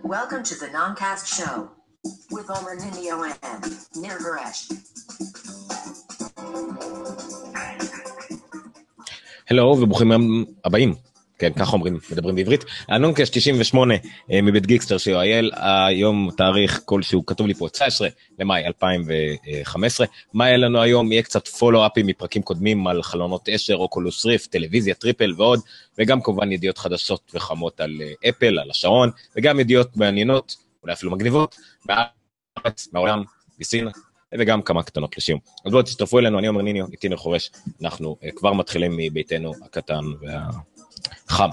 Welcome to the Noncast Show with Omer Ninio and Nir Haresh. הלו וברוכים הבאים, כן, ככה אומרים, מדברים בעברית. הנונקאסט 98 מבית גיקסטר שיועייל, היום תאריך כלשהו, כתוב לי פה 19 למאי 2015. מה יהיה לנו היום? יהיה קצת פולו-אפים מפרקים קודמים על חלונות אשר, אוקולוס ריפט, טלוויזיה, טריפל ועוד, וגם כמובן ידיעות חדשות וחמות על אפל, על השעון, וגם ידיעות מעניינות, אולי אפילו מגניבות, בארץ, מהעולם, בסין, וגם כמה קטנות לשיום. אז בואו תשתתפו אלינו, אני אומר ניניו, איתי ניר חורש, אנחנו כבר מתחילים מביתנו הקטן והחם.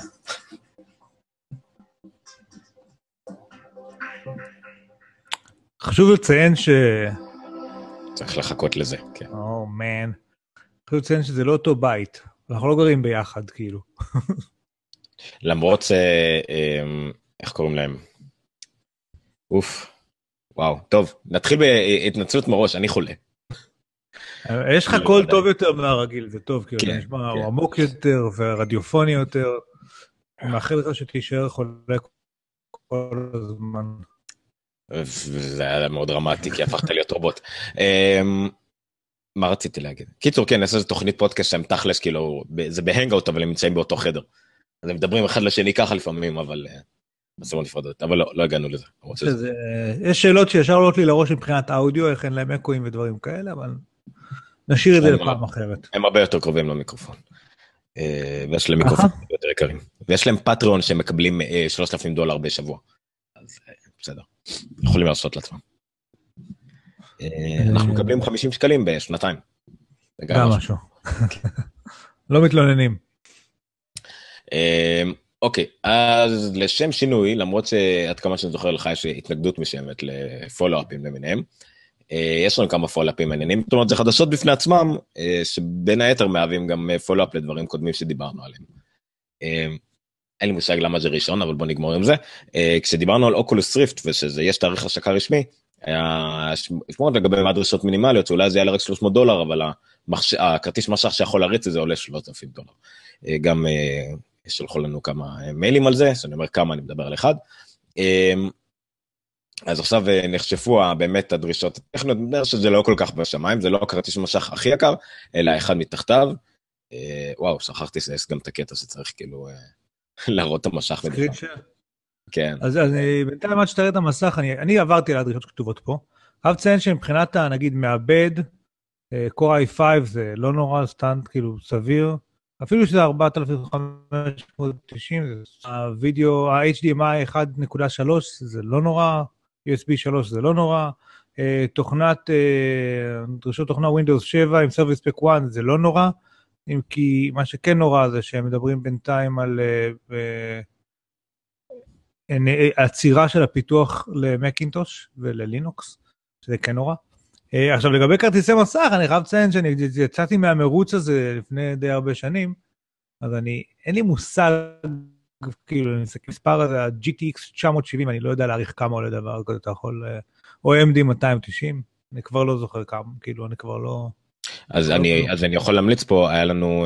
חשוב לציין צריך לחכות לזה, כן. מן. חשוב לציין שזה לא אותו בית, אנחנו לא גרים ביחד, כאילו. למרות איך קוראים להם? וואו, טוב, נתחיל בהתנצלות מראש, אני חולה. יש לך קול טוב יותר מהרגיל, זה טוב, כי הוא נשמע עמוק יותר ורדיופוני יותר. אני מאחל לך שתישאר חולה כל הזמן. וזה היה מאוד דרמטי, כי הפכת להיות רובוט. מה רציתי להגיד? קיצור, כן, נעשה איזו תוכנית פודקאסט שהם תכלס, כאילו, זה בהנגאוט, אבל הם נמצאים באותו חדר. אז הם מדברים אחד לשני ככה לפעמים, אבל נעשו נפרדות, אבל לא הגענו לזה. יש שאלות שישר עולות לי לראש מבחינת האודיו, איך אין להם אקואים ודברים כאלה, אבל נשאיר את זה לפעם אחרת. הם הרבה יותר קרובים למיקרופון. ויש להם מיקרופון יותר יקרים. ויש להם פטריון שמקבלים $3,000 בשבוע. אז בסדר. יכולים לעשות לעצמם. אנחנו מקבלים 50 שקלים בשנתיים. גם משהו. לא מתלוננים. אוקיי, אז לשם שינוי, למרות שעד כמה שאני זוכר לך יש התנגדות משמת לפולו-אפים למיניהם, יש לנו כמה פולו-אפים מעניינים, זאת אומרת זה חדשות בפני עצמם, שבין היתר מהווים גם פולו-אפ לדברים קודמים שדיברנו עליהם. אין לי מושג למה זה ראשון, אבל בוא נגמור עם זה. כשדיברנו על אוקולוס ריפט, ושיש תאריך השקה רשמי, היה שמועות לגבי מה דרישות מינימליות, שאולי זה יעלה רק $300, אבל הכרטיס משך שיכול להריץ את זה עולה $3,000. גם שלחו לנו כמה מיילים על זה, שאני אומר כמה, אני מדבר על אחד. אז עכשיו נחשפו באמת הדרישות הטכניות, אני אומר שזה לא כל כך בשמיים, זה לא הכרטיס משך הכי יקר, אלא אחד מתחתיו. וואו, שכחתי גם את הקטע שצריך כאילו להראות את המשך. כן. אז בינתיים עד שתראה את המסך, אני עברתי על הדרישות שכתובות פה. חייב לציין שמבחינת, נגיד, מעבד, Core i5 זה לא נורא, סטנד, כאילו, סביר. אפילו שזה 4590, הווידאו, ה-HDMI 1.3 זה לא נורא, USB 3 זה לא נורא, דרישות תוכנה Windows 7 עם Service Pack 1 זה לא נורא, אם כי מה שכן נורא זה שהם מדברים בינתיים על עצירה של הפיתוח למקינטוש וללינוקס, שזה כן נורא. עכשיו לגבי כרטיסי מסך, אני חייב לציין שאני יצאתי מהמרוץ הזה לפני די הרבה שנים, אז אין לי מושג, כאילו, אני מסתכל מספר הזה, ה-GTX 970, אני לא יודע להעריך כמה עולה דבר כזה, אתה יכול, או AMD 290, אני כבר לא זוכר כמה, כאילו, אני כבר לא... אז אני יכול להמליץ פה, היה לנו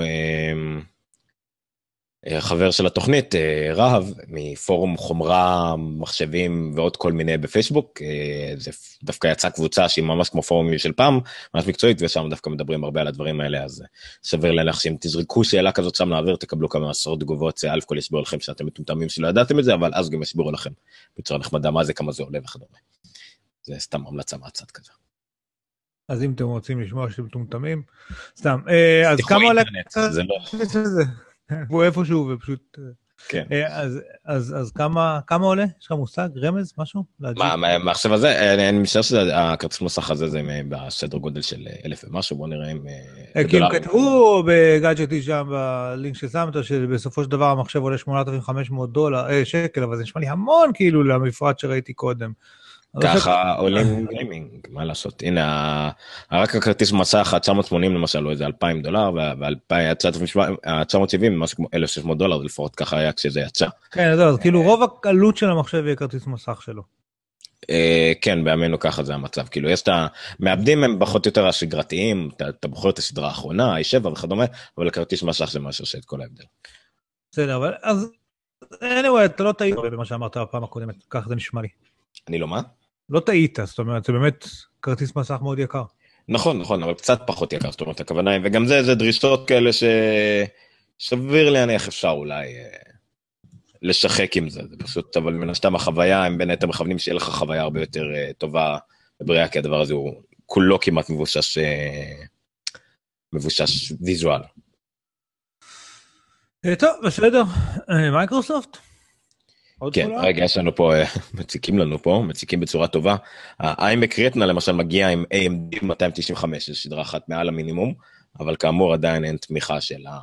חבר של התוכנית, רהב, מפורום חומרה, מחשבים ועוד כל מיני בפייסבוק, זה דווקא יצאה קבוצה שהיא ממש כמו פורומים של פעם, ממש מקצועית, ושם דווקא מדברים הרבה על הדברים האלה, אז סביר להניח שאם תזרקו שאלה כזאת שם להעביר, תקבלו כמה עשרות תגובות, אלף כל יסבירו לכם שאתם מטומטמים שלא ידעתם את זה, אבל אז גם יסבירו לכם בצורה נחמדה מה זה, כמה זה עולה וכדומה. זה סתם המלצה מהצד כזה. אז אם אתם רוצים לשמוע שאתם מטומטמים, סתם, אז כמה עולה... זה לא... הוא איפשהו ופשוט... כן. אז כמה עולה? יש לך מושג? רמז? משהו? מה עכשיו הזה? אני משער שהכרטיס מסך הזה זה בסדר גודל של 1,000 ומשהו, בוא נראה אם... כי הם כתבו בגאדג'טי שם בלינק ששמת, שבסופו של דבר המחשב עולה $8,500 שקל, אבל זה נשמע לי המון כאילו למפרט שראיתי קודם. ככה עולים גיימינג, מה לעשות? הנה, רק הכרטיס מסך, 980 למשל, לא איזה $2,000, וה-970, משהו כמו $1,600, לפחות ככה היה כשזה יצא. כן, אז כאילו רוב העלות של המחשב יהיה כרטיס מסך שלו. כן, בימינו ככה זה המצב, כאילו יש את המעבדים הם פחות או יותר השגרתיים, אתה בוחר את הסדרה האחרונה, i7 וכדומה, אבל הכרטיס מסך זה משהו שאת כל ההבדל. בסדר, אבל anyway, אתה לא טעית במה שאמרת בפעם הקודמת, כך זה נשמע לי. אני לא מה? לא טעית, זאת אומרת, זה באמת כרטיס מסך מאוד יקר. נכון, נכון, אבל קצת פחות יקר, זאת אומרת, הכוונה היא, וגם זה דרישות כאלה שסביר להניח אפשר אולי לשחק עם זה, זה פשוט, אבל מן הסתם החוויה, הם בין היתר מכוונים שיהיה לך חוויה הרבה יותר טובה ובריאה, כי הדבר הזה הוא כולו כמעט מבושש ויזואל. טוב, בסדר. מייקרוסופט? כן, רגע, יש לנו פה, מציקים בצורה טובה. ה-iMac Retina למשל מגיע עם AMD 295, זו שדרה אחת מעל המינימום, אבל כאמור עדיין אין תמיכה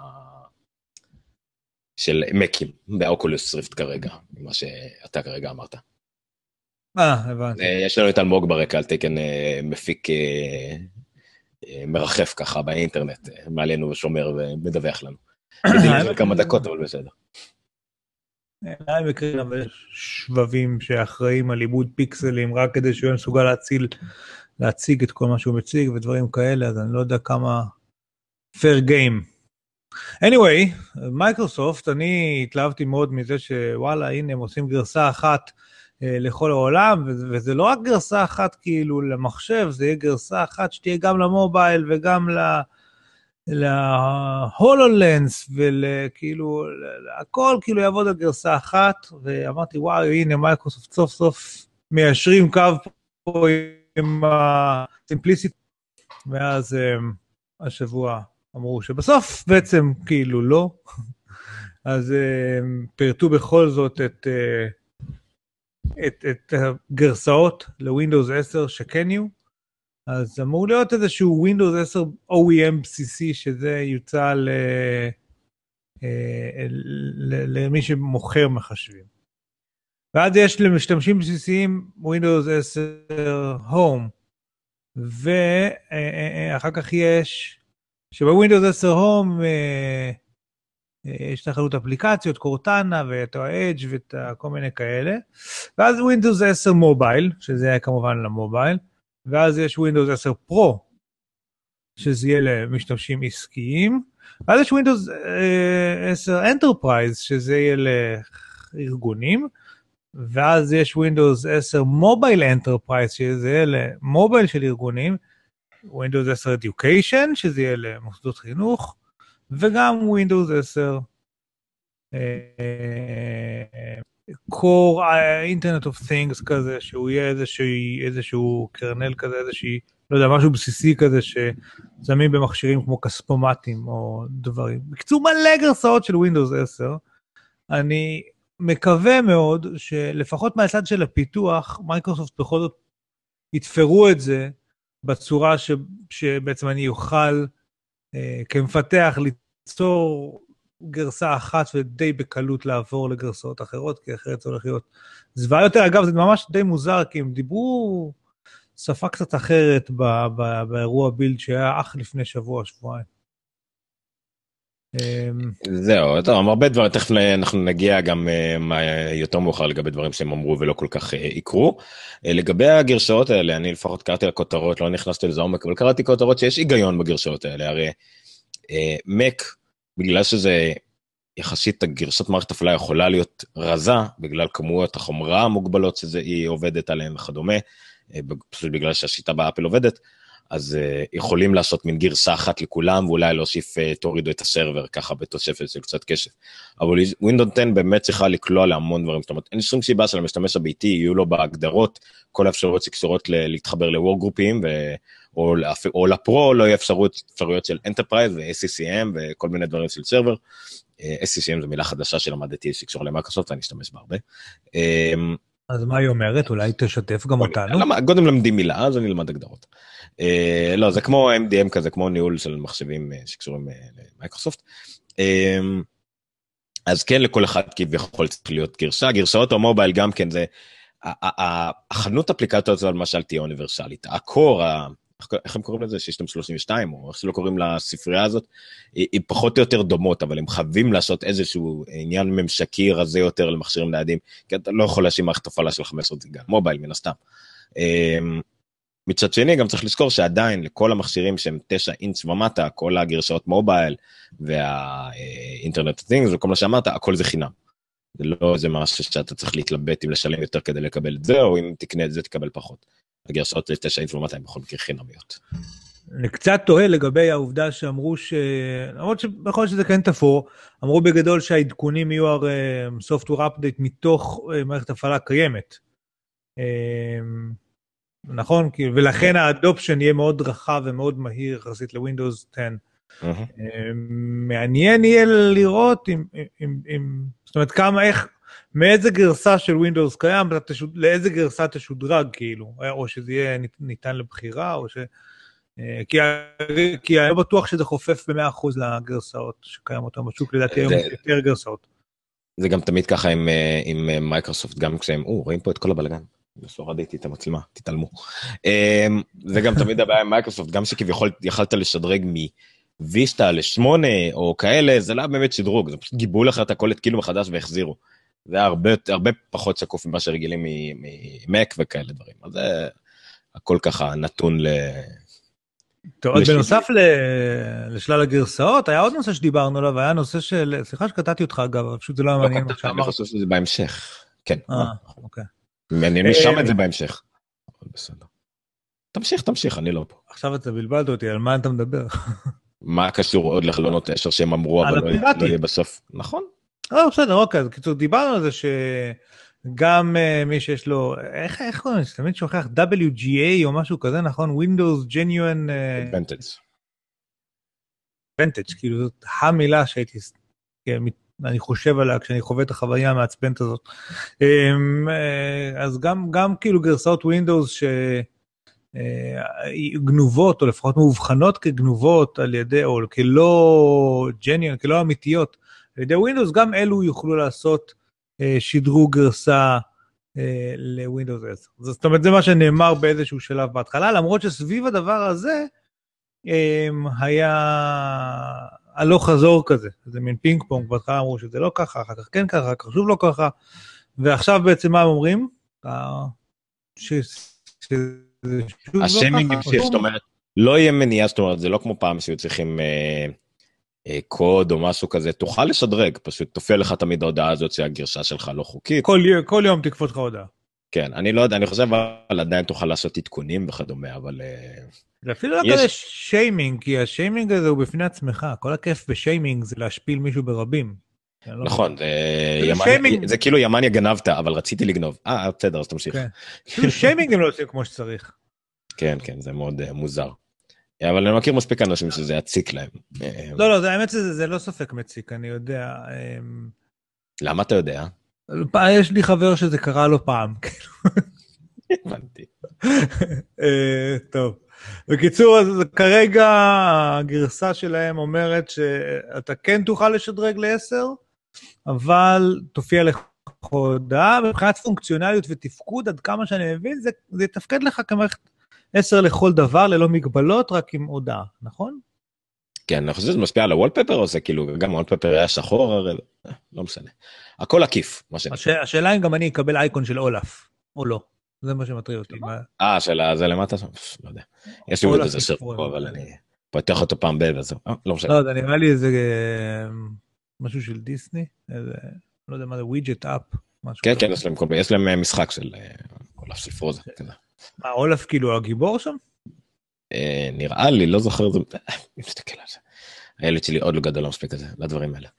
של מקים באוקולוס ריפט כרגע, ממה שאתה כרגע אמרת. הבנתי. יש לנו את אלמוג ברקע, על תקן מפיק מרחף ככה באינטרנט, מעלינו ושומר ומדווח לנו. בדיוק כמה דקות, אבל בסדר. אני מקרים שבבים שאחראים על עיבוד פיקסלים, רק כדי שהוא מסוגל להציג את כל מה שהוא מציג ודברים כאלה, אז אני לא יודע כמה fair game. anyway, מייקרוסופט, אני התלהבתי מאוד מזה שוואלה, הנה הם עושים גרסה אחת לכל העולם, וזה לא רק גרסה אחת כאילו למחשב, זה יהיה גרסה אחת שתהיה גם למובייל וגם להולולנס, וכאילו, הכל כאילו יעבוד על גרסה אחת, ואמרתי, וואו, הנה מייקרוסופט סוף סוף מיישרים קו פה עם הסימפליסיטי, ואז השבוע אמרו שבסוף בעצם כאילו לא, אז פרטו בכל זאת את הגרסאות לווינדוס 10 שכן יהיו, אז אמור להיות איזשהו Windows 10 OEM בסיסי, שזה יוצא למי שמוכר מחשבים. ואז יש למשתמשים בסיסיים Windows 10 Home, ואחר כך יש, שבווינדוס 10 Home יש תחלות אפליקציות, קורטנה ואת ה-Edge ואת כל מיני כאלה, ואז Windows 10 Mobile, שזה היה כמובן למובייל, ואז יש Windows 10 Pro, שזה יהיה למשתמשים עסקיים, ואז יש Windows 10 Enterprise, שזה יהיה לארגונים, ואז יש Windows 10 Mobile Enterprise, שזה יהיה למובייל של ארגונים, Windows 10 Education, שזה יהיה למוסדות חינוך, וגם Windows 10 Core Internet of Things כזה, שהוא יהיה איזשהו קרנל כזה, לא יודע, משהו בסיסי כזה, שזמים במכשירים כמו כספומטים או דברים. בקיצור, מלא גרסאות של Windows 10. אני מקווה מאוד שלפחות מהצד של הפיתוח, מייקרוסופט בכל זאת יתפרו את זה, בצורה שבעצם אני אוכל כמפתח ליצור גרסה אחת ודי בקלות לעבור לגרסאות אחרות, כי אחרת זה הולך להיות זוועה יותר. אגב, זה ממש די מוזר, כי הם דיברו שפה קצת אחרת באירוע בילד שהיה אך לפני שבועיים. זהו, טוב, הרבה דברים, תכף אנחנו נגיע גם יותר מאוחר לגבי דברים שהם אמרו ולא כל כך יקרו. לגבי הגרשאות האלה, אני לפחות קראתי לכותרות, לא נכנסתי לזה עומק, אבל קראתי כותרות שיש היגיון בגרשאות האלה, הרי מק, בגלל שזה יחסית הגרשת מערכת הפעלה יכולה להיות רזה, בגלל כמויות החומרה המוגבלות שהיא עובדת עליהן וכדומה, פשוט בגלל שהשיטה באפל עובדת, אז יכולים לעשות מין גרסה אחת לכולם, ואולי להוסיף, תורידו את הסרבר ככה בתוספת של קצת קשב. אבל ווינדוס 10 באמת צריכה לקלוע להמון דברים, זאת אומרת, אין שום סיבה של המשתמש הביתי, יהיו לו בהגדרות כל האפשרויות שקשורות להתחבר לוור-גרופים, או לפרו, לא יהיו אפשרויות של אנטרפרייז ו-SCCM וכל מיני דברים של סרבר. SCCM זו מילה חדשה שלמדתי שקשור למיקרוסופט, ואני אשתמש בה הרבה. אז מה היא אומרת? אולי תשתף גם אותנו? קודם למדים מילה, אז אני אלמד הגדרות. לא, זה כמו MDM כזה, כמו ניהול של מחשבים שקשורים למייקרוסופט. אז כן, לכל אחד כביכול צריך להיות גרשה. גרשאות או מובייל גם כן, זה, החנות אפליקציות הזו למשל תהיה אוניברסלית. הקור, איך הם קוראים לזה? שישתם 32, או איך שלא קוראים לספרייה הזאת, היא פחות או יותר דומות, אבל הם חייבים לעשות איזשהו עניין ממשקי רזה יותר למכשירים ניידים, כי אתה לא יכול להשאיר מערכת הפעלה של 15 גיגה, מובייל מן הסתם. מצד שני, גם צריך לזכור שעדיין לכל המכשירים שהם 9 אינץ' ומטה, כל הגרשאות מובייל והאינטרנט things וכל מה שאמרת, הכל זה חינם. זה לא איזה משהו שאתה צריך להתלבט אם לשלם יותר כדי לקבל את זה, או אם תקנה את זה תקבל פחות. הגרסאות 9,200 בכל מקרה חינמיות. אני קצת תוהה לגבי העובדה שאמרו למרות שבכל שזה כן תפור, אמרו בגדול שהעדכונים יהיו software update מתוך מערכת הפעלה קיימת. נכון? ולכן האדופשן יהיה מאוד רחב ומאוד מהיר יחסית לווינדוס 10. מעניין יהיה לראות זאת אומרת כמה מאיזה גרסה של ווינדוס קיים, לאיזה גרסה תשודרג כאילו, או שזה יהיה ניתן לבחירה, או כי אני לא בטוח שזה חופף ב100% לגרסאות שקיים אותם בשוק, לדעתי היום יותר גרסאות. זה גם תמיד ככה עם מייקרוסופט, גם כשהם, רואים פה את כל הבלגן, לא רדיתי את המצלמה, תתעלמו. זה גם תמיד הבעיה עם מייקרוסופט, גם שכביכול יכלת לשדרג מוויסטה ל8 או כאלה, זה לא באמת שדרוג, זה פשוט גיבו לך את הכל, התקילו מחדש והחזירו. זה היה הרבה פחות שקוף ממה שרגילים ממק וכאלה דברים. אז זה הכל ככה נתון טוב, בנוסף לשלל הגרסאות, היה עוד נושא שדיברנו עליו, היה נושא של, סליחה שקטעתי אותך אגב, אבל פשוט זה לא מעניין. אני חושב שזה בהמשך. כן. אוקיי. אני שם את זה בהמשך. בסדר. תמשיך, אני לא פה. עכשיו אתה בלבלת אותי, על מה אתה מדבר? מה קשור עוד לחלונות 10 שהם אמרו, אבל לא יהיה בסוף. נכון. בסדר, אוקיי, אז קיצור, דיברנו על זה שגם מי שיש לו, איך קוראים לזה? תמיד שוכח WGA או משהו כזה, נכון? Windows Genuine Advantage, כאילו זאת המילה שהייתי, אני חושב עליה כשאני חווה את החוויה המעצבנת הזאת. אז גם כאילו גרסאות Windows שגנובות, או לפחות מאובחנות כגנובות על ידי, או כלא Genuine, כלא אמיתיות, על ידי Windows, גם אלו יוכלו לעשות שדרוג גרסה לווינדוס 10. זאת אומרת, זה מה שנאמר באיזשהו שלב בהתחלה, למרות שסביב הדבר הזה היה הלוך חזור כזה, זה מין פינג פונג, בהתחלה אמרו שזה לא ככה, אחר כך כן ככה, אחר כך שוב לא ככה, ועכשיו בעצם מה הם אומרים? השיימינג נמשיך, זאת אומרת, לא יהיה מניעה, זאת אומרת, זה לא כמו פעם שהיו צריכים קוד או משהו כזה, תוכל לשדרג, פשוט תופיע לך תמיד ההודעה הזאת שהגרשה שלך לא חוקית. כל יום תקפוץ לך הודעה. כן, אני לא יודע, אני חושב אבל עדיין תוכל לעשות עדכונים וכדומה, אבל זה אפילו לא כזה שיימינג, כי השיימינג הזה הוא בפני עצמך, כל הכיף בשיימינג זה להשפיל מישהו ברבים. נכון, זה כאילו ימניה גנבת, אבל רציתי לגנוב. בסדר, אז תמשיך. שיימינג הם לא עושים כמו שצריך. כן, זה מאוד מוזר. אבל אני מכיר מספיק אנשים שזה יציק להם. לא, האמת זה לא ספק מציק, אני יודע. למה אתה יודע? יש לי חבר שזה קרה לו פעם. הבנתי. טוב. בקיצור, אז כרגע הגרסה שלהם אומרת שאתה כן תוכל לשדרג ל10, אבל תופיע לך הודעה, מבחינת פונקציונליות ותפקוד, עד כמה שאני מבין, זה יתפקד לך כמערכת 10 לכל דבר, ללא מגבלות, רק עם הודעה, נכון? כן, אני חושב שזה משפיע על הוולפפר, או זה כאילו, גם הוולפפר היה שחור, לא משנה. הכל עקיף, מה שנקרא. השאלה אם גם אני אקבל אייקון של אולף, או לא. זה מה שמטריד אותי. שאלה, זה למטה? לא יודע. יש לי עוד איזה סרט פה, אבל אני פותח אותו פעם וזהו. לא משנה. לא יודע, נראה לי איזה משהו של דיסני, לא יודע מה זה, ווידג'ט אפ. כן, יש להם משחק של אולף של פרוזה. מה, אולף כאילו הגיבור שם? נראה לי, לא זוכר, אני מסתכל על זה. הילד שלי עוד לא גדול, לא מספיק כזה, לדברים האלה.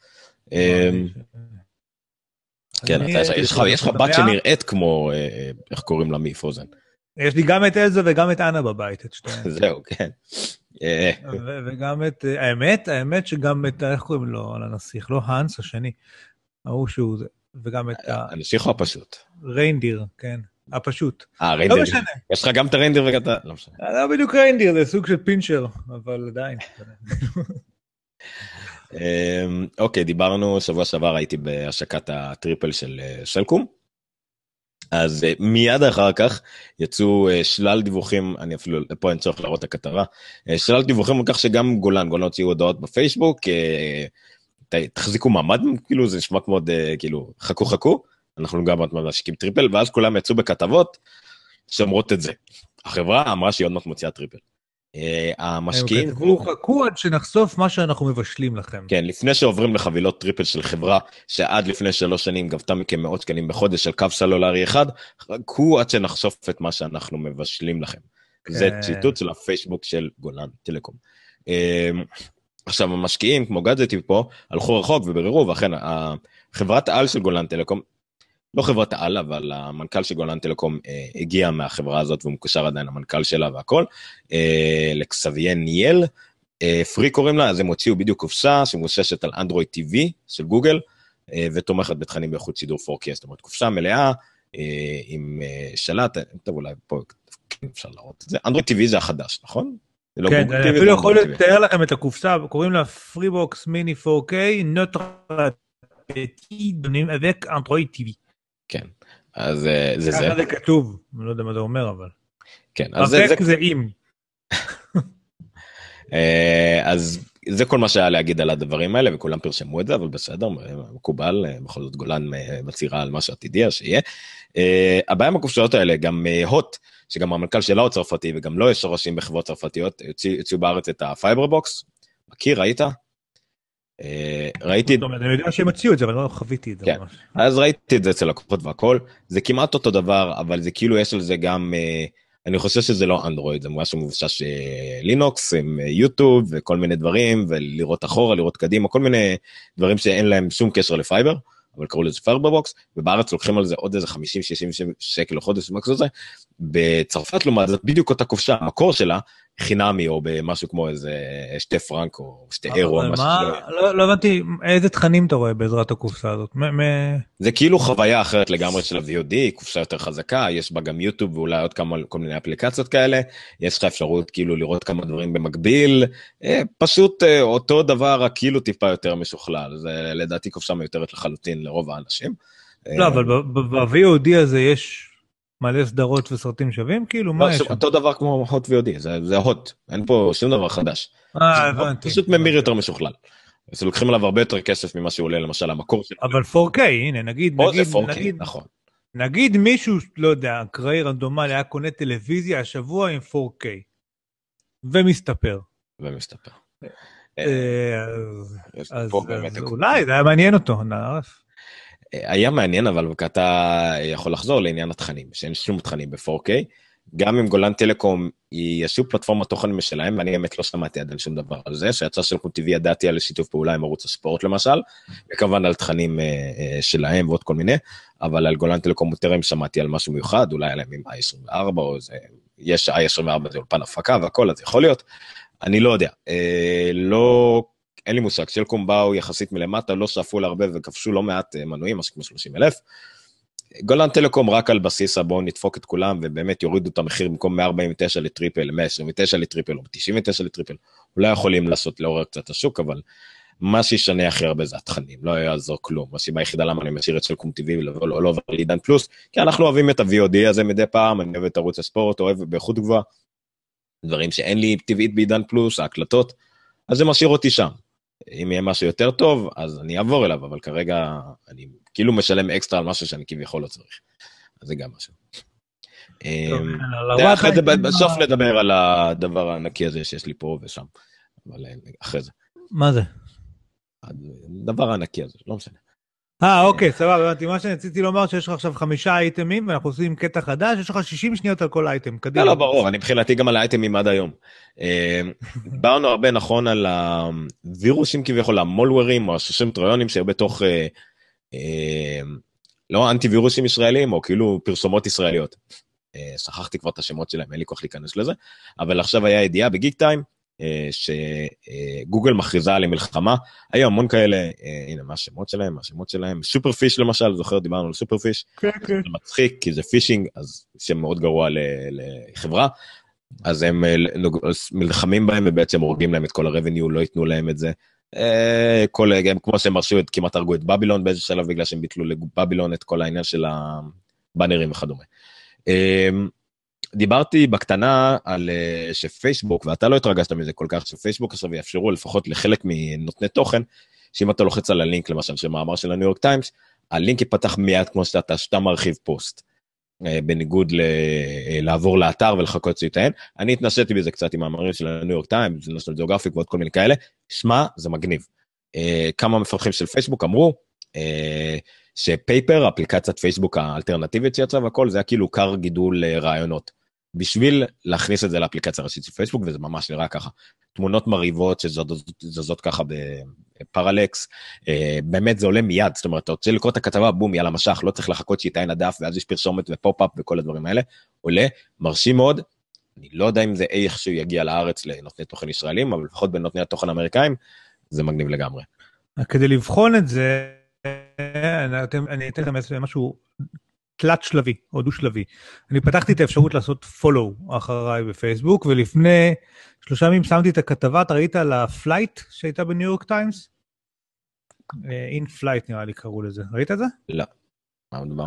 כן, יש לך בת שנראית כמו, איך קוראים לה מפרוזן. יש לי גם את אלזה וגם את אנה בבית, את שתיהן. זהו, כן. וגם את, האמת שגם את, איך קוראים לו על הנסיך, לא האנס השני, ההוא שהוא זה, וגם את הנסיך הוא הפשוט. ריינדיר, כן, הפשוט. ריינדיר, יש לך גם את הריינדיר וגם את ה... לא משנה. לא בדיוק ריינדיר, זה סוג של פינצ'ר, אבל עדיין. אוקיי, דיברנו, שבוע שעבר הייתי בהשקת הטריפל של שלקום, אז מיד אחר כך יצאו שלל דיווחים, אני אפילו, פה אין צורך להראות את הכתבה, שלל דיווחים על כך שגם גולן הוציאו הודעות בפייסבוק, תחזיקו מעמד, כאילו זה נשמע כמו, כאילו, חכו, אנחנו גם משקיעים טריפל, ואז כולם יצאו בכתבות שאומרות את זה. החברה אמרה שהיא עוד מעט מוציאה טריפל. המשקיעים... הם כתבו, חכו עד שנחשוף מה שאנחנו מבשלים לכם. כן, לפני שעוברים לחבילות טריפל של חברה, שעד לפני 3 שנים גבתה מכם מאות שקלים בחודש של קו סלולרי אחד, חכו עד שנחשוף את מה שאנחנו מבשלים לכם. זה ציטוט של הפייסבוק של גולן טלקום. עכשיו, המשקיעים, כמו גאדג'טי פה, הלכו רחוק וברירו, ואכן, חברת העל של גולן טלקום, לא חברת העל, אבל המנכ"ל של גולן טלקום הגיע מהחברה הזאת, והוא מקושר עדיין המנכ"ל שלה והכל, לקסביין ניאל, פרי קוראים לה, אז הם הוציאו בדיוק קופסה, שמבוססת על אנדרואיד TV של גוגל, ותומכת בתכנים באיכות שידור 4K, זאת אומרת, קופסה מלאה, עם שלט, טוב, אולי פה אפשר להראות את זה, אנדרואיד TV זה החדש, נכון? כן, אני אפילו יכול לתאר לכם את הקופסה, קוראים לה פריבוקס מיני 4K, נוטרה פטי דונים avec אנדרואיד TV. כן, אז זה זה. ככה זה כתוב, אני לא יודע מה זה אומר, אבל. כן, אז זה עם. אז זה כל מה שהיה להגיד על הדברים האלה, וכולם פרשמו את זה, אבל בסדר, מקובל, בכל זאת גולן מצהירה על מה שעתידי, שיהיה. הבעיה עם הקופסאות האלה, גם הוט, שגם המנכ"ל שלה הוא צרפתי, וגם לא יש שורשים בחברות צרפתיות, יוציאו בארץ את הפייברבוקס, מכיר, ראית? ראיתי... אני יודע שהם הציעו את זה, אבל לא חוויתי את זה ממש. אז ראיתי את זה אצל לקוחות והכל, זה כמעט אותו דבר, אבל זה כאילו יש על זה גם... אני חושב שזה לא אנדרואיד, זה משהו מבושש לינוקס, עם יוטיוב וכל מיני דברים, ולראות אחורה, לראות קדימה, כל מיני דברים שאין להם שום קשר לפייבר, אבל קראו לזה פייברבוקס, ובארץ לוקחים על זה עוד איזה 50-60 שקל לחודש, משהו כזה. בצרפת לעומת זאת בדיוק אותה קופשה, המקור שלה חינמי, או במשהו כמו איזה 2 פרנק, או 2 אירו. לא הבנתי, איזה תכנים אתה רואה בעזרת הקופסה הזאת? זה כאילו חוויה אחרת לגמרי של ה-VOD, קופסה יותר חזקה, יש בה גם יוטיוב, ואולי עוד כל מיני אפליקציות כאלה, יש לך אפשרות כאילו לראות כמה דברים במקביל, פשוט אותו דבר, כאילו טיפה יותר משוכלל, זה לדעתי קופסה מיותרת לחלוטין לרוב האנשים. לא, אבל ב-VOD הזה יש... מלא סדרות וסרטים שווים, כאילו, מה יש שם? אותו דבר כמו הוט VOD, זה הוט, אין פה שום דבר חדש. הבנתי. פשוט ממיר יותר משוכלל. אז לוקחים עליו הרבה יותר כסף ממה שעולה, למשל, המקור שלו. אבל 4K, הנה, נגיד מישהו, לא יודע, אקראי רנדומלי, היה קונה טלוויזיה השבוע עם 4K, ומסתפר. אז אולי, זה היה מעניין אותו, נערף. היה מעניין, אבל אתה יכול לחזור לעניין התכנים, שאין שום תכנים ב-4K, גם אם גולן טלקום ישו פלטפורמת תוכן משלהם, ואני באמת לא שמעתי עד על שום דבר על זה, שיצא של טבעי ידעתי על שיתוף פעולה עם ערוץ הספורט למשל, וכמובן על תכנים שלהם ועוד כל מיני, אבל על גולן טלקום מותרים שמעתי על משהו מיוחד, אולי עליהם עם i24, או זה, יש i24 זה אולפן הפקה והכל, אז יכול להיות, אני לא יודע, לא... אין לי מושג, סלקום באו יחסית מלמטה, לא שאפו להרבה וכבשו לא מעט מנויים, משהו כמו 30,000. גולן טלקום רק על בסיס, בואו נדפוק את כולם, ובאמת יורידו את המחיר במקום 149 לטריפל, 129 לטריפל, או 99 לטריפל. אולי יכולים לעשות לעורר קצת השוק, אבל מה שישנה הכי הרבה זה התכנים, לא יעזור כלום. הסיבה היחידה למה אני משאיר את סלקום טבעי ולא עובר לעידן פלוס, כי אנחנו אוהבים את ה-VOD הזה מדי פעם, אני אוהב את ערוץ הספורט, אוהב באיכות גבוהה, דברים שאין לי טבעית בעידן פלוס, ההקלטות, אז זה משאיר אותי שם. אם יהיה משהו יותר טוב, אז אני אעבור אליו, אבל כרגע אני כאילו משלם אקסטרה על משהו שאני כביכול לא צריך. אז זה גם משהו. בסוף לדבר על הדבר הענקי הזה שיש לי פה ושם, אבל אחרי זה. מה זה? הדבר הענקי הזה, לא משנה. אוקיי, סבבה, הבנתי. מה שאני רציתי לומר שיש לך עכשיו 5 אייטמים, ואנחנו עושים קטע חדש, יש לך 60 שניות על כל אייטם, קדימה. לא, ברור, אני מבחינתי גם על האייטמים עד היום. דיברנו הרבה נכון על הווירוסים כביכול, המולוורים, או השושם טרויונים שהרבה תוך, לא אנטי וירוסים ישראלים, או כאילו פרסומות ישראליות. שכחתי כבר את השמות שלהם, אין לי כוח להיכנס לזה, אבל עכשיו היה ידיעה בגיק טיים, שגוגל מכריזה עליהם מלחמה, היו המון כאלה, הנה מה השמות שלהם, סופרפיש למשל, זוכר דיברנו על סופרפיש, זה מצחיק כי זה פישינג, אז שם מאוד גרוע לחברה, אז הם מלחמים בהם ובעצם הורגים להם את כל הרבניו, לא ייתנו להם את זה, כמו שהם מרשו, כמעט הרגו את בבילון באיזה שלב, בגלל שהם ביטלו לבבילון את כל העניין של הבאנרים וכדומה. דיברתי בקטנה על שפייסבוק, ואתה לא התרגשת מזה כל כך, שפייסבוק עכשיו יאפשרו לפחות לחלק מנותני תוכן, שאם אתה לוחץ על הלינק, למשל, של מאמר של הניו יורק טיימס, הלינק ייפתח מיד כמו שאתה מרחיב פוסט. בניגוד לעבור לאתר ולחכות שיתען. אני התנסיתי בזה קצת עם המאמרים של הניו יורק טיימס, נשיונל ג'אוגרפיק ועוד כל מיני כאלה, שמע, זה מגניב. כמה מפתחים של פייסבוק אמרו, שפייפר, אפליקציית פייסבוק האלטרנטיבית שיצאה והכל, זה היה כאילו קר גידול רעיונות. בשביל להכניס את זה לאפליקציה הראשית של פייסבוק, וזה ממש נראה ככה. תמונות מרהיבות שזזות ככה בפרלקס, באמת זה עולה מיד, זאת אומרת, אתה רוצה לקרוא את הכתבה, בום, יאללה משך, לא צריך לחכות שיתעין הדף, ואז יש פרסומת ופופ-אפ וכל הדברים האלה, עולה, מרשים מאוד, אני לא יודע אם זה איכשהו יגיע לארץ לנותני תוכן ישראלים, אבל לפחות בנותני התוכן האמריקאים, זה מגניב לגמרי. כדי לבחון את זה, אני אתן לכם משהו תלת שלבי או דו שלבי. אני פתחתי את האפשרות לעשות follow אחריי בפייסבוק, ולפני 3 ימים שמתי את הכתבה, אתה ראית על הפלייט שהייתה בניו יורק טיימס? אין פלייט נראה לי קראו לזה, ראית את זה? לא, מה מדובר?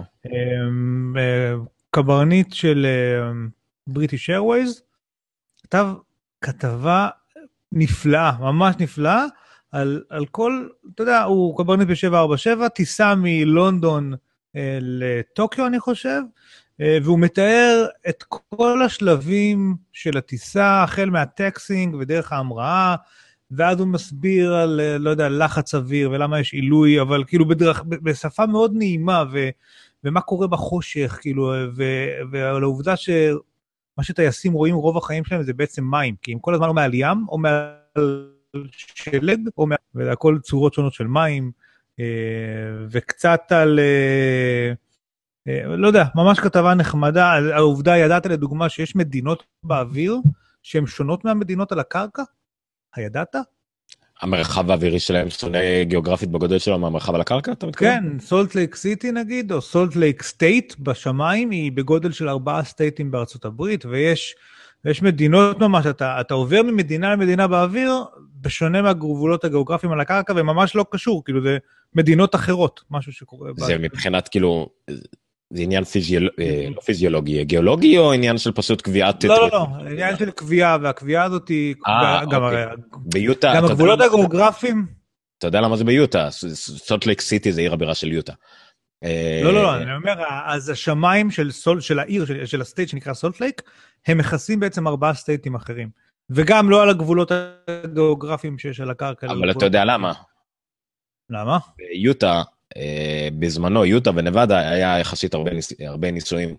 קברניט של בריטיש איירווייז, כתב כתבה נפלאה, ממש נפלאה, על כל, אתה יודע, הוא קברניט ב-747, טיסה מלונדון לטוקיו אני חושב, והוא מתאר את כל השלבים של הטיסה, החל מהטקסינג ודרך ההמראה, ואז הוא מסביר על, לא יודע, לחץ אוויר ולמה יש עילוי, אבל כאילו בשפה מאוד נעימה, ומה קורה בחושך, כאילו, ועל העובדה שמה שטייסים רואים רוב החיים שלהם זה בעצם מים, כי הם כל הזמן או מעל ים, או מעל שלג, וזה הכל צורות שונות של מים, וקצת על, לא יודע, ממש כתבה נחמדה, העובדה ידעת לדוגמה שיש מדינות באוויר, שהן שונות מהמדינות על הקרקע? הידעת? המרחב האווירי שלהם שונה גיאוגרפית בגודל שלו מהמרחב על הקרקע, אתה מתכוון? כן, סולט לייק סיטי נגיד, או סולט לייק סטייט בשמיים, היא בגודל של 4 סטייטים בארצות הברית, ויש מדינות ממש, אתה עובר ממדינה למדינה באוויר, בשונה מהגבולות הגיאוגרפיים על הקרקע, וממש לא קשור, כאילו זה מדינות אחרות, משהו שקורה. זה מבחינת כאילו, זה עניין לא פיזיולוגי, גיאולוגי, או עניין של פשוט קביעת? לא, עניין של קביעה, והקביעה הזאת היא, גם הגבולות הגיאוגרפיים. אתה יודע למה זה ביוטה? סולט לייק סיטי זה עיר הבירה של יוטה. לא, אני אומר, אז השמיים של העיר, של הסטייט שנקרא סולט לייק, הם מכסים בעצם 4 סטייטים אחרים. וגם לא על הגבולות הגיאוגרפיים שיש על הקרקע. אבל אתה יודע למה? למה? ביוטה, בזמנו, יוטה ונבדה, היה יחסית הרבה ניסויים.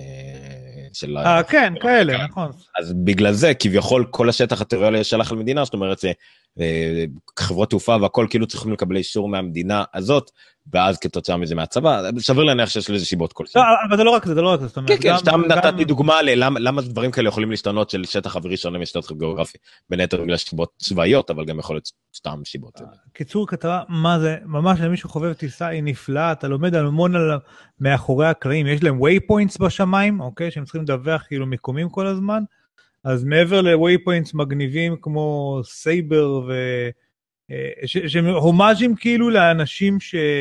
כן, כאלה, נכון. אז בגלל זה, כביכול, כל השטח הטריטוריאלי שלח על מדינה, זאת אומרת, חברות תעופה והכל כאילו צריכים לקבל אישור מהמדינה הזאת, ואז כתוצאה מזה מהצבא, סביר להניח שיש לזה סיבות כלשהן. אבל זה לא רק זה, כן, סתם נתתי דוגמה ללמה דברים כאלה יכולים להשתנות של שטח אווירי שונה משטח גיאוגרפי, בין היתר בגלל סיבות צבאיות, אבל גם יכול להיות סתם סיבות. קיצור כתבה, מה זה, ממש למי שחובב טיסה היא נפלאה, אתה לומד המון מאחורי הקלעים, יש להם waypoints בשמיים, אוקיי, שהם צריכים לדווח כאילו מיקומים כל הזמן, אז מעבר ל-waypoints מגניבים כמו סייבר שהם הומאז'ים כאילו לאנשים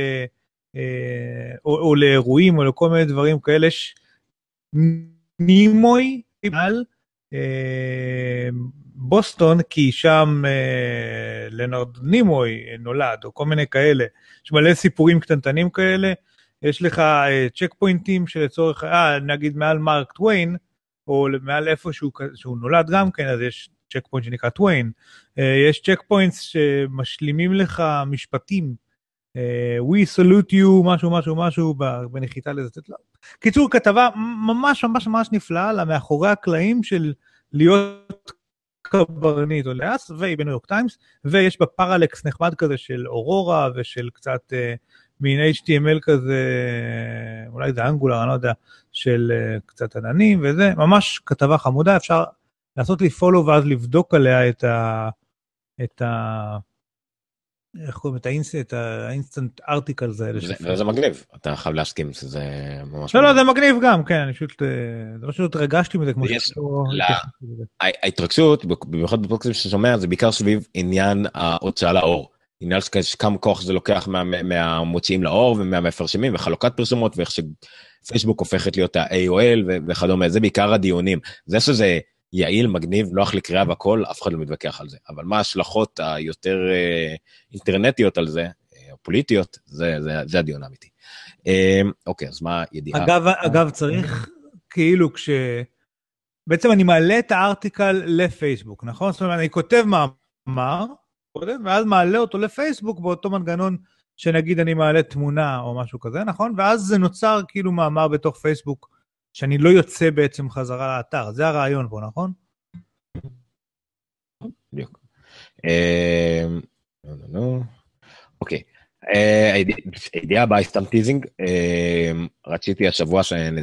או לאירועים או לכל מיני דברים כאלה, יש נימוי על בוסטון, כי שם לנרד נימוי נולד, או כל מיני כאלה, יש מלא סיפורים קטנטנים כאלה, יש לך צ'ק פוינטים שלצורך, נגיד מעל מרק טוויין, או מעל איפה שהוא נולד גם כן, אז יש צ'ק פוינט שנקרא טוויין, יש צ'ק פוינטס שמשלימים לך משפטים, we salute you, משהו, בנחיתה לזה. קיצור, כתבה ממש נפלאה, למאחורי הקלעים של להיות קברניט או לאס, והיא בניו יורק טיימס, ויש בפרלקס נחמד כזה של אורורה, ושל קצת מין HTML כזה, אולי זה אנגולר, אני לא יודע, של קצת עננים וזה, ממש כתבה חמודה, אפשר לעשות לי פולו ואז לבדוק עליה את האינסטנט ארטיקלס האלה. זה מגניב, אתה חייב להסכים שזה ממש... לא, זה מגניב גם, כן, אני פשוט רגשתי מזה כמו ההתרגשות, במיוחד בפודקאסטים ששומע, זה בעיקר סביב עניין ההוצאה לאור. עניין כמה כוח זה לוקח מהמוציאים לאור ומהמפרשמים וחלוקת פרסומות, ואיך שפייסבוק הופכת להיות ה-AOL וכדומה, זה בעיקר הדיונים. זה שזה יעיל, מגניב, נוח לקריאה והכל, אף אחד לא מתווכח על זה. אבל מה ההשלכות היותר אינטרנטיות על זה, או פוליטיות, זה הדיון האמיתי. אוקיי, אז מה ידיעה? אגב, צריך כאילו בעצם אני מעלה את הארטיקל לפייסבוק, נכון? זאת אומרת, אני כותב מאמר, ואז מעלה אותו לפייסבוק באותו מנגנון שנגיד אני מעלה תמונה או משהו כזה, נכון? ואז זה נוצר כאילו מאמר בתוך פייסבוק, שאני לא יוצא בעצם חזרה לאתר. זה הרעיון פה, נכון? בדיוק. אוקיי. הידיעה הבאה, סתם טיזינג, רציתי השבוע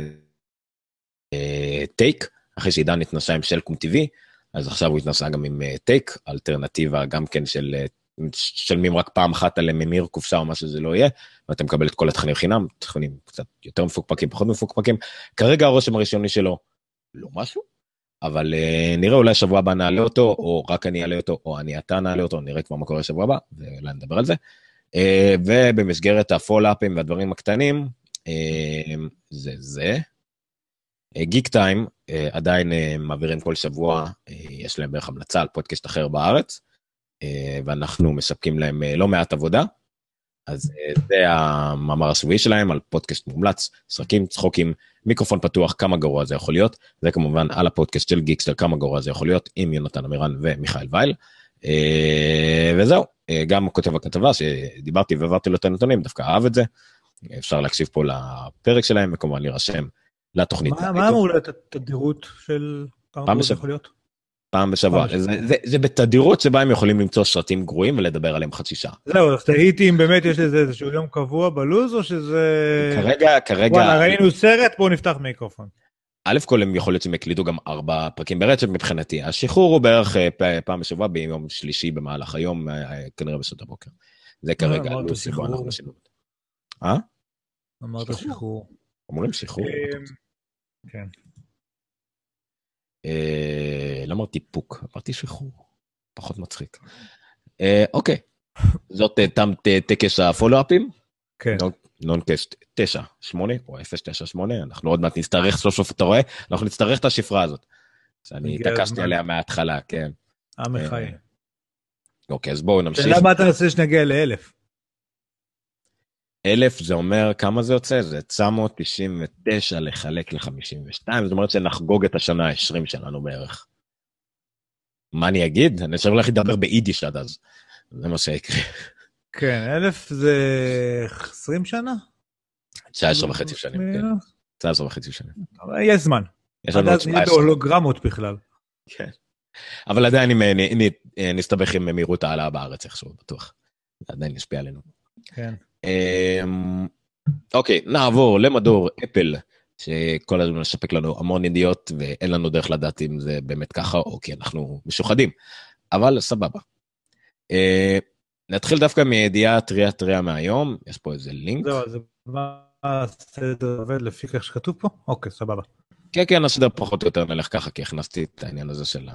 טייק, אחרי שעידן התנסה עם שלקום TV, אז עכשיו הוא התנסה גם עם טייק, אלטרנטיבה גם כן שלמים רק פעם אחת על ממיר קופסה או מה שזה לא יהיה, ואתה מקבל את כל התכנים חינם, תכנים קצת יותר מפוקפקים, פחות מפוקפקים, כרגע הרושם הראשוני שלו לא משהו, אבל נראה אולי שבוע הבא נעלה אותו, או רק אני אעלה אותו, או אתה נעלה אותו, נראה כבר מה קורה שבוע הבא, ואולי נדבר על זה. ובמסגרת הפול-אפים והדברים הקטנים, זה. גיק טיים, עדיין מעבירים כל שבוע, יש להם בערך המלצה על פודקאסט אחר בארץ, ואנחנו מספקים להם לא מעט עבודה, אז זה המאמר השבועי שלהם על פודקאסט מומלץ, שחקים, צחוקים, מיקרופון פתוח, כמה גרוע זה יכול להיות, זה כמובן על הפודקאסט של גיקסטר, כמה גרוע זה יכול להיות, עם יונתן אמירן ומיכאל וייל, וזהו, גם כותב הכתבה שדיברתי ועברתי לו את הנתונים, דווקא אהב את זה, אפשר להקשיב פה לפרק שלהם, וכמובן להירשם לתוכנית. מה אמור להיות התדירות של פעם בשבוע? פעם בשבוע. זה בתדירות שבה הם יכולים למצוא סרטים גרועים ולדבר עליהם חצי שעה. זהו, אז תהיתי אם באמת יש לזה איזשהו יום קבוע בלוז, או שזה... כרגע... וואלה, ראינו סרט, בואו נפתח מיקרופון. א' כל הם יכול להיות שהם הקלידו גם 4 פרקים ברצף מבחינתי. השחרור הוא בערך פעם בשבוע ביום שלישי במהלך היום, כנראה בשעות הבוקר. זה כרגע לוז שבו אנחנו משנים. אמרת שחרור. אומרים שחרור. כן. לא אמרתי פוק, אמרתי שחרור. פחות מצחיק. אוקיי. זאת תם טקס הפולו-אפים. כן. נונקסט 98 או 098, אנחנו עוד מעט נצטרך, סוף אתה רואה, אנחנו נצטרך את השפרה הזאת. שאני התעקשתי עליה מההתחלה, כן. המחי. אוקיי, אז בואו נמשיך. שאלה מה אתה רוצה שנגיע ל-1000? 1000 זה אומר כמה זה יוצא? זה 999 לחלק ל-52, זאת אומרת שנחגוג את השנה ה-20 שלנו בערך. מה אני אגיד? אני חושב לך לדבר ביידיש עד אז. זה מה שיקרה. כן, 1000 זה 20 שנה? 19 וחצי שנים, כן. 19 וחצי שנים. יש זמן. עד אז נהיה בהולוגרמות בכלל. כן. אבל עדיין נסתבך עם מהירות העלה בארץ איכשהו, בטוח. זה עדיין ישפיע עלינו. כן. אוקיי, נעבור למדור אפל, שכל הזמן משפק לנו המון ידיעות, ואין לנו דרך לדעת אם זה באמת ככה, או כי אנחנו משוחדים. אבל סבבה. נתחיל דווקא מידיעה טריה מהיום, יש פה איזה לינק. זהו, אז מה הסדר עובד לפי כך שכתוב פה? אוקיי, סבבה. כן, הסדר פחות או יותר נלך ככה, כי הכנסתי את העניין הזה של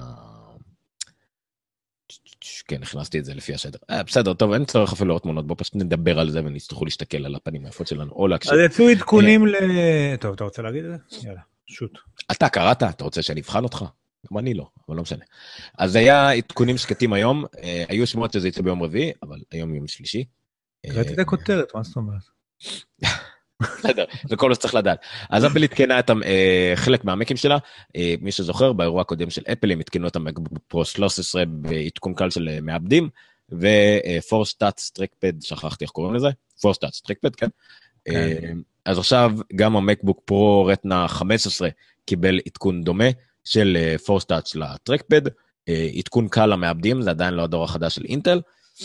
כן, הכנסתי את זה לפי השדר. בסדר, טוב, אין צורך אפילו עוד תמונות, בואו פשוט נדבר על זה ונצטרכו להסתכל על הפנים היפות שלנו, או להקשיב. אז יצאו עדכונים טוב, אתה רוצה להגיד את זה? יאללה, שוט. אתה קראת? אתה רוצה שאני אבחן אותך? גם אני לא, אבל לא משנה. אז היה עדכונים שקטים היום, היו שמועות שזה יצא ביום רביעי, אבל היום יום שלישי. קראתי את הכותרת, מה זאת אומרת? בסדר, זה כל מה שצריך לדעת. אז אפל התקנה את חלק מהמקים שלה, מי שזוכר, באירוע הקודם של אפל, הם התקנו את המקבוק פרו 13 בעדכון קל של מעבדים, ו-4stats trackpad, שכחתי איך קוראים לזה, 4stats trackpad, כן? אז עכשיו גם המקבוק פרו רטנה 15 קיבל עדכון דומה, של 4stats לטרקפד, עדכון קל למעבדים, זה עדיין לא הדור החדש של אינטל,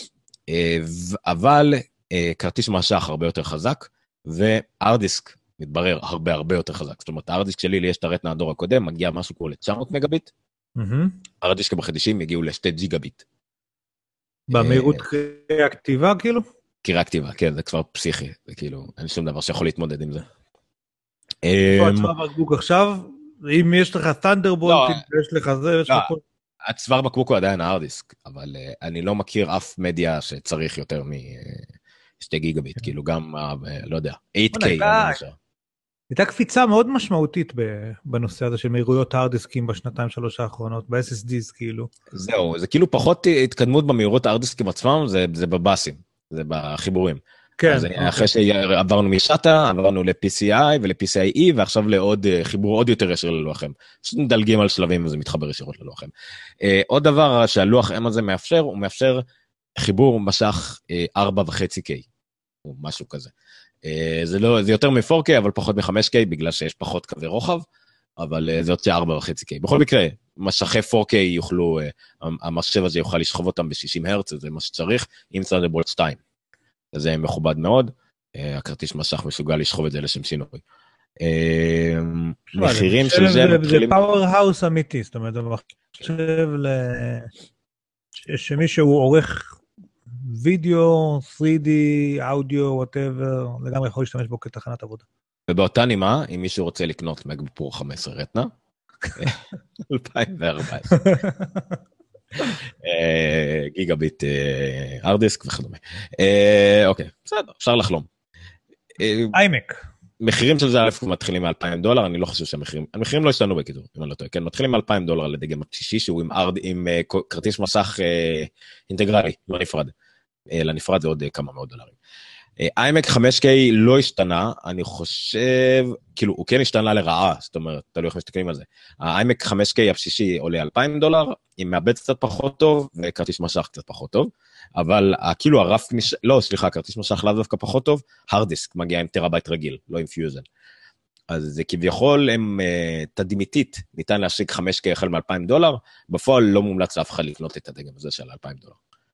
אבל כרטיס משך הרבה יותר חזק, והארדיסק מתברר הרבה יותר חזק. זאת אומרת, הארדיסק שלי, לי יש את הרטנה הדור הקודם, מגיע משהו כמו ל-900 מגביט, הארדיסק בחדישים יגיעו ל2 ג'יגביט. במהירות קריאה כתיבה כאילו? קריאה כתיבה, כן, זה כבר פסיכי, זה כאילו, אין שום דבר שיכול להתמודד עם זה. איפה הצבא בקבוק עכשיו? אם יש לך תנדרבולט, יש לך זה, יש לך פה... הצוואר בקבוק הוא עדיין הארדיסק, אבל אני לא מכיר אף מדיה שצריך יותר מ2 גיגביט, כאילו גם, לא יודע, 8K. הייתה קפיצה מאוד משמעותית בנושא הזה של מהירויות הארדיסקים בשנתיים-3 האחרונות, ב-SSDs כאילו. זהו, זה כאילו פחות התקדמות במהירות הארדיסקים עצמם, זה בבאסים, זה בחיבורים. כן. אז אחרי שעברנו משאטה, עברנו ל-PCI ול-PCIe, ועכשיו לעוד חיבור עוד יותר ישיר ללוחם. דלגים על שלבים וזה מתחבר ישירות ללוחם. עוד דבר שהלוח M הזה מאפשר, הוא מאפשר חיבור משך 4.5K, או משהו כזה. זה יותר מ-4K, אבל פחות מ-5K, בגלל שיש פחות קווי רוחב, אבל זה יוצא 4.5K. בכל מקרה, משכי 4K יוכלו, המחשב הזה יוכל לשכוב אותם ב-60 הרץ, זה מה שצריך, עם Thunderbolt 2. זה מכובד מאוד, הכרטיס משך מסוגל לשכוב את זה לשם שינוי. מחירים של זה זה פאוור האוס אמיתי, זאת אומרת, זה מחשב שמישהו עורך וידאו, 3D, אודיו, whatever, לגמרי יכול להשתמש בו כתחנת עבודה. ובאותה נימה, אם מישהו רוצה לקנות מקבוק פרו 15 רטנה, 2014. גיגביט ארדיסק וכדומה. אוקיי, בסדר, אפשר לחלום. איימק. מחירים של זה א' מתחילים $2,000, אני לא חושב המחירים לא השתנו בקיצור, אם אני לא טועה, כן, מתחילים $2,000 לדגם השישי, שהוא עם כרטיס מסך אינטגרלי, לא נפרד. לנפרד זה עוד כמה מאות דולרים. איימק 5K לא השתנה, אני חושב, כאילו, הוא כן השתנה לרעה, זאת אומרת, תלוי איך מסתכלים על זה. האיימק 5K הבשישי עולה $2,000, עם מעבד קצת פחות טוב, וכרטיס משך קצת פחות טוב, אבל כאילו הרף, לא, סליחה, כרטיס משך לאו דווקא פחות טוב, הרדיסק מגיע עם טראבייט רגיל, לא עם פיוזן. אז זה כביכול, הם תדמיתית, ניתן להשיג 5K החל $2,000, בפועל לא מומלץ לאף אחד לקנות את הדגם הזה של $2,000.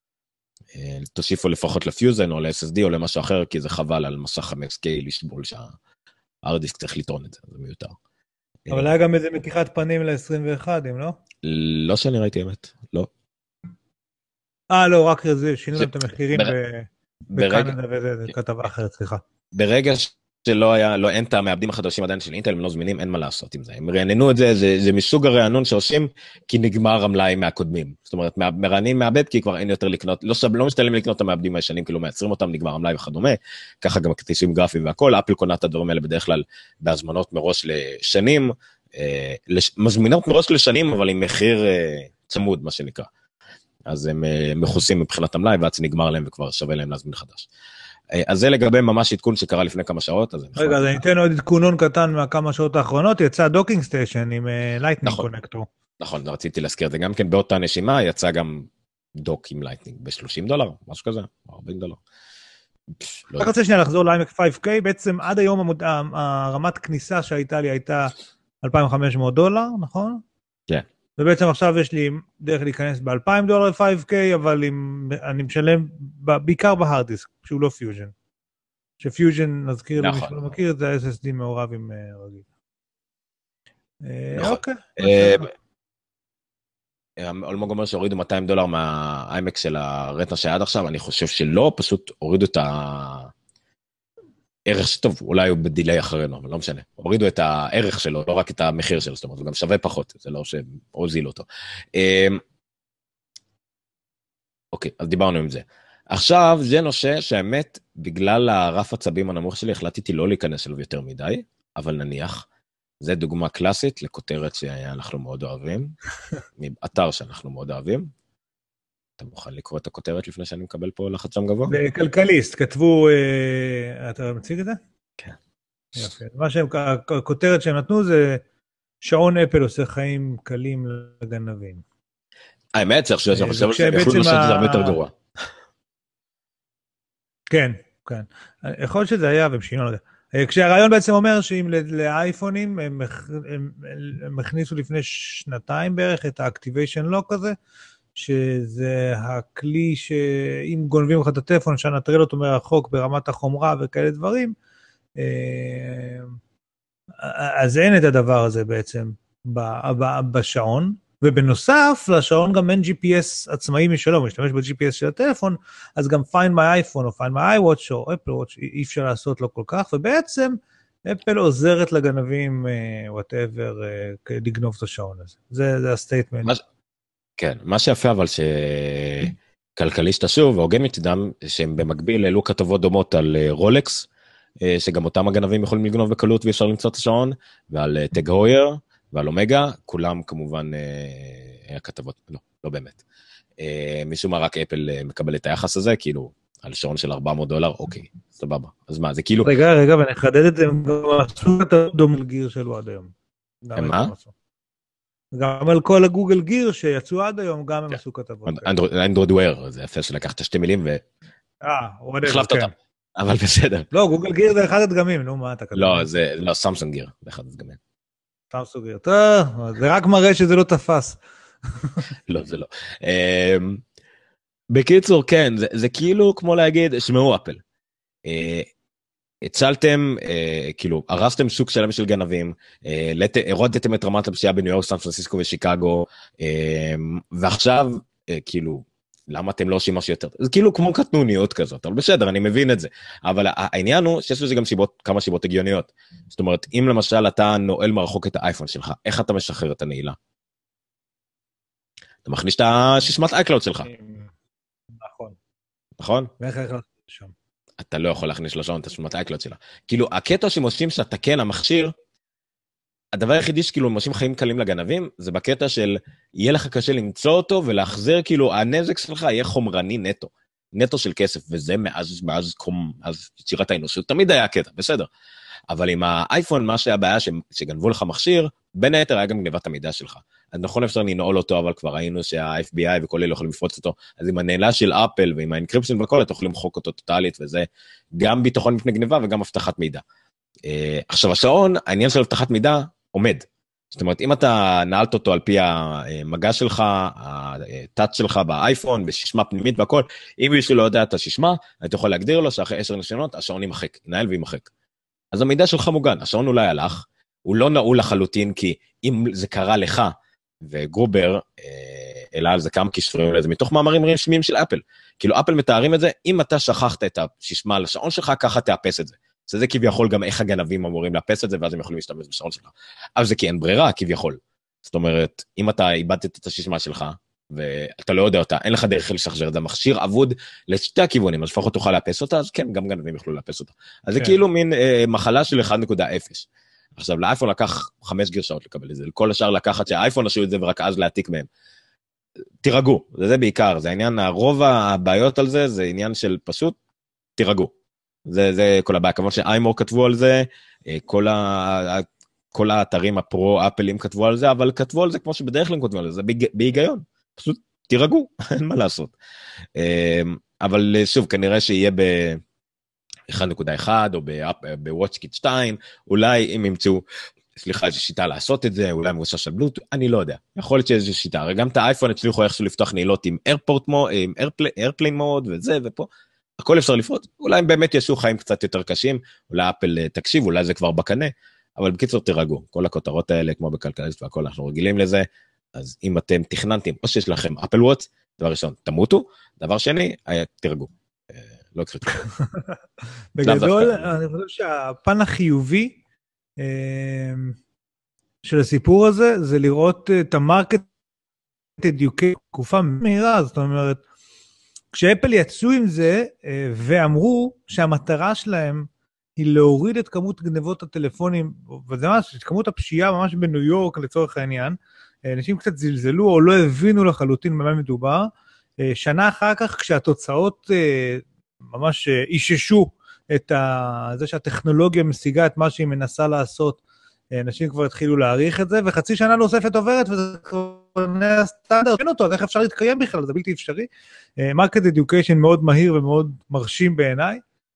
תוסיפו לפחות לפיוזן או ל-SSD או למשהו אחר, כי זה חבל על מסך 5K לשבול שהארדיסק צריך לטעון את זה, זה מיותר. אבל היה גם איזה מתיחת פנים ל-21, אם לא? לא שאני ראיתי אמת, לא. לא, רק זה, שינו להם את המחירים בקנדה וזה כתבה אחרת, סליחה. ברגע שלא היה, אין את המעבדים החדשים עדיין של אינטל, הם לא זמינים, אין מה לעשות עם זה. הם רעננו את זה, זה מסוג הרענון שעושים, כי נגמר המלאי מהקודמים. זאת אומרת, מרענים מעבד, כי כבר אין יותר לקנות, לא משתלם לקנות את המעבדים הישנים, כאילו מייצרים אותם, נגמר המלאי וכדומה, ככה גם כרטיסים גרפיים והכל, אפל קונה את הדברים האלה בדרך כלל בהזמנות מראש לשנים, מזמינות מראש לשנים, אבל עם מחיר צמוד, מה שנקרא. אז הם מכוסים מבחינת המלאי, ועד שנגמר להם וכבר שווה להם להזמין חדש. אז זה לגבי ממש עדכון שקרה לפני כמה שעות. רגע, אז אני אתן עוד עדכונון קטן מהכמה שעות האחרונות, יצא דוקינג סטיישן עם לייטנינג קונקטור. נכון, רציתי להזכיר את זה גם כן, באותה נשימה יצא גם דוק עם לייטנינג ב$30, משהו כזה, $40. רק רוצה שנייה לחזור ל-iMac 5K, בעצם עד היום הרמת כניסה שהייתה לי הייתה $2,500, נכון? כן. ובעצם עכשיו יש לי דרך להיכנס $2,000 ל-5K, אבל אני משלם בעיקר בהרדיסק, שהוא לא פיוז'ן. שפיוז'ן, נזכיר למי שלא מכיר, זה ה-SSD מעורב עם רגיל. אוקיי. אלמוג אומר שהורידו $200 מהאיימק של הרטנה שעד עכשיו, אני חושב שלא, פשוט הורידו את הערך שטוב, אולי הוא בדילי אחרינו, אבל לא משנה. הורידו את הערך שלו, לא רק את המחיר שלו, זאת אומרת, הוא גם שווה פחות, זה לא שהוזיל אותו. אוקיי, אז דיברנו עם זה. עכשיו, זה נושא שהאמת, בגלל הרף עצבים הנמוך שלי, החלטתי לא להיכנס אליו יותר מדי, אבל נניח, זה דוגמה קלאסית לכותרת שאנחנו מאוד אוהבים, מאתר שאנחנו מאוד אוהבים. אתה מוכן לקרוא את הכותרת לפני שאני מקבל פה לחץ שם גבוה? בכלכליסט, כתבו, אתה מציג את זה? כן. יפה. הכותרת שהם נתנו זה, שעון אפל עושה חיים קלים לגנבים. האמת, צריך שאני חושב על זה, יכולו לעשות את זה הרבה יותר גרוע. כן, כן. יכול להיות שזה היה, והם שינו על זה. כשהרעיון בעצם אומר שאם לאייפונים, הם הכניסו לפני שנתיים בערך את ה-Activation Lock הזה, שזה הכלי שאם גונבים לך את הטלפון, שנטרל אותו מרחוק ברמת החומרה וכאלה דברים, אז אין את הדבר הזה בעצם בשעון, ובנוסף לשעון גם אין GPS עצמאי משלו, משתמש ב-GPS של הטלפון, אז גם Find My iPhone או Find My iWatch או Apple Watch אי אפשר לעשות לו כל כך, ובעצם אפל עוזרת לגנבים, whatever, לגנוב את השעון הזה. זה הסטייטמנט. כן, מה שיפה אבל שכלכליסט שוב, והוגן מצדם, שהם במקביל העלו כתבות דומות על רולקס, שגם אותם הגנבים יכולים לגנוב בקלות ואפשר למצוא את השעון, ועל טג הויר, ועל אומגה, כולם כמובן הכתבות, לא באמת. משום מה רק אפל מקבל את היחס הזה, כאילו על שעון של $400, אוקיי, סבבה. אז מה, זה כאילו... רגע, ונחדד את זה, הם גם עשו את הדומל גיר שלו עד היום. מה? גם על כל הגוגל גיר שיצאו עד היום, גם הם עשו כתבות. אנדרואיד וויר, זה יפה שלקחת שתי מילים והחלפת אותם. אבל בסדר. לא, גוגל גיר זה אחד הדגמים, נו, מה אתה כתוב? לא, זה לא, סמסונג גיר, זה אחד הדגמים. סמסונג גיר, טוב, זה רק מראה שזה לא תפס. לא, זה לא. בקיצור, כן, זה כאילו כמו להגיד, שמעו אפל. הצלתם, כאילו, הרסתם שוק שלם של גנבים, הורדתם את רמת הפשיעה בניו יורק, סן פרנסיסקו ושיקגו, ועכשיו, כאילו, למה אתם לא עושים משהו יותר? זה כאילו כמו קטנוניות כזאת, אבל בסדר, אני מבין את זה. אבל העניין הוא שיש לזה גם כמה סיבות הגיוניות. זאת אומרת, אם למשל אתה נועל מרחוק את האייפון שלך, איך אתה משחרר את הנעילה? אתה מכניס את הסיסמת iCloud שלך. נכון. נכון? ואיך איך שם? אתה לא יכול להכניס לשעון את הסיסמת iCloud שלה. כאילו, הקטע שמושים שאתה כן המכשיר, הדבר היחידי שכאילו מושים חיים קלים לגנבים, זה בקטע של יהיה לך קשה למצוא אותו, ולהחזר כאילו הנזק שלך יהיה חומרני נטו של כסף, וזה מאז יצירת האנושות, תמיד היה קטע, בסדר. אבל עם האייפון, מה שהיה בעיה שגנבו לך מכשיר, בין היתר היה גם גנבת המידע שלך. אז נכון אפשר לנעול אותו, אבל כבר ראינו שה-FBI וכל אלה יכולים לפרוץ אותו, אז עם הנעלה של אפל ועם האנקריפשן וכל, אתה יכול למחוק אותו טוטלית, וזה גם ביטחון מפני גניבה וגם הבטחת מידע. עכשיו השעון, העניין של הבטחת מידע עומד. זאת אומרת, אם אתה נעלת אותו על פי המגע שלך, הטאץ' שלך באייפון, בשישמה פנימית והכל, אם מישהו לא יודע את השישמה, אתה יכול להגדיר לו שאחרי 10 ניסיונות, השעון יימחק, ינעל וימחק. אז המידע שלך מוגן, השעון אולי הלך, הוא לא נעול לחלוטין, כי אם זה קרה לך, וגרובר, אלא על זה כמה קישורים לזה, מתוך מאמרים רשמיים של אפל. כאילו אפל מתארים את זה, אם אתה שכחת את השישמה על השעון שלך, ככה תאפס את זה. זה כביכול גם איך הגנבים אמורים לאפס את זה, ואז הם יכולים להשתמש בשעון שלך. אבל זה כי אין ברירה, כביכול. זאת אומרת, אם אתה איבדת את השישמה שלך, ואתה לא יודע אותה, אין לך דרך לשחזר את זה, מכשיר אבוד לשתי הכיוונים, אז לפחות תוכל לאפס אותה, אז כן, גם גנבים יוכלו לאפס אותה. אז זה כאילו מין מחלה של 1.0. עכשיו, לאייפון לקח 5 גרשאות לקבל את זה, לכל השאר לקחת שהאייפון עשו את זה ורק אז להעתיק מהם. תירגעו, זה בעיקר, זה העניין, רוב הבעיות על זה, זה עניין של פשוט, תירגעו. זה כל הבעיה, כמובן שאיימור כתבו על זה, כל האתרים הפרו-אפלים כתבו על זה, אבל כתבו על זה כמו שבדרך כלל כתבו על זה, זה בהיגיון, פשוט תירגעו, אין מה לעשות. אבל שוב, כנראה שיהיה ב-1.1 או ב-WatchKit 2, אולי אם ימצאו, סליחה, איזו שיטה לעשות את זה, אולי מבוסס על בלוטות', אני לא יודע, יכול להיות שאיזו שיטה, הרי גם את האייפון הצליחו איכשהו לפתוח נעילות עם איירפליין מוד וזה ופה, הכל אפשר לפרוץ, אולי הם באמת ישו חיים קצת יותר קשים, אולי אפל תקשיב, אולי זה כבר בקנה, אבל בקיצור תירגעו, כל הכותרות האלה, כמו בכלכליסט והכל, אנחנו רגילים לזה, אז אם אתם תכננתם, או שיש לכם אפל וואץ', דבר ראשון, תמותו, דבר שני, תירגעו, לא קריטי. בגדול, אני חושב שהפן החיובי של הסיפור הזה, זה לראות את המרקט אדיוקיישן, תקופה מהירה, זאת אומרת, כשאפל יצאו עם זה, ואמרו שהמטרה שלהם היא להוריד את כמות גנבות הטלפונים, וזה ממש, כמות הפשיעה ממש בניו יורק לצורך העניין, אנשים קצת זלזלו או לא הבינו לחלוטין במה מדובר, שנה אחר כך כשהתוצאות ממש איששו את זה שהטכנולוגיה משיגה את מה שהיא מנסה לעשות, אנשים כבר התחילו להעריך את זה, וחצי שנה נוספת עוברת, וזה כבר הסטנדרט, אין אותו, אז איך אפשר להתקיים בכלל, זה בלתי אפשרי. מרקט אדיוקיישן מאוד מהיר ומאוד מרשים בעיניי,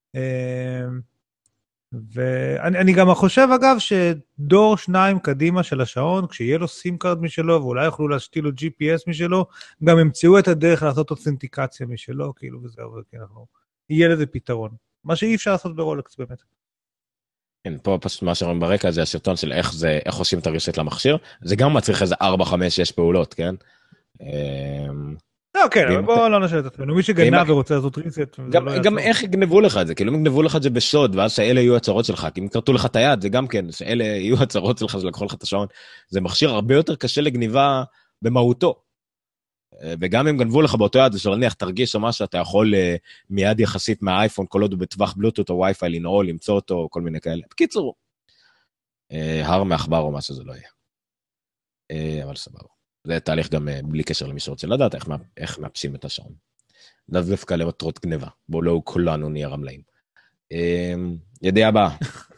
ואני גם חושב אגב שדור 2 קדימה של השעון, כשיהיה לו סים קארד משלו, ואולי יוכלו להשתיל לו GPS משלו, גם ימצאו את הדרך לעשות אותנטיקציה משלו, כאילו וזהו, יהיה לזה פתרון. מה שאי אפשר לעשות ברולקס באמת. כן, פה פשוט מה שרואים ברקע זה הסרטון של איך עושים את הרשת למכשיר, זה גם מצריך איזה 4-5-6 פעולות, כן? לא, כן, אבל בואו לא נשאל את עצמנו, מי שגנב ורוצה לעשות ריסט, גם איך יגנבו לך את זה, כאילו אם יגנבו לך את זה בשוד, ואז שאלה יהיו הצהרות שלך, כי אם קרתו לך את היד, זה גם כן, שאלה יהיו הצהרות שלך שלקחו לך את השעון, זה מכשיר הרבה יותר קשה לגניבה במהותו, וגם אם גנבו לך באותו יד, זה שלניח תרגיש או משהו, אתה יכול מיד יחסית מהאייפון, כל עוד הוא בטווח בלוטות או וי-פיי, לנעול, למצוא אותו, כל מיני כאלה. בקיצור, הר מאחבר או מה שזה לא יהיה. אבל סבבה. זה תהליך גם בלי קשר למי שרוצה לדעת, איך מאפסים את השעון. לאו דווקא למטרות גניבה, בואו לא כולנו נהיה רמלאים. ידיעה הבאה.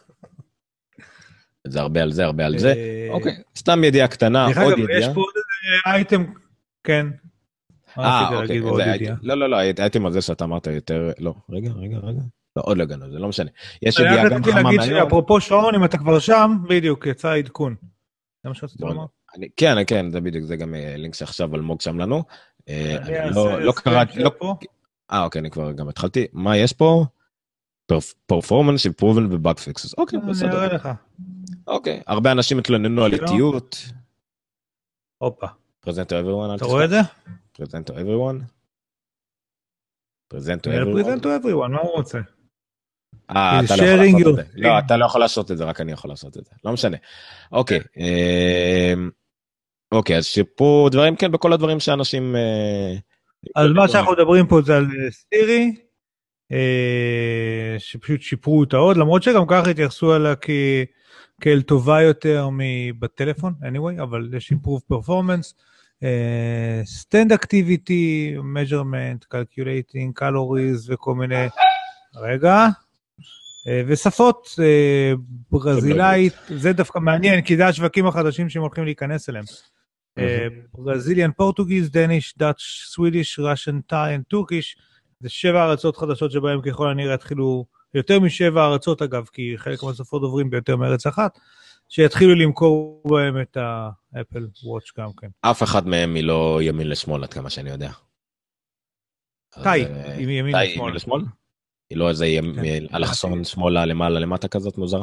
זה הרבה על זה, הרבה על זה. אוקיי, סתם ידיעה קטנה, עוד ידיעה. יש פה עוד אייטם, כן. אוקיי, לא, הייתם על זה שאתה אמרת יותר, לא, רגע, לא, עוד לא הגענו, זה לא משנה. יש ידיעה גם חמה מהיום. אפרופו שעון, אם אתה כבר שם, בדיוק, יצא עדכון. זה מה שרציתי לומר? כן, זה בדיוק, זה גם לינק שעכשיו אלמוג שם לנו. לא קראתי, אוקיי, אני כבר גם התחלתי. מה יש פה? Performance, Improvement ו-Bug Fixes. אוקיי, בסדר. אני אראה לך. אוקיי, הרבה אנשים התלוננו על איטיות. הופה. Present to everyone. אתה רואה את זה? Present to everyone. Present to everyone, מה הוא רוצה? אתה לא יכול לעשות את זה. לא, אתה לא יכול לעשות את זה, רק אני יכול לעשות את זה. לא משנה. אוקיי. אוקיי, אז שפה דברים, כן, בכל הדברים שאנשים... אז מה שאנחנו מדברים פה זה על סירי, שפשוט שיפרו אותה עוד, למרות שגם ככה התייחסו עליה כאל טובה יותר מבטלפון, anyway, אבל יש improve performance, stand activity, measurement, calculating, calories וכל מיני, רגע, ושפות, ברזילאית, זה דווקא מעניין, כי זה השווקים החדשים שהם הולכים להיכנס אליהם. ברזיליאן, פורטוגיז, דניש, דאץ', סווידיש, ראשן, טאי, טורקיש, זה 7 ארצות חדשות שבהם ככל הנראה יתחילו, יותר מ7 ארצות אגב, כי חלק מהסופות עוברים ביותר מארץ אחת, שיתחילו למכור בהם את האפל וואץ' גם כן. אף אחד מהם היא לא ימין לשמאל, עד כמה שאני יודע. טאי, עם ימין לשמאל. היא לא איזה אלכסון שמאלה למעלה למטה כזאת מוזרה?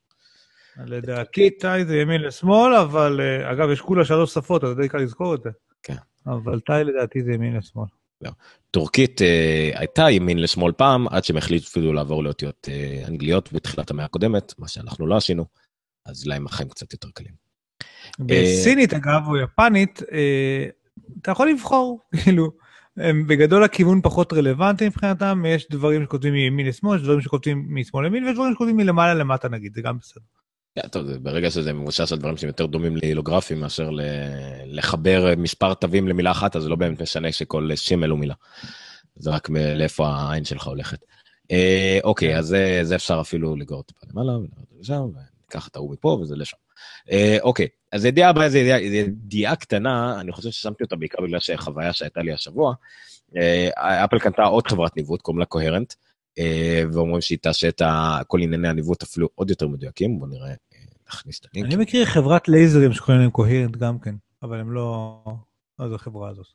לדעתי טאי זה ימין לשמאל, אבל אגב יש כולה 3 שפות, אז די קל לזכור את זה. כן. אבל טאי לדעתי זה ימין לשמאל. טורקית הייתה ימין לשמאל פעם, עד שהם החליטו אפילו לעבור לאותיות אנגליות בתחילת המאה הקודמת, מה שאנחנו לא עשינו, אז להם החיים קצת יותר קלים. בסינית אגב, או יפנית, אתה יכול לבחור, כאילו, בגדול הכיוון פחות רלוונטי מבחינתם, יש דברים שכותבים מימין לשמאל, יש דברים שכותבים משמאל למין, ויש דברים שכותבים מלמעלה למטה נגיד, זה גם בסדר. טוב, ברגע שזה מבושש על דברים שהם יותר דומים להילוגרפים, מאשר לחבר מספר תווים למילה אחת, אז זה לא באמת משנה שכל שימל הוא מילה. זה רק לאיפה העין שלך הולכת. אוקיי, אז זה אפשר אפילו לגור טיפה למעלה, ולשם, וניקח את ההוא מפה, וזה לשם. אוקיי, אז ידיעה הבאה, זו ידיעה קטנה, אני חושב ששמתי אותה בעיקר בגלל שהחוויה שהייתה לי השבוע, אפל קנתה עוד חברת ניווט, קוראים לה קוהרנט, ואומרים שהיא תעשה את כל ענייני הניווט אפילו עוד יותר מדויקים, בואו נראה, נכניס את הלינק. אני מכיר חברת לייזרים שקוראים להם קוהרנט גם כן, אבל הם לא, זו החברה הזאת.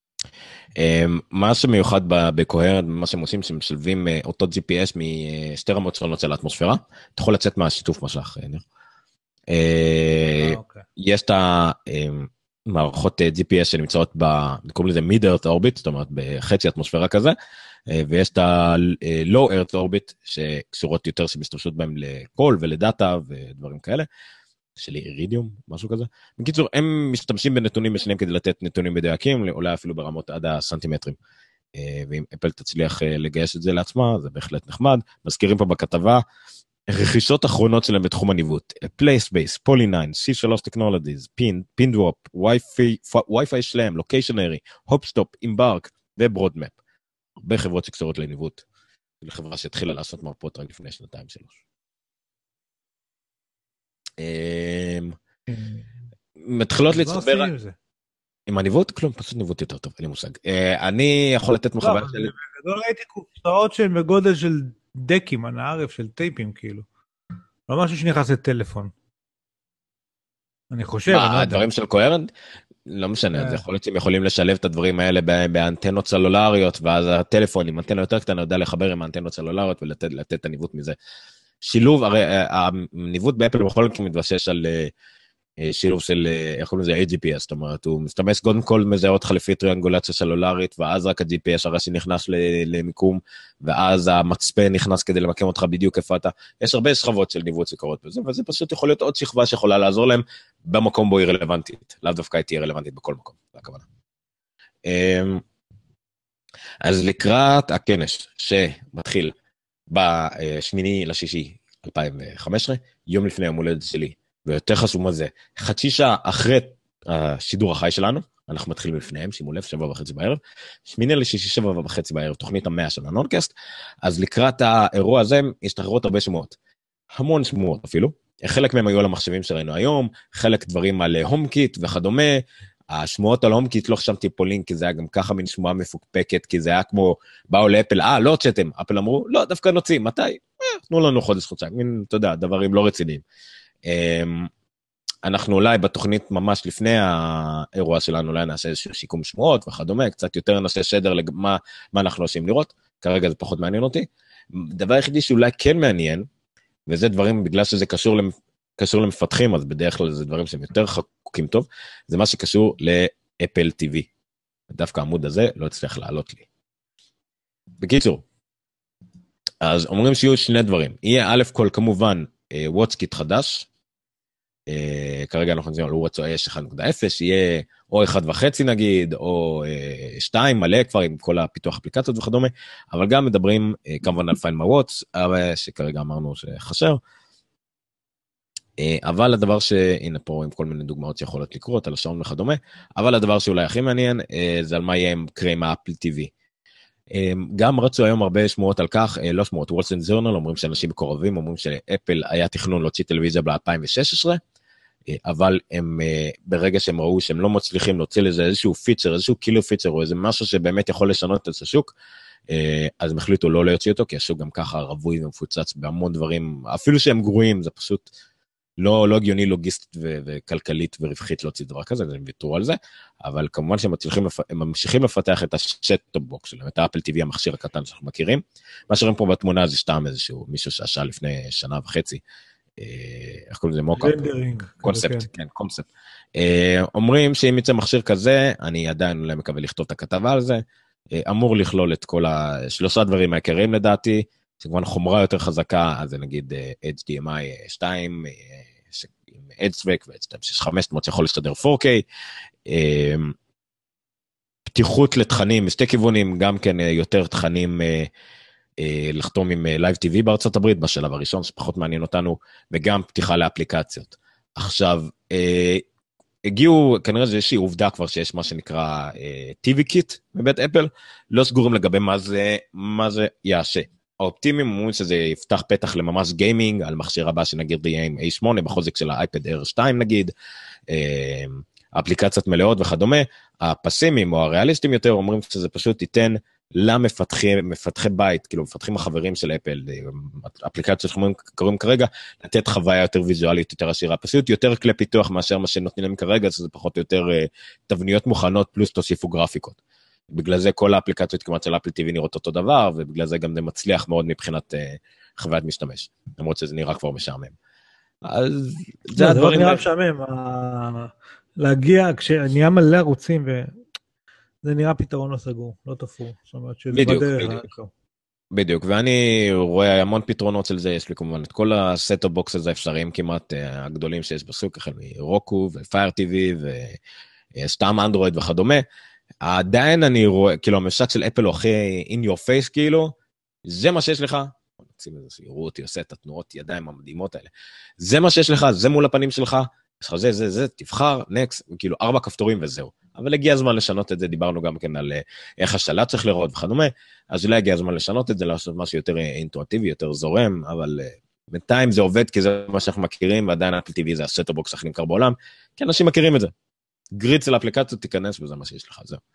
מה שמיוחד בקוהרנט, מה שהם עושים, שהם משלבים אותו GPS משתי רמות שונות של האטמוספירה, אתה יכול לצאת מהשיתוף משך, ניר. יש את המערכות GPS שנמצאות קוראים לזה mid-earth orbit, זאת אומרת בחצי אטמוספירה כזה, ויש את ה-low earth orbit שקשורות יותר שמשתמשות בהם לקול ולדאטה ודברים כאלה, של אירידיום, משהו כזה. בקיצור, הם משתמשים בנתונים משנים כדי לתת נתונים מדויקים, אולי אפילו ברמות עד הסנטימטרים. ואם אפל תצליח לגייס את זה לעצמה, זה בהחלט נחמד. מזכירים פה בכתבה, רכישות אחרונות שלהם בתחום הניווט, PlaySpace, Poly9, C3 Technologies, Pindrop, Wi-Fi שלהם, Locationary, Hopstop, Embark וברודמפ. הרבה חברות שקשורות לניווט, לחברה שהתחילה לעשות מרפות רק לפני 2-3. מתחילות לצבר עם הניווט, כלום, פשוט ניווט יותר טוב, אין לי מושג. אני יכול לתת מחווה שלי. בגדול ראיתי קופסאות שהן בגודל של דקים, הנערף של טייפים כאילו. לא משהו שנכנס לטלפון. אני חושב. הדברים של קוהרנט? לא משנה, זה יכול להיות שהם יכולים לשלב את הדברים האלה באנטנות סלולריות, ואז הטלפון עם אנטנה יותר קטנה יודע לחבר עם האנטנות סלולריות ולתת את הניווט מזה. שילוב, הרי הניווט באפל בכל זאת מתבסס על שילוב של, איך קוראים לזה, AGPS, זאת אומרת, הוא מסתמס קודם כל מזהות חליפית טריאנגולציה סלולרית, ואז רק ה-GPS הראשי נכנס למיקום, ואז המצפן נכנס כדי למקם אותך בדיוק איפה אתה. יש הרבה שכבות של ניווט שקורות בזה, וזה פשוט יכול להיות עוד שכבה שיכולה לעזור להם במקום בו היא רלוונטית, לאו דווקא היא תהיה רלוונטית בכל מקום, זה הכוונה. אז לקראת הכנס שמתחיל ב8/6/2015, יום לפני יום הולדת שלי, ויותר חשוב מה זה, חצי שעה אחרי השידור החי שלנו, אנחנו מתחילים לפניהם, שימו לב, 7:30 בערב, 8/6, 7:30 בערב, תוכנית 100 של הנונקאסט, אז לקראת האירוע הזה, השתחררות הרבה שמועות, המון שמועות אפילו, חלק מהם היו על המחשבים שראינו היום, חלק דברים על הומקיט וכדומה, השמועות על הומקיט לא חשבתי פה לינק, כי זה היה גם ככה מין שמועה מפוקפקת, כי זה היה כמו, באו לאפל, לא הוצאתם, אפל אמרו, לא, דווקא נוציא, מתי? תנו לנו חודש-חודשיים, מין, אתה יודע, דברים לא רציניים. אנחנו אולי בתוכנית ממש לפני האירוע שלנו, אולי נעשה איזשהו שיקום שמועות וכדומה, קצת יותר נעשה שדר מה אנחנו עושים לראות, כרגע זה פחות מעניין אותי. דבר היחידי שאולי כן מעניין, וזה דברים, בגלל שזה קשור למפתחים, אז בדרך כלל זה דברים שהם יותר חקוקים טוב, זה מה שקשור לאפל TV. דווקא העמוד הזה לא הצליח לעלות לי. בקיצור, אז אומרים שיהיו שני דברים. יהיה א' כל כמובן WatchKit חדש, כרגע אנחנו נזים על WatchOS 1.0, יהיה או 1.5 נגיד, או 2 מלא כבר עם כל הפיתוח אפליקציות וכדומה, אבל גם מדברים כמובן על Find My Watch, שכרגע אמרנו שחשר, אבל הדבר שהנה פה עם כל מיני דוגמאות שיכולות לקרות על השעון וכדומה, אבל הדבר שאולי הכי מעניין זה על מה יהיה עם קרי מאפל TV. גם רצו היום הרבה שמועות על כך, לא שמועות, וול סטריט ג'ורנל אומרים שאנשים מקורבים, אומרים שאפל היה תכנון להוציא טלוויזיה ב-2016, אבל הם ברגע שהם ראו שהם לא מצליחים להוציא לזה איזשהו פיצ'ר, איזשהו קילר פיצ'ר, או איזה משהו שבאמת יכול לשנות את השוק, אז הם החליטו לא להוציא אותו, כי השוק גם ככה רבוי ומפוצץ בהמון דברים, אפילו שהם גרועים, זה פשוט לא הגיוני לוגיסטית וכלכלית ורווחית להוציא דבר כזה, הם ויתרו על זה, אבל כמובן שהם ממשיכים לפתח את השט-טופ בוקס שלהם, את האפל TV המכשיר הקטן שאנחנו מכירים, מה שרואים פה בתמונה זה סתם איזשהו מישהו שעשה לפני שנה וחצי, איך קוראים לזה מוקאפ? קונספט, כן, קונספט. אומרים שאם יצא מכשיר כזה, אני עדיין אולי מקווה לכתוב את הכתבה על זה, אמור לכלול את כל השלושה דברים העיקריים לדעתי, שכמובן חומרה יותר חזקה, אז זה נגיד HDMI 2, עם EdgeSpec ו-H265, זאת אומרת שיכול להשתדר 4K, פתיחות לתכנים, בשתי כיוונים, גם כן יותר תכנים לחתום עם Live TV בארצות הברית, בשלב הראשון שפחות מעניין אותנו, וגם פתיחה לאפליקציות. עכשיו, הגיעו, כנראה זה איזושהי עובדה כבר שיש מה שנקרא TV Kit בבית אפל, לא סגורים לגבי מה זה יעשה. האופטימיים אומרים שזה יפתח פתח לממש גיימינג, על מכשיר הבא שנגיד יהיה עם A8, בחוזק של האייפד Air 2 נגיד, אפליקציות מלאות וכדומה, הפסימיים או הריאליסטים יותר אומרים שזה פשוט ייתן למפתחי בית, כאילו מפתחים החברים של אפל, אפליקציות שאנחנו קוראים כרגע, לתת חוויה יותר ויזואלית, יותר עשירה, פשוט יותר כלי פיתוח מאשר מה שנותנים להם כרגע, שזה פחות או יותר תבניות מוכנות פלוס תוסיפו גרפיקות. בגלל זה כל האפליקציות כמעט של אפל TV נראות אותו דבר, ובגלל זה גם זה מצליח מאוד מבחינת חוויית משתמש, למרות שזה נראה כבר משעמם. אז זה הדברים... זה נראה משעמם, להגיע, כשנהיה מלא ערוצים, זה נראה פתרון לא סגור, לא תפור. בדיוק, ואני רואה המון פתרונות של זה, יש לי כמובן את כל הסט-טופ בוקס הזה אפשריים כמעט הגדולים שיש בסוג, החל מרוקו ופייר TV וסתם אנדרואיד וכדומה, עדיין אני רואה, כאילו המשק של אפל הוא הכי in your face כאילו, זה מה שיש לך, נקצים איזה שיראו אותי, עושה את התנועות ידיים המדהימות האלה, זה מה שיש לך, זה מול הפנים שלך, יש לך זה, תבחר, נקס, כאילו 4 כפתורים וזהו. אבל הגיע הזמן לשנות את זה, דיברנו גם כן על איך השלט צריך לראות וכדומה, אז אולי הגיע הזמן לשנות את זה, לעשות משהו יותר אינטואיטיבי, יותר זורם, אבל בינתיים זה עובד, כי זה מה שאנחנו מכירים, ועדיין אפל TV זה הסט-טופ בוקס הכי נמכר בעולם, כי אנשים מכירים את זה. גריד של האפליקציות תיכנס, וזה מה שיש לך, זהו.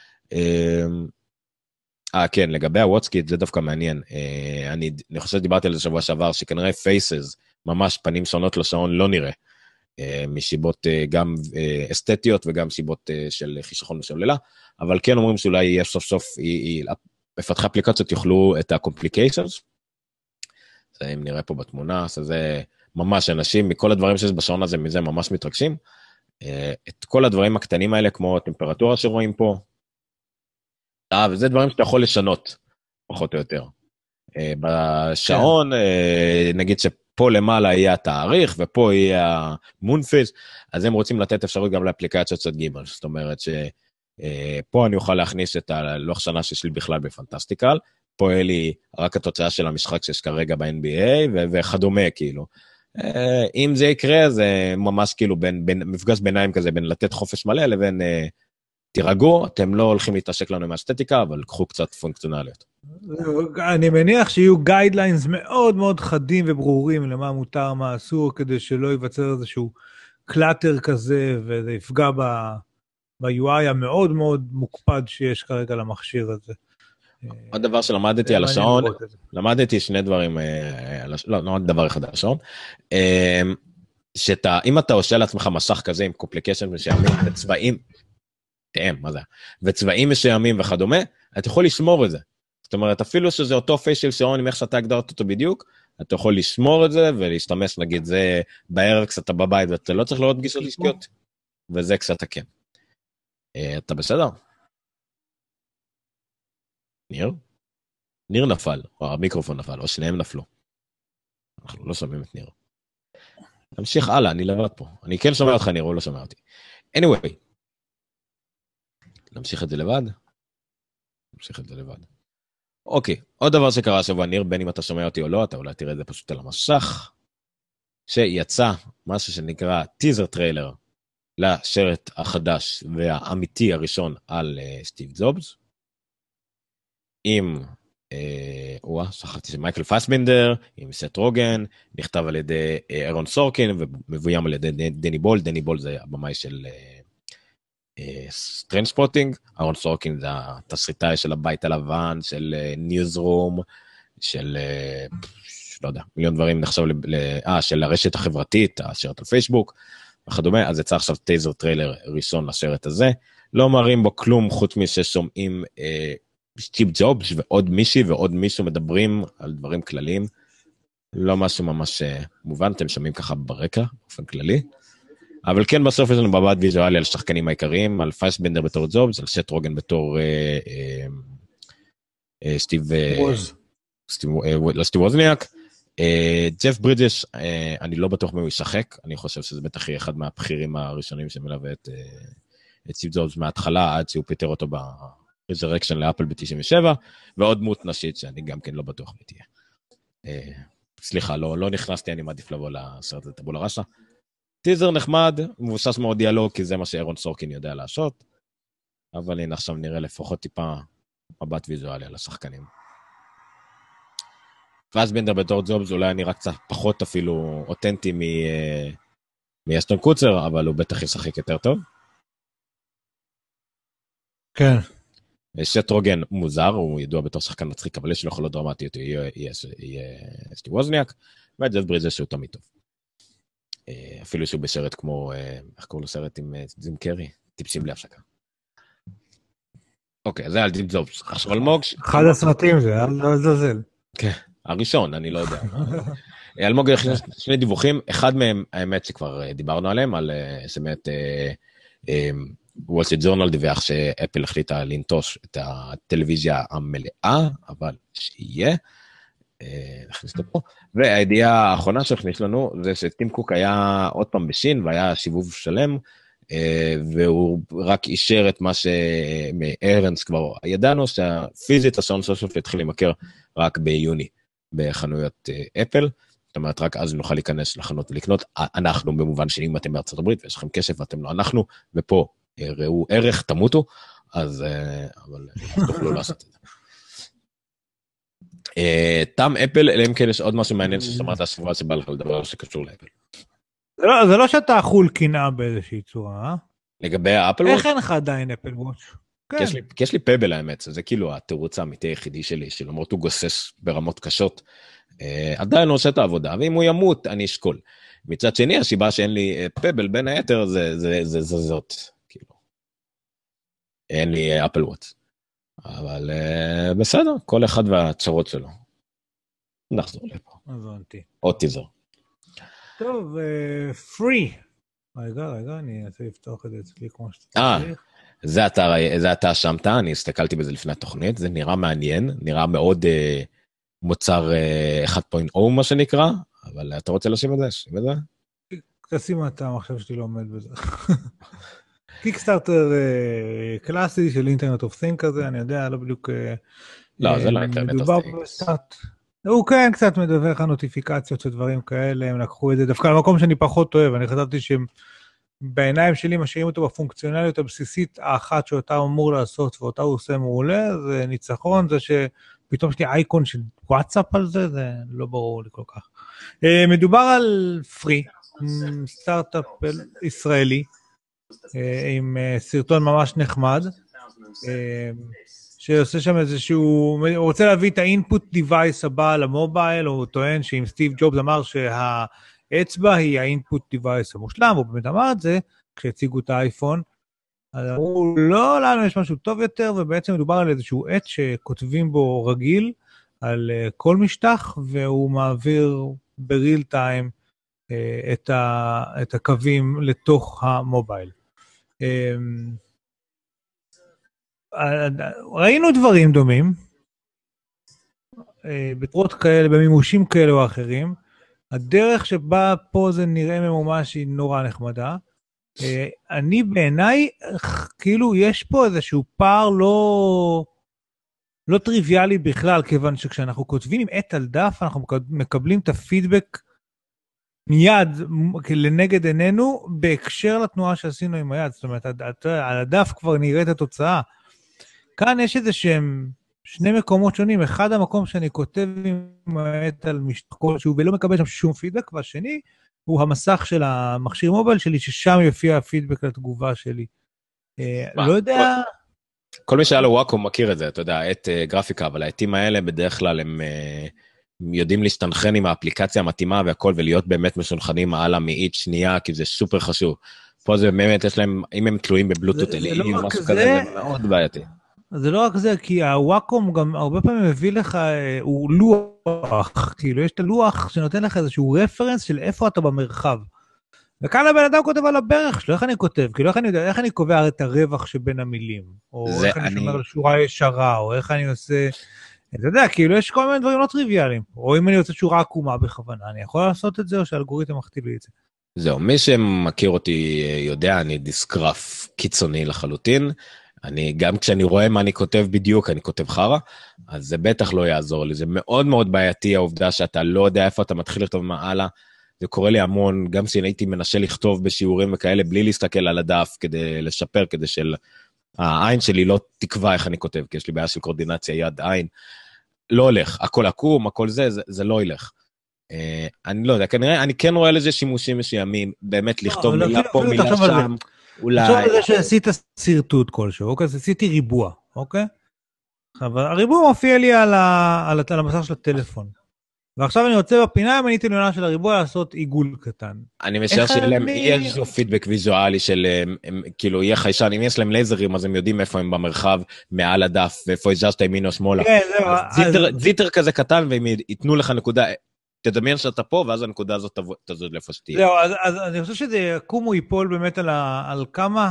כן, לגבי ה-WatchKit, זה דווקא מעניין, אני חושב שדיברתי על זה שבוע שעבר, שכנראה Faces, ממש פנים שונות לשעון, לא נראה, משיבות גם אסתטיות וגם שיבות של חיסכון ושוללה, אבל כן אומרים שאולי יש סוף סוף, מפתחי אפליקציות יוכלו את ה-complications, זה אם נראה פה בתמונה, זה ממש אנשים מכל הדברים שיש בשעון הזה, מזה ממש מתרגשים, את כל הדברים הקטנים האלה, כמו הטמפרטורה שרואים פה, וזה דברים שאתה יכול לשנות, פחות או יותר. בשעון, נגיד פה למעלה יהיה התאריך, ופה יהיה המונפייס, אז הם רוצים לתת אפשרות גם לאפליקציות צד גימל, זאת אומרת שפה אני אוכל להכניס את הלוח שנה שיש לי בכלל בפנטסטיקל, פה יהיה לי רק התוצאה של המשחק שיש כרגע ב-NBA, וכדומה כאילו. אם זה יקרה, זה ממש כאילו מפגש ביניים כזה, בין לתת חופש מלא לבין תירגעו, אתם לא הולכים להתעשק לנו עם האסתטיקה, אבל קחו קצת פונקציונליות. אני מניח שיהיו גיידליינס מאוד מאוד חדים וברורים למה מותר, מה אסור, כדי שלא ייווצר איזשהו קלאטר כזה, וזה יפגע ב-UI המאוד מאוד מוקפד שיש כרגע למכשיר הזה. עוד דבר שלמדתי על השעון, למדתי שני דברים, לא דבר אחד על השעון, שאם אתה עושה לעצמך מסך כזה עם קומפליקיישן מסוימים וצבעים, מה זה? וצבעים מסוימים וכדומה, אתה יכול לשמור את זה. זאת אומרת, אפילו שזה אותו פייס של שעון, עם איך שאתה הגדרת אותו בדיוק, אתה יכול לשמור את זה ולהשתמש, נגיד, זה בערב כשאתה בבית, ואתה לא צריך לראות פגישות עסקיות, וזה כשאתה כן. אתה בסדר? ניר נפל, או המיקרופון נפל, או שניהם נפלו. אנחנו לא שומעים את ניר. נמשיך הלאה, אני לבד פה. אני כן שומע אותך, ניר, או לא שומע אותי. anyway, נמשיך את זה לבד. אוקיי, עוד דבר שקרה השבוע, ניר, בין אם אתה שומע אותי או לא, אתה אולי תראה את זה פשוט על המסך, שיצא משהו שנקרא טיזר טריילר, לשרט החדש והאמיתי הראשון על סטיב ג'ובס, עם, שכחתי שמייקל פסבינדר, עם סט רוגן, נכתב על ידי אירון סורקין, ומבוים על ידי דני בול. דני בול זה הבמאי של טרנספוטינג, אירון סורקין זה התסריטאי של הבית הלבן, של ניוזרום, של, לא יודע, מיליון דברים נחשב, של הרשת החברתית, השרט על פייסבוק, וכדומה. אז יצא עכשיו טייזר טריילר ראשון לשרט הזה, לא מראים בו כלום חוץ מששומעים סטיב ג'ובס ועוד מישהי ועוד מישהו מדברים על דברים כלליים, לא משהו ממש מובן, אתם שומעים ככה ברקע, באופן כללי, אבל כן בסוף יש לנו מבט ויזואלי על שחקנים העיקריים, על פייסבנדר בתור ג'ובס, על סט רוגן בתור סטיב ווזניאק, ג'ף ברידג'ס, אני לא בטוח מי הוא ישחק, אני חושב שזה בטח יהיה אחד מהבחירים הראשונים שמלווה את סטיב ג'ובס מההתחלה, עד שהוא פיטר אותו ב-Resurrection לאפל ב-97, ועוד דמות נשית שאני גם כן לא בטוח מי תהיה. סליחה, לא נכנסתי, אני מעדיף לבוא לסרט הזה טבולה ראסה. טיזר נחמד, מבוסס מאוד דיאלוג, כי זה מה שאירון סורקין יודע לעשות, אבל הנה עכשיו נראה לפחות טיפה מבט ויזואלי על השחקנים. פסבינדר בתור ג'ובס אולי נראה קצת פחות אפילו אותנטי מאסטון קוצר, אבל הוא בטח ישחק יותר טוב. כן. סט רוגן מוזר, הוא ידוע בתור שחקן מצחיק, אבל יש לו יכולות דרמטיות, יהיה סטיב ווזניאק, וג'ף ברידג'ס שהוא תמיד טוב. אפילו שהוא בסרט כמו, איך קוראים לו סרט עם ג'ים קרי? טיפשים בלי הפסקה. אוקיי, זה על דיפ ג'ובס. עכשיו אלמוג... אחד הסרטים זה, לא זלזל. כן, הראשון, אני לא יודע. אלמוג, שני דיווחים, אחד מהם, האמת שכבר דיברנו עליהם, על באמת, וול סטריט ג'ורנל דיווח שאפל החליטה לנטוש את הטלוויזיה המלאה, אבל שיהיה, נכניס לפה, והידיעה האחרונה שהכניס לנו, זה שטים קוק היה עוד פעם בשין, והיה שיבוב שלם, והוא רק אישר את מה שמארנס כבר ידענו, שהפיזית השעון סוף סוף יתחיל למכר רק ביוני בחנויות אפל, זאת אומרת רק אז נוכל להיכנס לחנות ולקנות, אנחנו במובן שאם אתם בארצות הברית ויש לכם כסף ואתם לא אנחנו, ופה ראו ערך, תמותו, אז אבל תוכלו לעשות את זה. תם אפל, אלא אם כן יש עוד משהו מעניין ששמעת השבוע שבא לך לדבר שקשור לאפל. זה לא שאתה אכול קנאה באיזושהי צורה, אה? לגבי האפל וואץ'? איך אין לך עדיין אפל וואץ'? כי יש לי פבל האמת, זה כאילו התירוץ האמיתי היחידי שלי, שלמרות הוא גוסס ברמות קשות, עדיין לא עושה את העבודה, ואם הוא ימות אני אשקול. מצד שני, הסיבה שאין לי פבל בין היתר, זה זאת, כאילו. אין לי אפל וואץ'. אבל בסדר, כל אחד והצרות שלו. נחזור לפה. הבנתי. עוד טיזר. טוב, פרי. רגע, אני אנסה לפתוח את זה אצלי כמו שצריך. זה אתה שמת, אני הסתכלתי בזה לפני התוכנית, זה נראה מעניין, נראה מאוד מוצר 1.0 מה שנקרא, אבל אתה רוצה לשים את זה? שים את זה? תשים אתה, המחשב שלי לא עומד בזה. קיקסטארטר קלאסי של אינטרנט אוף תינק כזה, אני יודע, לא בדיוק... לא, זה לא אינטרנט אוף תינק. הוא כן קצת מדווח הנוטיפיקציות של דברים כאלה, הם לקחו את זה דווקא למקום שאני פחות אוהב, אני חשבתי שהם בעיניים שלי משאירים אותו בפונקציונליות הבסיסית האחת שאותה הוא אמור לעשות, ואותה הוא עושה מעולה, זה ניצחון, זה שפתאום יש לי אייקון של וואטסאפ על זה, זה לא ברור לי כל כך. מדובר על פרי, סטארט-אפ ישראלי, עם סרטון ממש נחמד, שעושה שם איזשהו, הוא רוצה להביא את האינפוט דיווייס הבא למובייל, הוא טוען שאם סטיב ג'ובס אמר שהאצבע היא האינפוט דיווייס המושלם, הוא באמת אמר את זה, כשהציגו את האייפון, אז אמרו, לא, לנו יש משהו טוב יותר, ובעצם מדובר על איזשהו עט שכותבים בו רגיל, על כל משטח, והוא מעביר בריל טיים את הקווים לתוך המובייל. ראינו דברים דומים, בתרועות כאלה, במימושים כאלה או אחרים, הדרך שבה פה זה נראה ממומש היא נורא נחמדה, אני בעיניי, כאילו יש פה איזשהו פער לא טריוויאלי בכלל, כיוון שכשאנחנו כותבים עם עט על דף, אנחנו מקבלים את הפידבק מיד לנגד עינינו, בהקשר לתנועה שעשינו עם היד, זאת אומרת, על הדף כבר נראית התוצאה. כאן יש איזה שהם שני מקומות שונים, אחד המקום שאני כותב עם העט על משטח כלשהו, ולא מקבל שם שום פידבק, והשני הוא המסך של המכשיר מובייל שלי, ששם יופיע הפידבק לתגובה שלי. לא יודע... כל מי שהיה לו וואקום מכיר את זה, אתה יודע, עט גרפיקה, אבל העטים האלה בדרך כלל הם יודעים להשתנחן עם האפליקציה המתאימה והכל, ולהיות באמת משולחנים הלאה מאית שנייה, כי זה סופר חשוב. פה זה באמת, יש להם, אם הם תלויים בבלוטות אליים, משהו כזה, זה מאוד בעייתי. זה לא רק זה, כי הוואקום גם הרבה פעמים מביא לך, הוא לוח, כאילו יש את הלוח שנותן לך איזשהו רפרנס של איפה אתה במרחב. וכאן הבן אדם כותב על הברך שלו, איך אני כותב? כאילו איך אני קובע את הרווח שבין המילים? או איך אני שומר על שורה ישרה, או איך אני עושה... אתה יודע, כאילו יש כל מיני דברים לא טריוויאליים. או אם אני רוצה שורה עקומה בכוונה, אני יכול לעשות את זה, או שהאלגוריתם מכתיב לי את זה. זהו, מי שמכיר אותי יודע, אני דיסקרף קיצוני לחלוטין. גם כשאני רואה מה אני כותב בדיוק, אני כותב חרה, אז זה בטח לא יעזור לי. זה מאוד מאוד בעייתי העובדה שאתה לא יודע איפה אתה מתחיל לכתוב מה הלאה. זה קורה לי המון, גם כשהייתי מנסה לכתוב בשיעורים וכאלה, בלי להסתכל על הדף כדי לשפר, כדי שהעין שלי לא תקבע איך אני כותב, כי יש לי בעיה של קורדינציה יד עין. לא הולך, הכל עקום, הכל זה לא ילך. אני לא יודע, כנראה, אני כן רואה לזה שימושים מסוימים, באמת לכתוב מילה פה, מילה שם, אולי... עכשיו על זה שעשית סרטוט כלשהו, אוקיי? אז עשיתי ריבוע, אוקיי? עכשיו, הריבוע מופיע לי על המסך של הטלפון. ועכשיו אני רוצה בפינה, אם אני הייתי לעונה של הריבוע, לעשות עיגול קטן. אני משער שלהם, יהיה איזשהו פידבק ויזואלי של, כאילו, יהיה חיישן, אם יש להם לייזרים, אז הם יודעים איפה הם במרחב, מעל הדף, ואיפה הזזת ימין או שמאלה. זיטר כזה קטן, והם ייתנו לך נקודה, תדמיין שאתה פה, ואז הנקודה הזאת תזוז לאיפה שתהיה. זהו, אז אני חושב שזה יקום או ייפול באמת על כמה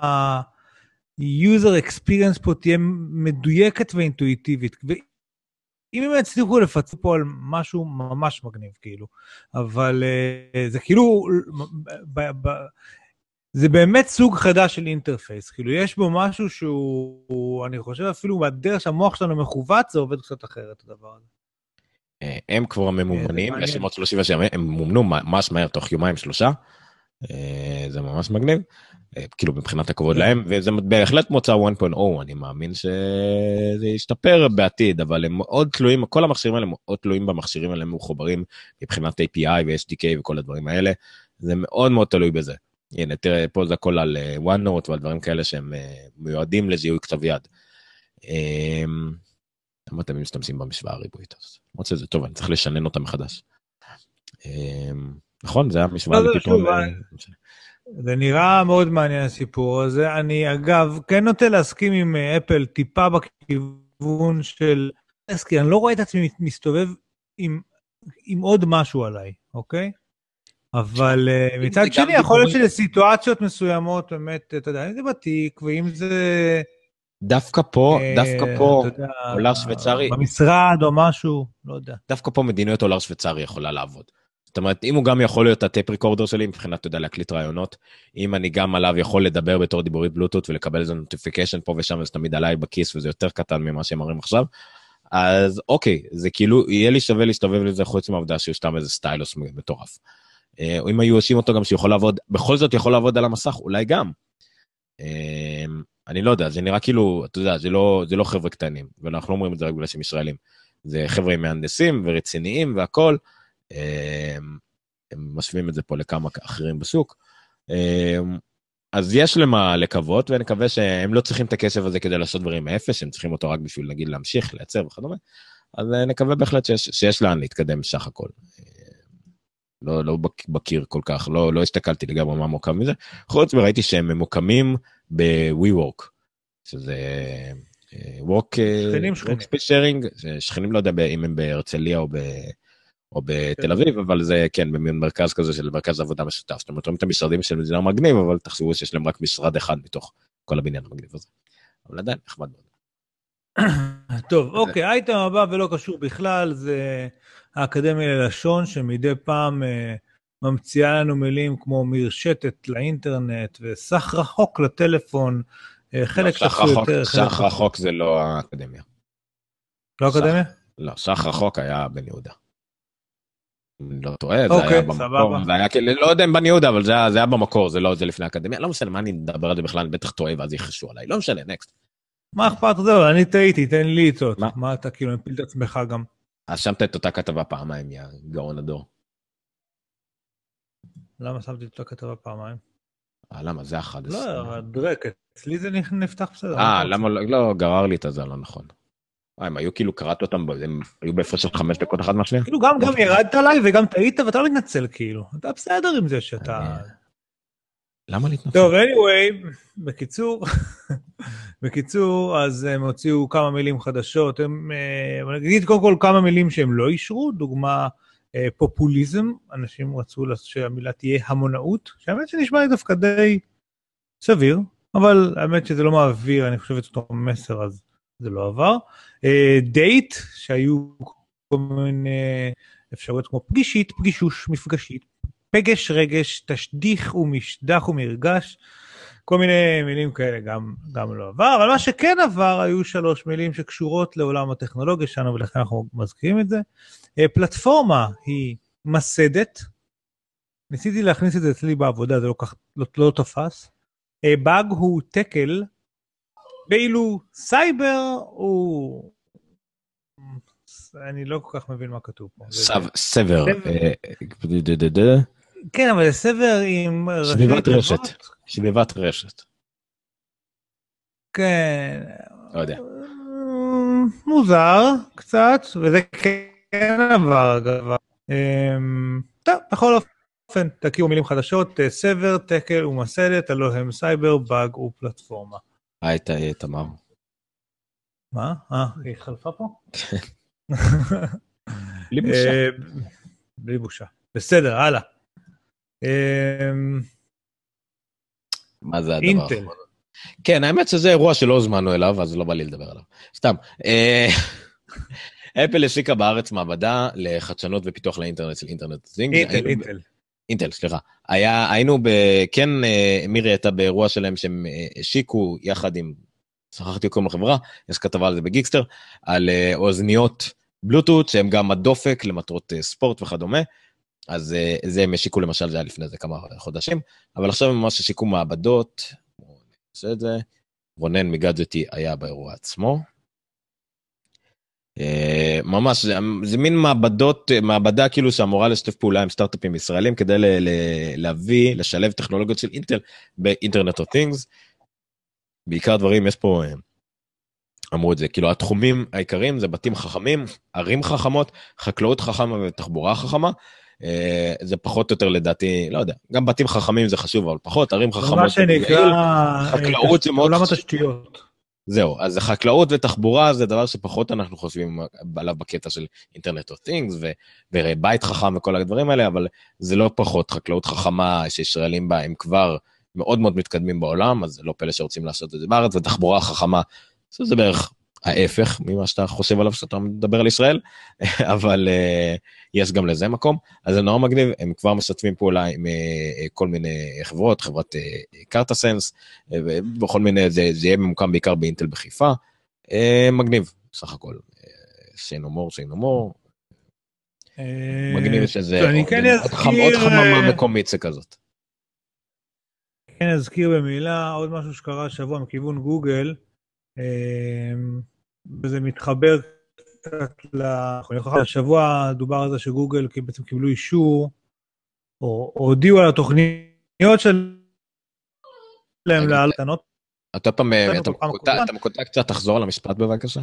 ה-user experience פה תהיה מדויקת ואינטואיטיבית, אם הם יצליחו לפצות פה על משהו ממש מגניב, כאילו, אבל זה כאילו, זה באמת סוג חדש של אינטרפייס, כאילו, יש בו משהו שהוא, אני חושב אפילו בדרך שהמוח שלנו מכוות, זה עובד קצת אחרת, הדבר הזה. הם כבר ממומנים, לשמות 37, הם מומנו ממש מהר, תוך יומיים 3, זה ממש מגניב, כאילו מבחינת הכבוד להם, וזה בהחלט מוצא 1.0, אני מאמין שזה ישתפר בעתיד, אבל הם מאוד תלויים, כל המכשירים האלה מאוד תלויים במכשירים האלה, הם מחוברים מבחינת API ו-SDK וכל הדברים האלה, זה מאוד מאוד תלוי בזה. הנה, תראה, פה זה הכל על OneNote ועל דברים כאלה שהם מיועדים לזיהוי כתב יד. למה אתם משתמשים במשוואה הריבועית הזאת? למרות שזה טוב, אני צריך לשנן אותה מחדש. נכון, זה היה משוואה לפתרון. זה נראה מאוד מעניין הסיפור הזה. אני אגב כן נוטה להסכים עם אפל טיפה בכיוון של... אני לא רואה את עצמי מסתובב עם עוד משהו עליי, אוקיי? אבל מצד שני יכול להיות שלסיטואציות מסוימות באמת, אתה יודע, אם זה בתיק ואם זה... דווקא פה, אולר שוויצרי... במשרד או משהו, לא יודע. דווקא פה מדיניות אולר שוויצרי יכולה לעבוד. זאת אומרת, אם הוא גם יכול להיות הטייפ ריקורדר שלי, מבחינת, אתה יודע, להקליט רעיונות, אם אני גם עליו יכול לדבר בתור דיבורית בלוטות, ולקבל איזה נוטיפיקיישן פה ושם, וזה תמיד עליי בכיס, וזה יותר קטן ממה שהם מראים עכשיו, אז אוקיי, זה כאילו, יהיה לי שווה להסתובב לזה חוץ מהעובדה שהוא סתם איזה סטיילוס מטורף. או אם היו עושים אותו גם שיכול לעבוד, בכל זאת יכול לעבוד על המסך, אולי גם. אני לא יודע, זה נראה כאילו, אתה יודע, זה לא חבר'ה קטנים, ואנחנו לא אומרים את זה רק בגלל שהם ישראלים. זה חבר'ה מהנדסים ורציניים והכל, הם משווים את זה פה לכמה אחרים בשוק. אז יש למה לקוות, ואני מקווה שהם לא צריכים את הכסף הזה כדי לעשות דברים מאפס, הם צריכים אותו רק בשביל, נגיד, להמשיך, לייצר וכדומה. אז נקווה בהחלט שיש לאן להתקדם סך הכל. לא בקיר כל כך, לא הסתכלתי לגמרי מה מוקם מזה. חוץ וראיתי שהם ממוקמים ב-WeWork, שזה שכנים. Workspace Sharing, שכנים לא יודע אם הם בהרצליה או בתל אביב, אבל זה כן, במרכז כזה של מרכז עבודה משותף. זאת אומרת, רואים את המשרדים של מדינה מגניב, אבל תחשבו שיש להם רק משרד אחד מתוך כל הבניין המגניב הזה. אבל עדיין, נחמד מאוד. טוב, אוקיי, האייטם הבא ולא קשור בכלל, זה האקדמיה ללשון, שמדי פעם ממציאה לנו מילים כמו מרשתת לאינטרנט, וסך רחוק לטלפון, חלק תפסו יותר. סך רחוק זה לא האקדמיה. לא האקדמיה? לא, סך רחוק היה בן יהודה. לא טועה, זה היה במקור, זה היה, לא יודע אם בן יהודה, אבל זה היה במקור, זה לא, זה לפני האקדמיה, לא משנה, מה אני מדבר על זה בכלל, אני בטח טועה, ואז יחשו עליי, לא משנה, נקסט. מה אכפת? זהו, אני טעיתי, תן לי עצות. מה אתה כאילו מפיל את עצמך גם? אז שמת את אותה כתבה פעמיים, יא גאון הדור. למה שמתי את אותה כתבה פעמיים? למה? זה 11. לא, דרק, אצלי זה נפתח בסדר. למה לא, גרר לי את זה, לא נכון. הם היו כאילו, קראת אותם, הם היו בהפרש של 5 דקות אחד מהשנייה? כאילו גם ירדת עליי וגם טעית ואתה לא מתנצל כאילו. אתה בסדר עם זה שאתה... למה להתנצל? טוב, anyway, בקיצור, אז הם הוציאו כמה מילים חדשות. אני אגיד קודם כל כמה מילים שהם לא אישרו, דוגמה פופוליזם, אנשים רצו שהמילה תהיה המונאות, שהאמת שנשמע לי דווקא די סביר, אבל האמת שזה לא מעביר, אני חושב את אותו מסר, אז זה לא עבר. דייט, שהיו כל מיני אפשרויות כמו פגישית, פגישוש, מפגשית, פגש, רגש, תשדיך ומשדח ומרגש, כל מיני מילים כאלה גם לא עבר, אבל מה שכן עבר היו 3 מילים שקשורות לעולם הטכנולוגיה שלנו, ולכן אנחנו מזכירים את זה. פלטפורמה היא מסדת, ניסיתי להכניס את זה אצלי בעבודה, זה לא תפס. באג הוא תקל, ואילו סייבר הוא... אני לא כל כך מבין מה כתוב פה. סבר. כן, אבל סבר עם... סביבת רשת. כן. לא יודע. מוזר קצת, וזה כן עבר אגב. טוב, בכל אופן, תכירו מילים חדשות, סבר, תקל ומסדת, הלא הם סייבר, באג ופלטפורמה. היי, תמר. מה? היא חלפה פה? בלי בושה. בלי בושה. בסדר, הלאה. מה זה הדבר? אינטל. כן, האמת שזה אירוע שלא הזמנו אליו, אז לא בא לי לדבר עליו. סתם. אפל השיקה בארץ מעבדה לחדשנות ופיתוח לאינטרנט של אינטרנט. אינטל, סליחה. היינו כן, מירי הייתה באירוע שלהם שהם השיקו יחד עם, שכחתי קוראים לחברה, יש כתבה על זה בגיקסטר, על אוזניות בלוטות, שהם גם הדופק למטרות ספורט וכדומה, אז זה הם השיקו למשל, זה היה לפני זה כמה חודשים, אבל עכשיו הם ממש השיקו מעבדות, נעשה את זה, רונן מגאדג'טי היה באירוע עצמו, ממש, זה מין מעבדה כאילו שאמורה לשתף פעולה עם סטארט-אפים ישראלים, כדי להביא, לשלב טכנולוגיות של אינטל באינטרנט of Things, בעיקר דברים, יש פה, אמרו את זה, כאילו התחומים העיקריים זה בתים חכמים, ערים חכמות, חקלאות חכמה ותחבורה חכמה, זה פחות או יותר לדעתי, לא יודע, גם בתים חכמים זה חשוב, אבל פחות, ערים חכמות, מה שנקרא, חקלאות זה מאוד... עולם התשתיות. זהו, אז חקלאות ותחבורה זה דבר שפחות אנחנו חושבים עליו בקטע של אינטרנט of Things ובית חכם וכל הדברים האלה, אבל זה לא פחות חקלאות חכמה שישראלים בה הם כבר מאוד מאוד מתקדמים בעולם, אז זה לא פלא שרוצים לעשות את זה בארץ, ותחבורה חכמה, זה בערך ההפך ממה שאתה חושב עליו שאתה מדבר על ישראל, אבל יש גם לזה מקום, אז זה נורא מגניב, הם כבר משתפים פעולה עם כל מיני חברות, חברת קרטסנס, ובכל מיני, זה יהיה ממוקם בעיקר באינטל בחיפה, מגניב, סך הכל, שיינומור, מגניב שזה אני כן עוד חממה מקומית זה כזאת. כן אזכיר במילה עוד משהו שקרה השבוע מכיוון גוגל, וזה מתחבר קצת השבוע דובר על זה שגוגל בעצם קיבלו אישור, או הודיעו על התוכניות שלהם להעלות. אתה מקוטע קצת, תחזור על המשפט בבקשה.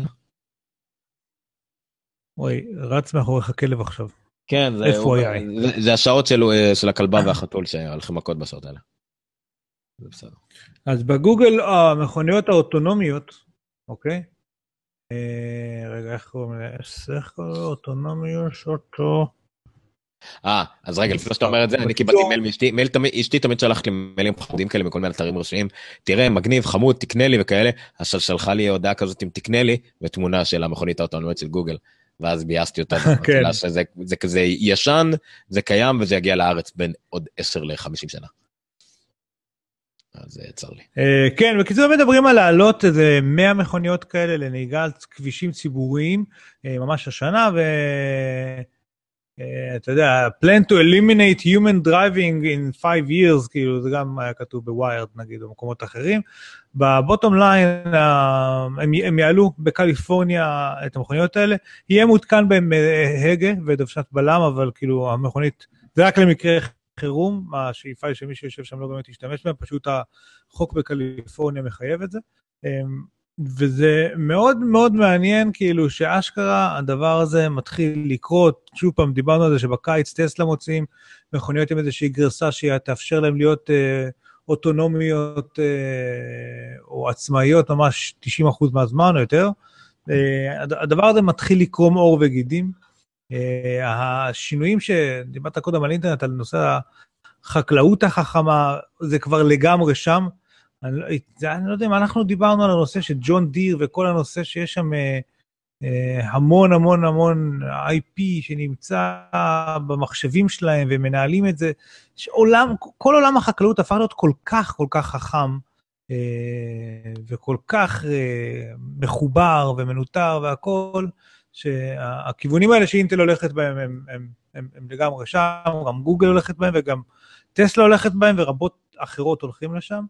אוי, רץ מאחוריך כלב עכשיו. כן, זה השעות של הכלבה והחתול שהלכים מכות בשעות האלה. זה בסדר. אז בגוגל המכוניות האוטונומיות, אוקיי? רגע, איך קוראים אוטונומיות אוטו... אז רגע, לפני שאתה אומר את זה, אני קיבלתי מייל מאשתי, אשתי תמיד שלחת לי מיילים חמודים כאלה מכל מיני אתרים רשמיים, תראה, מגניב, חמוד, תקנה לי וכאלה, אז שלחה לי הודעה כזאת אם תקנה לי, ותמונה של המכונית האוטונומית של גוגל, ואז בייסתי אותה, זה כזה ישן, זה קיים, וזה יגיע לארץ בין עוד 10 ל-50 שנה. אז זה יצר לי. כן, בקיצור מדברים על להעלות איזה 100 מכוניות כאלה לנהיגה על כבישים ציבוריים, ממש השנה, אתה יודע, plan to eliminate human driving in 5 years, כאילו זה גם היה כתוב בוויירד נגיד, במקומות אחרים. בבוטום ליין, הם יעלו בקליפורניה את המכוניות האלה, יהיה מותקן בהם הגה ודוושת בלם, אבל כאילו המכונית, זה רק למקרה חירום, השאיפה היא שמישהו יושב שם לא באמת ישתמש בהם, פשוט החוק בקליפורניה מחייב את זה. וזה מאוד מאוד מעניין, כאילו שאשכרה הדבר הזה מתחיל לקרות, שוב פעם דיברנו על זה שבקיץ טסלה מוצאים מכוניות עם איזושהי גרסה שתאפשר להם להיות אוטונומיות או עצמאיות ממש 90% מהזמן או יותר. הדבר הזה מתחיל לקרום עור וגידים. השינויים שדיברת קודם על אינטרנט, על נושא החקלאות החכמה, זה כבר לגמרי שם. אני לא יודע אם אנחנו דיברנו על הנושא של ג'ון דיר וכל הנושא שיש שם המון המון המון IP שנמצא במחשבים שלהם ומנהלים את זה. כל עולם החקלאות הפך להיות כל כך חכם וכל כך מחובר ומנותר והכל, שהכיוונים האלה שאינטל הולכת בהם הם לגמרי שם, גם גוגל הולכת בהם וגם טסלה הולכת בהם ורבות אחרות הולכים לשם.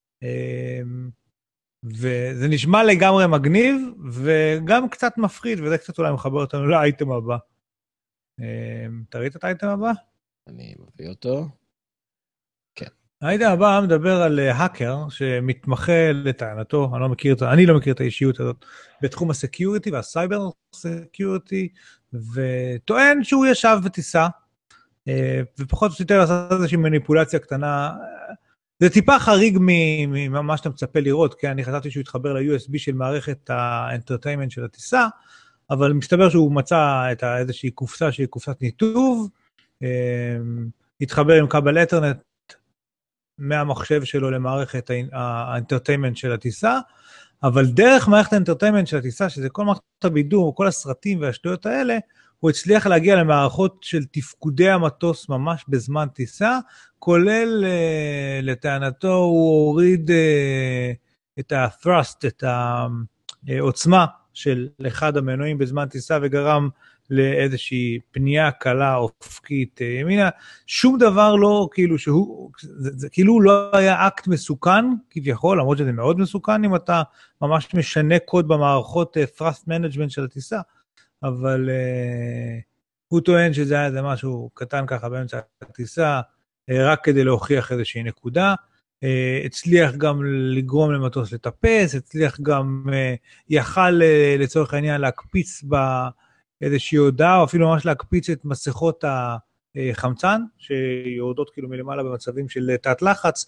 וזה נשמע לגמרי מגניב וגם קצת מפחיד, וזה קצת אולי מחבר אותנו לאייטם הבא. תראית את האייטם הבא? אני מביא אותו. כן. האייטם הבא מדבר על האקר שמתמחה לטענתו, אני לא מכיר את האישיות הזאת, בתחום הסקיוריטי והסייבר סקיוריטי, וטוען שהוא ישב בטיסה, ופחות או יותר לעשות איזושהי מניפולציה קטנה. זה טיפה חריג ממה שאתה מצפה לראות, כי אני חשבתי שהוא יתחבר ל-USB של מערכת האנטרטיימנט של הטיסה, אבל מסתבר שהוא מצא את איזושהי קופסה שהיא קופסת ניתוב, התחבר עם כבל אתרנט מהמחשב שלו למערכת האנטרטיימנט של הטיסה, אבל דרך מערכת האנטרטיימנט של הטיסה, שזה כל מערכת הבידור, כל הסרטים והשטויות האלה, הוא הצליח להגיע למערכות של תפקודי המטוס ממש בזמן טיסה, כולל לטענתו הוא הוריד את ה-thrust, את העוצמה של אחד המנועים בזמן טיסה, וגרם לאיזושהי פנייה קלה אופקית ימינה. שום דבר לא, כאילו זה כאילו לא היה אקט מסוכן, כביכול, למרות שזה מאוד מסוכן, אם אתה ממש משנה קוד במערכות thrust management של הטיסה, אבל הוא טוען שזה היה משהו קטן ככה באמצע הטיסה, רק כדי להוכיח איזושהי נקודה, הצליח גם לגרום למטוס לטפס, הצליח גם, יכל לצורך העניין להקפיץ באיזושהי הודעה, או אפילו ממש להקפיץ את מסכות החמצן, שיורדות כאילו מלמעלה במצבים של תת לחץ,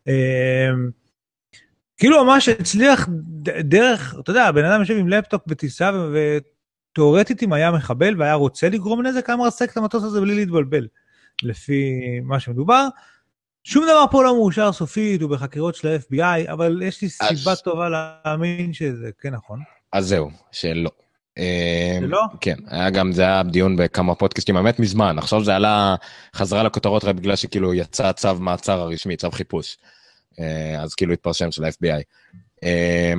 כאילו ממש הצליח דרך, אתה יודע, בן אדם יושב עם לפטופ בטיסה, ותיאורטית אם היה מחבל והיה רוצה לגרום לנזק, היה מרסק את המטוס הזה בלי להתבלבל. לפי מה שמדובר, שום דבר פה לא מאושר סופית, הוא בחקירות של ה-FBI, אבל יש לי סיבה טובה להאמין שזה כן נכון. אז זהו, שלא. שלא? כן, זה היה דיון בכמה פודקאסטים, האמת מזמן, עכשיו זה עלה חזרה לכותרות רק בגלל שכאילו יצא צו מעצר הרשמי, צו חיפוש, אז כאילו התפרשם של ה-FBI.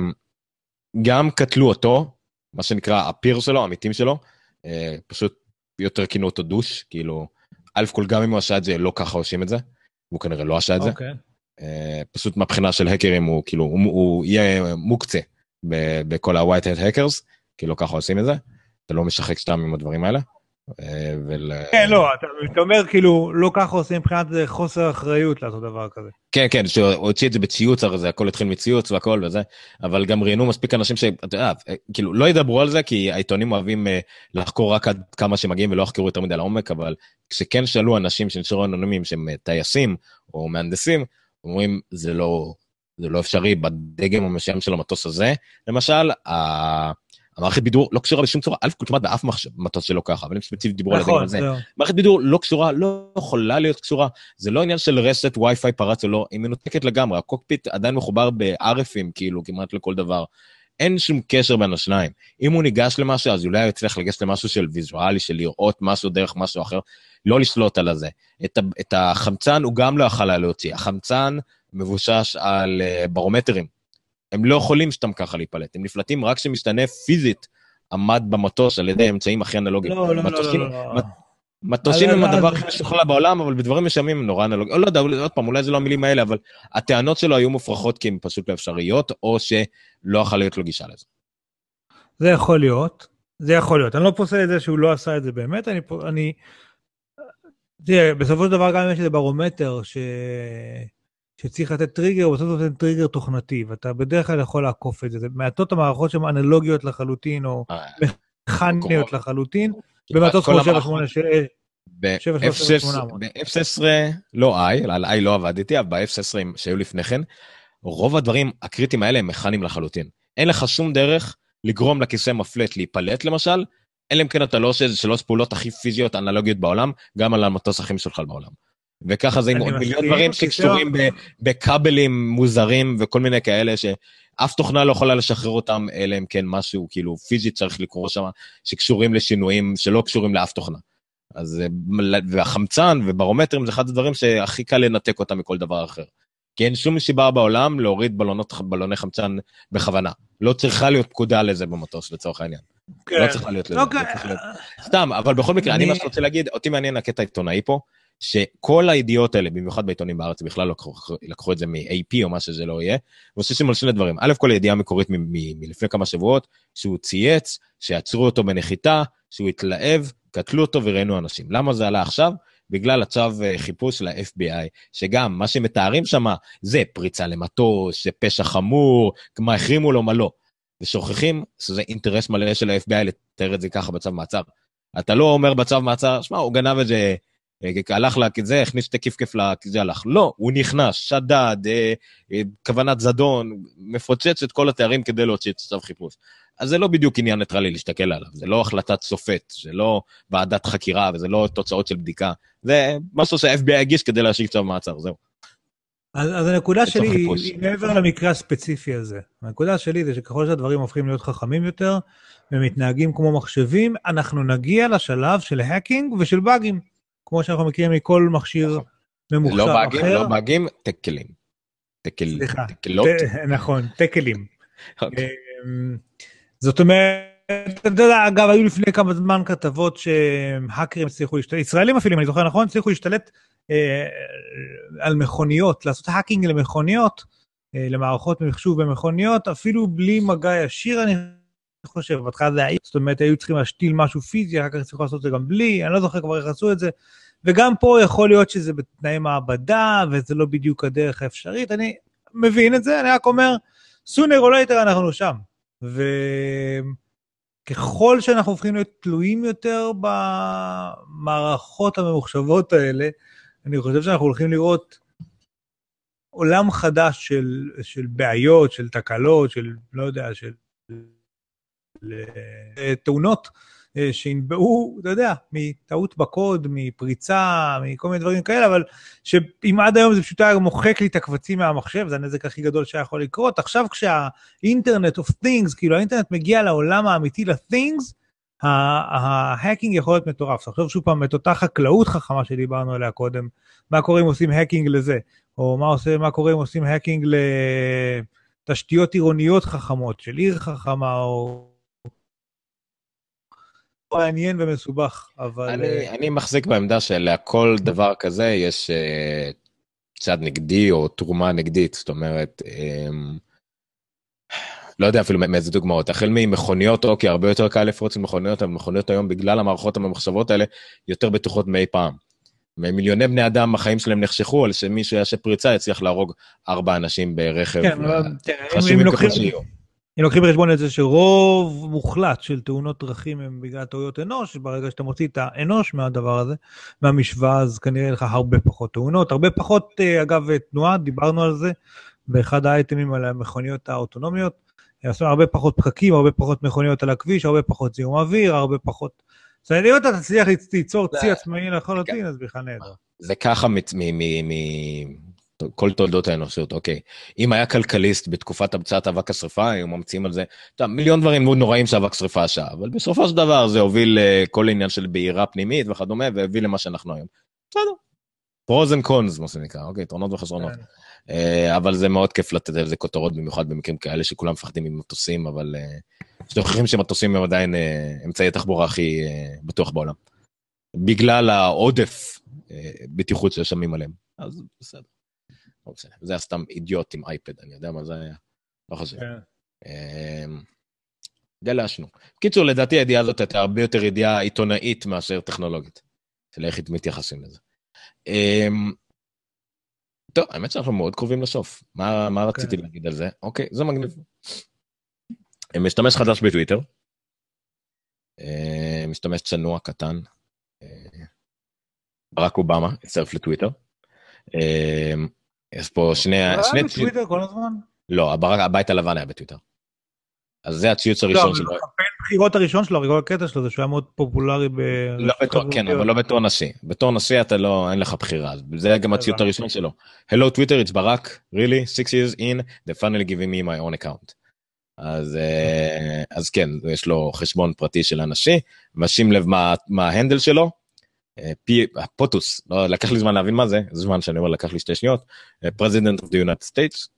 גם קטלו אותו, מה שנקרא הפיר שלו, העמיתים שלו, פשוט יותר כינו אותו דוש, כאילו, א' כל גם אם הוא עשה את זה, לא ככה עושים את זה, והוא כנראה לא עשה את זה. פשוט מהבחינה של הקרים, הוא כאילו, הוא יהיה מוקצה בכל ה-white hat hackers, כי לא ככה עושים את זה, אתה לא משחק סתם עם הדברים האלה. כן, לא, אתה אומר כאילו, לא ככה עושים מבחינת חוסר אחריות לעשות דבר כזה. כן, כן, שהוא הוציא את זה בציוץ, הרי זה הכל התחיל מציוץ והכל וזה, אבל גם ראיינו מספיק אנשים שאתה יודע, כאילו לא ידברו על זה, כי העיתונים אוהבים לחקור רק עד כמה שמגיעים ולא יחקרו יותר מדי לעומק, אבל כשכן שאלו אנשים שנשארו אנונימיים שהם טייסים או מהנדסים, אומרים זה לא אפשרי בדגם המסוים של המטוס הזה, למשל, המערכת בידור לא קשורה בשום צורה, כמעט באף מטוס שלא ככה, אבל הם ספציפית דיברו על הדגם הזה. מערכת בידור לא קשורה, לא יכולה להיות קשורה, זה לא עניין של רסט, וי-פיי פרץ או לא, היא מנותקת לגמרי, הקוקפיט עדיין מחובר בערפים, כאילו, כמעט לכל דבר. אין שום קשר בין השניים. אם הוא ניגש למשהו, אז אולי הוא יצליח לגשת למשהו של ויזואלי, של לראות משהו דרך משהו אחר, לא לשלוט על זה. את החמצן הוא גם לא יכול להוציא. החמצן מבושש על ברומטרים. הם לא יכולים שתם ככה להיפלט. הם נפלטים רק שמשתנה פיזית עמד במטוס על ידי אמצעים הכי אנלוגיים. לא. מטוסים הם הדבר הכי משוכלל בעולם, אבל בדברים משמים הם נורא אנלוגיים. לא יודע, עוד פעם, אולי זה לא המילים האלה, אבל הטענות שלו היו מופרכות כי הן פשוט לא אפשריות, או שלא יכול להיות לו גישה לזה. זה יכול להיות. אני לא פוסל את זה שהוא לא עשה את זה באמת, תראה, בסופו של דבר גם יש איזה ברומטר שצריך לתת טריגר, בסוף לתת טריגר תוכנתי, ואתה בדרך כלל יכול לעקוף את זה. זה מעטות המערכות שהן אנלוגיות לחלוטין, או מכניות לחלוטין, במטות כמו 786. ב-F16 לא על I לא עבדתי, אבל ב-F16 שהיו לפני כן, רוב הדברים הקריטיים האלה הם מכניים לחלוטין. אין לך שום דרך לגרום לכיסא מפלט להיפלט למשל, אין להם כן אתה לא עושה איזה 3 פעולות הכי פיזיות אנלוגיות בעולם, גם על המטוס הכי משוכלל בעולם. וככה זה עם עוד מיליון דברים שקשורים בכבלים מוזרים וכל מיני כאלה שאף תוכנה לא יכולה לשחרר אותם, אלא אם כן משהו כאילו פיזית צריך לקרוא שם, שקשורים לשינויים שלא קשורים לאף תוכנה. אז, והחמצן וברומטרים זה אחד הדברים שהכי קל לנתק אותם מכל דבר אחר. כי אין שום סיבה בעולם להוריד בלוני חמצן בכוונה. לא צריכה להיות פקודה לזה במטוס לצורך העניין. לא צריכה להיות לזה. סתם, אבל בכל מקרה, אני מה שרוצה להגיד, אותי מעניין הקטע העיתונאי פה, שכל הידיעות האלה, במיוחד בעיתונים בארץ, בכלל לקחו את זה מ-AP או מה שזה לא יהיה, ועושים על שני דברים. א', כל הידיעה המקורית מלפני כמה שבועות, שהוא צייץ, שיעצרו אותו בנחיתה, שהוא התלהב, קטלו אותו וראינו אנשים. למה זה עלה עכשיו? בגלל הצו חיפוש של ה-FBI, שגם מה שמתארים שם, זה פריצה למטוס, זה פשע חמור, מה החרימו לו, מה לא. ושוכחים שזה אינטרס מלא של ה-FBI לתאר את זה ככה בצו מעצר. אתה לא אומר בצו מעצר, שמע, הוא גנב את זה, הלך לה כזה, הכניס את כיף לכזה הלך. לא, הוא נכנס, שדד, כוונת זדון, מפוצץ את כל התארים כדי להוציא את צו חיפוש. אז זה לא בדיוק עניין ניטרלי להסתכל עליו, זה לא החלטת סופט, זה לא ועדת חקירה, וזה לא תוצאות של בדיקה, זה משהו שה-FBI הגיש כדי להשיג צו מעצר, זהו. אז הנקודה שלי היא מעבר למקרה הספציפי הזה. הנקודה שלי זה שככל שהדברים הופכים להיות חכמים יותר, ומתנהגים כמו מחשבים, אנחנו נגיע לשלב של האקינג ושל באגים, כמו שאנחנו מכירים מכל מכשיר ממוחשב אחר. לא באגים, תקלים. סליחה, נכון, תקלים. זאת אומרת, אתה יודע, אגב, היו לפני כמה זמן כתבות שהאקרים הצליחו להשתלט, ישראלים אפילו, אם אני זוכר נכון, הצליחו להשתלט על מכוניות, לעשות האקינג למכוניות, למערכות מחשוב במכוניות, אפילו בלי מגע ישיר, אני חושב, בהתחלה זה היה, זאת אומרת, היו צריכים להשתיל משהו פיזי, אחר כך צריכו לעשות את זה גם בלי, אני לא זוכר כבר איך עשו את זה, וגם פה יכול להיות שזה בתנאי מעבדה, וזה לא בדיוק הדרך האפשרית, אני מבין את זה, אני רק אומר, sooner or later אנחנו שם, וככל שאנחנו הופכים להיות תלויים יותר במערכות הממוחשבות האלה, אני חושב שאנחנו הולכים לראות עולם חדש של בעיות, של תקלות, של, לא יודע, של תאונות שינבעו, אתה יודע, מטעות בקוד, מפריצה, מכל מיני דברים כאלה, אבל שאם עד היום זה פשוט היה מוחק לי את הקבצים מהמחשב, זה הנזק הכי גדול שיכול לקרות. עכשיו כשהאינטרנט of things, כאילו האינטרנט מגיע לעולם האמיתי ל-things, ההאקינג יכול להיות מטורף. עכשיו שוב פעם, את אותה חקלאות חכמה שדיברנו עליה קודם, מה קורה אם עושים האקינג לזה, או מה קורה אם עושים האקינג לתשתיות עירוניות חכמות, של עיר חכמה, או מעניין ומסובך, אבל... אני מחזיק בעמדה שלכל דבר כזה יש צד נגדי או תרומה נגדית, זאת אומרת, לא יודע אפילו מאיזה דוגמאות, החל ממכוניות, אוקיי, הרבה יותר קל לפרוץ למכוניות, אבל מכוניות היום בגלל המערכות הממוחשבות האלה, יותר בטוחות מאי פעם. מיליוני בני אדם, החיים שלהם נחשכו על שמישהו יעשה פריצה, יצליח להרוג 4 אנשים ברכב, חשובים ככל שיהיו. אם לוקחים בחשבון את זה שרוב מוחלט של תאונות דרכים הם בגלל טעויות אנוש, ברגע שאתה מוציא את האנוש מהדבר הזה, מהמשוואה, אז כנראה לך הרבה פחות תאונות, הרבה פחות, אגב, תנועה, דיברנו על זה, באחד האייטמים על המכוניות האוטונומיות, עשו הרבה פחות פקקים, הרבה פחות מכוניות על הכביש, הרבה פחות זיהום אוויר, הרבה פחות... זאת אומרת, אם אתה תצליח ליצור צי עצמאי לחלוטין, אז בכלל נהדר. זה ככה כל תולדות האנושות, אוקיי. אם היה כלכליסט בתקופת המצאת אבק השריפה, היו ממציאים על זה, מיליון דברים מאוד נוראים שאבק שריפה עשה, אבל בסופו של דבר זה הוביל לכל עניין של בעירה פנימית וכדומה, והביא למה שאנחנו היום. בסדר. פרוז אנד קונס, מה שנקרא, אוקיי, יתרונות וחסרונות. אבל זה מאוד כיף לתת על זה כותרות, במיוחד במקרים כאלה שכולם מפחדים ממטוסים, אבל שוכחים שמטוסים הם עדיין אמצעי התחבורה הכי בטוח בעולם. בגלל העודף בטיחות ששמים עליהם. אז בסדר. זה היה סתם אידיוט עם אייפד, אני יודע מה זה היה. לא חושב. די להשנו. בקיצור, לדעתי הידיעה הזאת הייתה הרבה יותר ידיעה עיתונאית מאשר טכנולוגית. של איך מתייחסים לזה. טוב, האמת שאנחנו מאוד קרובים לסוף. מה רציתי להגיד על זה? אוקיי, זה מגניב. משתמש חדש בטוויטר. משתמש צנוע קטן. ברק אובמה, הצטרף לטוויטר. יש פה שני... הוא היה בטוויטר כל הזמן? לא, הבית הלבן היה בטוויטר. אז זה הציוץ הראשון שלו. לא, הקמפיין בחירות הראשון שלו, הרי כל הקטע שלו, זה שהוא היה מאוד פופולרי כן, אבל לא בתור נשיא. בתור נשיא אתה לא, אין לך בחירה. זה גם הציוץ הראשון שלו. Hello Twitter, it's ברק, really, 6 years in, they're finally giving me my own account. אז כן, יש לו חשבון פרטי של הנשיא, ושים לב מה ההנדל שלו, פוטוס, לא, לקח לי זמן להבין מה זה, זה זמן שאני אומר לקח לי 2 שניות, President of the United States,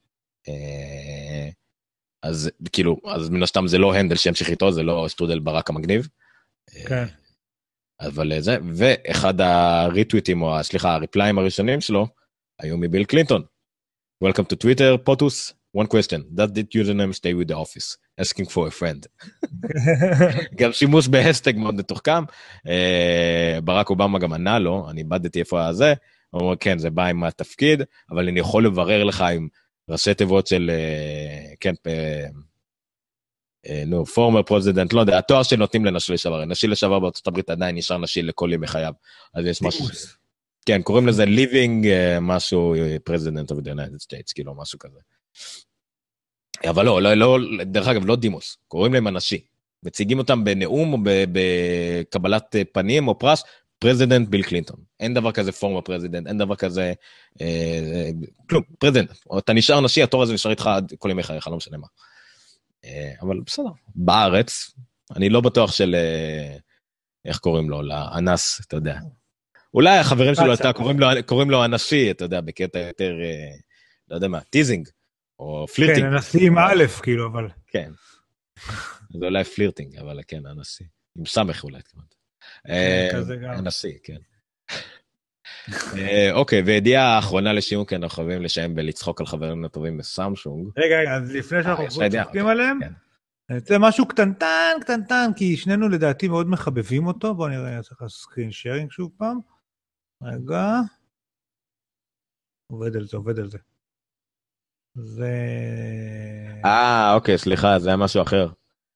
אז כאילו, אז מן הסתם זה לא הנדל שימשיך איתו, זה לא שטרודל ברק המגניב, כן. אבל זה, ואחד הריטוויטים, או סליחה, הריפליים הראשונים שלו, היו מביל קלינטון, Welcome to Twitter, פוטוס, one question, does that username stay with the office? Asking for a friend. גם שימוש בהסטג מאוד מתוחכם, ברק אובמה גם ענה לו, אני איבדתי איפה הזה, הוא אומר, כן, זה בא עם התפקיד, אבל אני יכול לברר לך עם ראשי תיבות של, כן, former president, לא יודע, התואר שנותנים לנשיא לשעבר, נשיא לשעבר בארצות הברית עדיין נשאר נשיא לכל ימי חייו, אז יש משהו, כן, קוראים לזה living משהו, president of the United States, כאילו, משהו כזה. אבל לא, דרך אגב, לא דימוס, קוראים להם אנשי, מציגים אותם בנאום או בקבלת פנים או פרס, פרזידנט ביל קלינטון, אין דבר כזה פורמה פרזידנט, אין דבר כזה, כלום, פרזידנט, אתה נשאר אנשי, התור הזה נשאר איתך עד כל ימי חייך, לא משנה מה. אבל בסדר, בארץ, אני לא בטוח של, איך קוראים לו, לאנס, אתה יודע. אולי החברים שלו, קוראים לו אנשי, אתה יודע, בקטע יותר, לא יודע מה, טיזינג. או פלירטינג. כן, הנשיא עם א', כאילו, אבל... כן. זה אולי פלירטינג, אבל כן, הנשיא. עם סמך אולי, כמובן. כזה גם. הנשיא, כן. אוקיי, וידיעה האחרונה לשיעור, כן, אנחנו חייבים לשיים בלצחוק על חברים הטובים בסמסונג. רגע, אז לפני שאנחנו צוחקים עליהם, זה משהו קטנטן, כי שנינו לדעתי מאוד מחבבים אותו, בואו נראה, אני צריך סקרין שיירינג שוב פעם. רגע. עובד על זה. זה... אוקיי, סליחה, זה היה משהו אחר.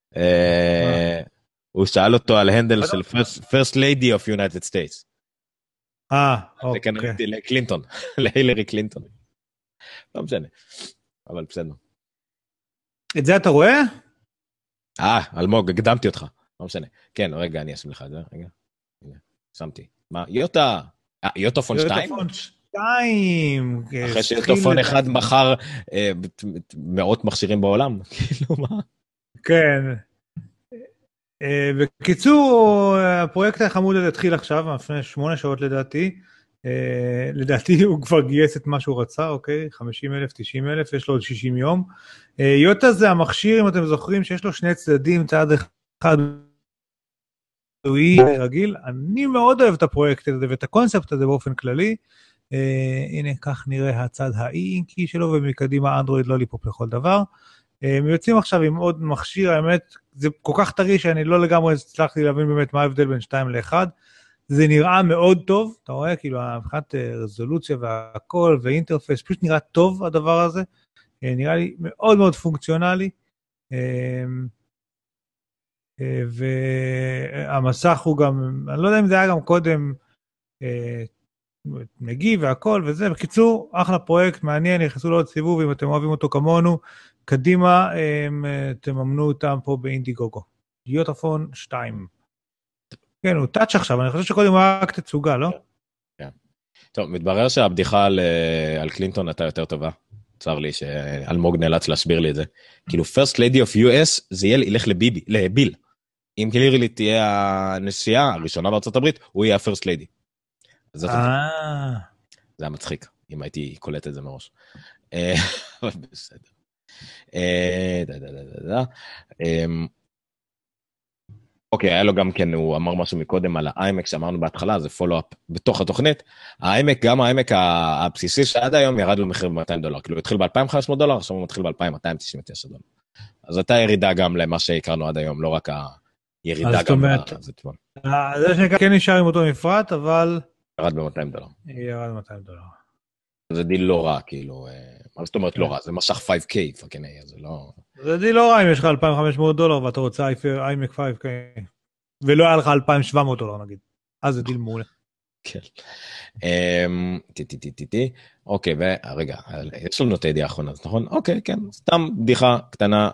הוא שאל אותו על הנדל של First Lady of United States. אוקיי. זה כנראה לקלינטון, להילרי קלינטון. לא משנה, אבל בסדר. את זה אתה רואה? אלמוג, הקדמתי אותך. לא משנה. כן, רגע, אני אשים לך את זה. רגע. שמתי. מה? יוטה פון 2? יוטה פון 2. אחרי שיוטה פון 1 מחר מאות מכשירים בעולם. כאילו מה? כן. בקיצור, הפרויקט החמוד הזה התחיל עכשיו, לפני 8 שעות לדעתי. לדעתי הוא כבר גייס את מה שהוא רצה, אוקיי? 50,000, 90,000, יש לו עוד 60 יום. יוטה זה המכשיר, אם אתם זוכרים, שיש לו 2 צדדים, צד אחד מקצועי רגיל. אני מאוד אוהב את הפרויקט הזה ואת הקונספט הזה באופן כללי. הנה, כך נראה הצד האי-אינקי שלו, ומקדימה אנדרואיד לא ליפופ לכל דבר. הם יוצאים עכשיו עם עוד מכשיר, האמת, זה כל כך טרי שאני לא לגמרי הצלחתי להבין באמת מה ההבדל בין 2 ל-1. זה נראה מאוד טוב, אתה רואה, כאילו, מבחינת רזולוציה והכל, ואינטרפייס, פשוט נראה טוב הדבר הזה. נראה לי מאוד מאוד פונקציונלי. והמסך הוא גם, אני לא יודע אם זה היה גם קודם מגיב והכל וזה. בקיצור, אחלה פרויקט, מעניין, נכנסו לעוד סיבוב, אם אתם אוהבים אותו כמונו, קדימה, תממנו אותם פה באינדיגוגו. יוטפון 2. כן, הוא טאץ' עכשיו, אני חושב שקודם הוא היה רק תצוגה, לא? כן. טוב, מתברר שהבדיחה על קלינטון הייתה יותר טובה. צר לי שאלמוג נאלץ להסביר לי את זה. כאילו, First Lady of US, זה ילך לביל. אם קלירלי תהיה הנשיאה הראשונה בארצות הברית, הוא יהיה ה-First Lady. זה היה מצחיק, אם הייתי קולט את זה מראש. בסדר. אוקיי, היה לו גם כן, הוא אמר משהו מקודם על האיימק שאמרנו בהתחלה, זה פולו-אפ בתוך התוכנית. האיימק, גם האיימק הבסיסי שעד היום ירד לו מחיר ב$200. כאילו, הוא התחיל ב$2,500, עכשיו הוא מתחיל ב$2,299. אז הייתה ירידה גם למה שהכרנו עד היום, לא רק הירידה גם... זה שנקרא כן נשאר עם אותו מפרט, אבל... ירד ב$200. ירד ב$200. זה דיל לא רע, כאילו... מה זאת אומרת לא רע? זה משך 5K, פאקינג, זה לא... זה דיל לא רע אם יש לך $2,500 ואתה רוצה איימק 5K, ולא היה לך $2,700 נגיד. אז זה דיל מעולה. כן. אוקיי, ורגע, יש לנו את הידיעה האחרונה, נכון? אוקיי, כן, סתם בדיחה קטנה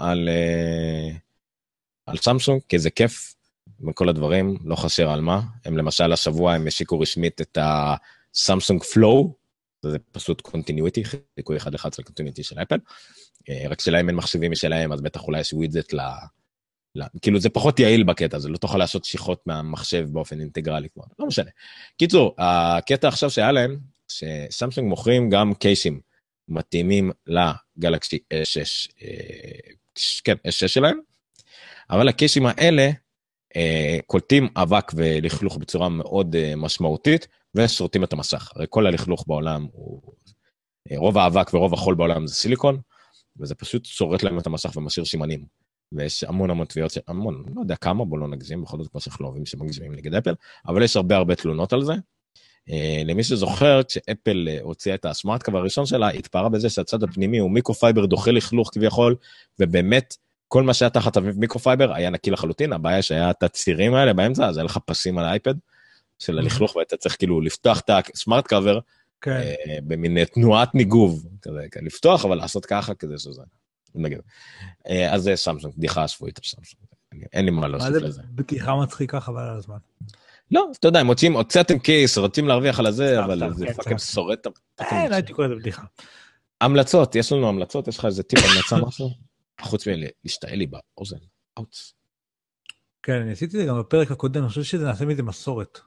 על סמסונג, כי זה כיף מכל הדברים, לא חסר על מה. הם למשל השבוע הם השיקו רשמית את הסמסונג פלואו, זה פשוט קונטיניויטי, חיקוי אחד אחד של קונטיניויטי של אפל, רק שלהם אין מחשבים משלהם, אז בטח אולי יש ווידג'ט כאילו זה פחות יעיל בקטע, זה לא תוכל לעשות שיחות מהמחשב באופן אינטגרלי כבר, לא משנה. קיצור, הקטע עכשיו שהיה להם, שסמסונג מוכרים גם קייסים מתאימים לגלקסי S6, כן, S6 שלהם, אבל הקייסים האלה קולטים אבק ולכלוך בצורה מאוד משמעותית, ושורטים את המסך. הרי כל הלכלוך בעולם הוא, רוב האבק ורוב החול בעולם זה סיליקון, וזה פשוט שורט להם את המסך ומשאיר שימנים. ויש המון תביעות, המון, לא יודע כמה, בוא לא נגזים, בכל זאת כמו שאנחנו לא אוהבים שמגזימים נגד אפל, אבל יש הרבה תלונות על זה. למי שזוכר, כשאפל הוציאה את הסמארט קאבר הראשון שלה, התפארה בזה שהצד הפנימי הוא מיקרופייבר דוחה לכלוך כביכול, ובאמת כל מה שהיה תחת אביב מיקרופייבר היה נקי לחלוטין, הבעיה שהיה את הצירים האלה באמצע, אז היה לך פסים על האייפד של הלכלוך, ואתה צריך כאילו לפתוח את הסמארט קאבר, במין תנועת ניגוב, כזה, לפתוח, אבל לעשות ככה כזה שזה, נגיד. אז זה סמסונג, בדיחה שבועית על סמסונג, אין לי מה להוסיף לזה. בדיחה מצחיקה חבל על הזמן. לא, אתה יודע, הוצאתם קייס, רוצים להרוויח על הזה, אבל זה פאקינג שורד. אין, הייתי קורא לזה בדיחה. המלצות, יש לנו המלצות, יש לך איזה טיפ המלצה משהו? חוץ מלהשתעל לי באוזן, אוץ. כן, אני עשיתי את זה גם בפרק הקודם, אני חושב שזה נעשה מזה מסורת.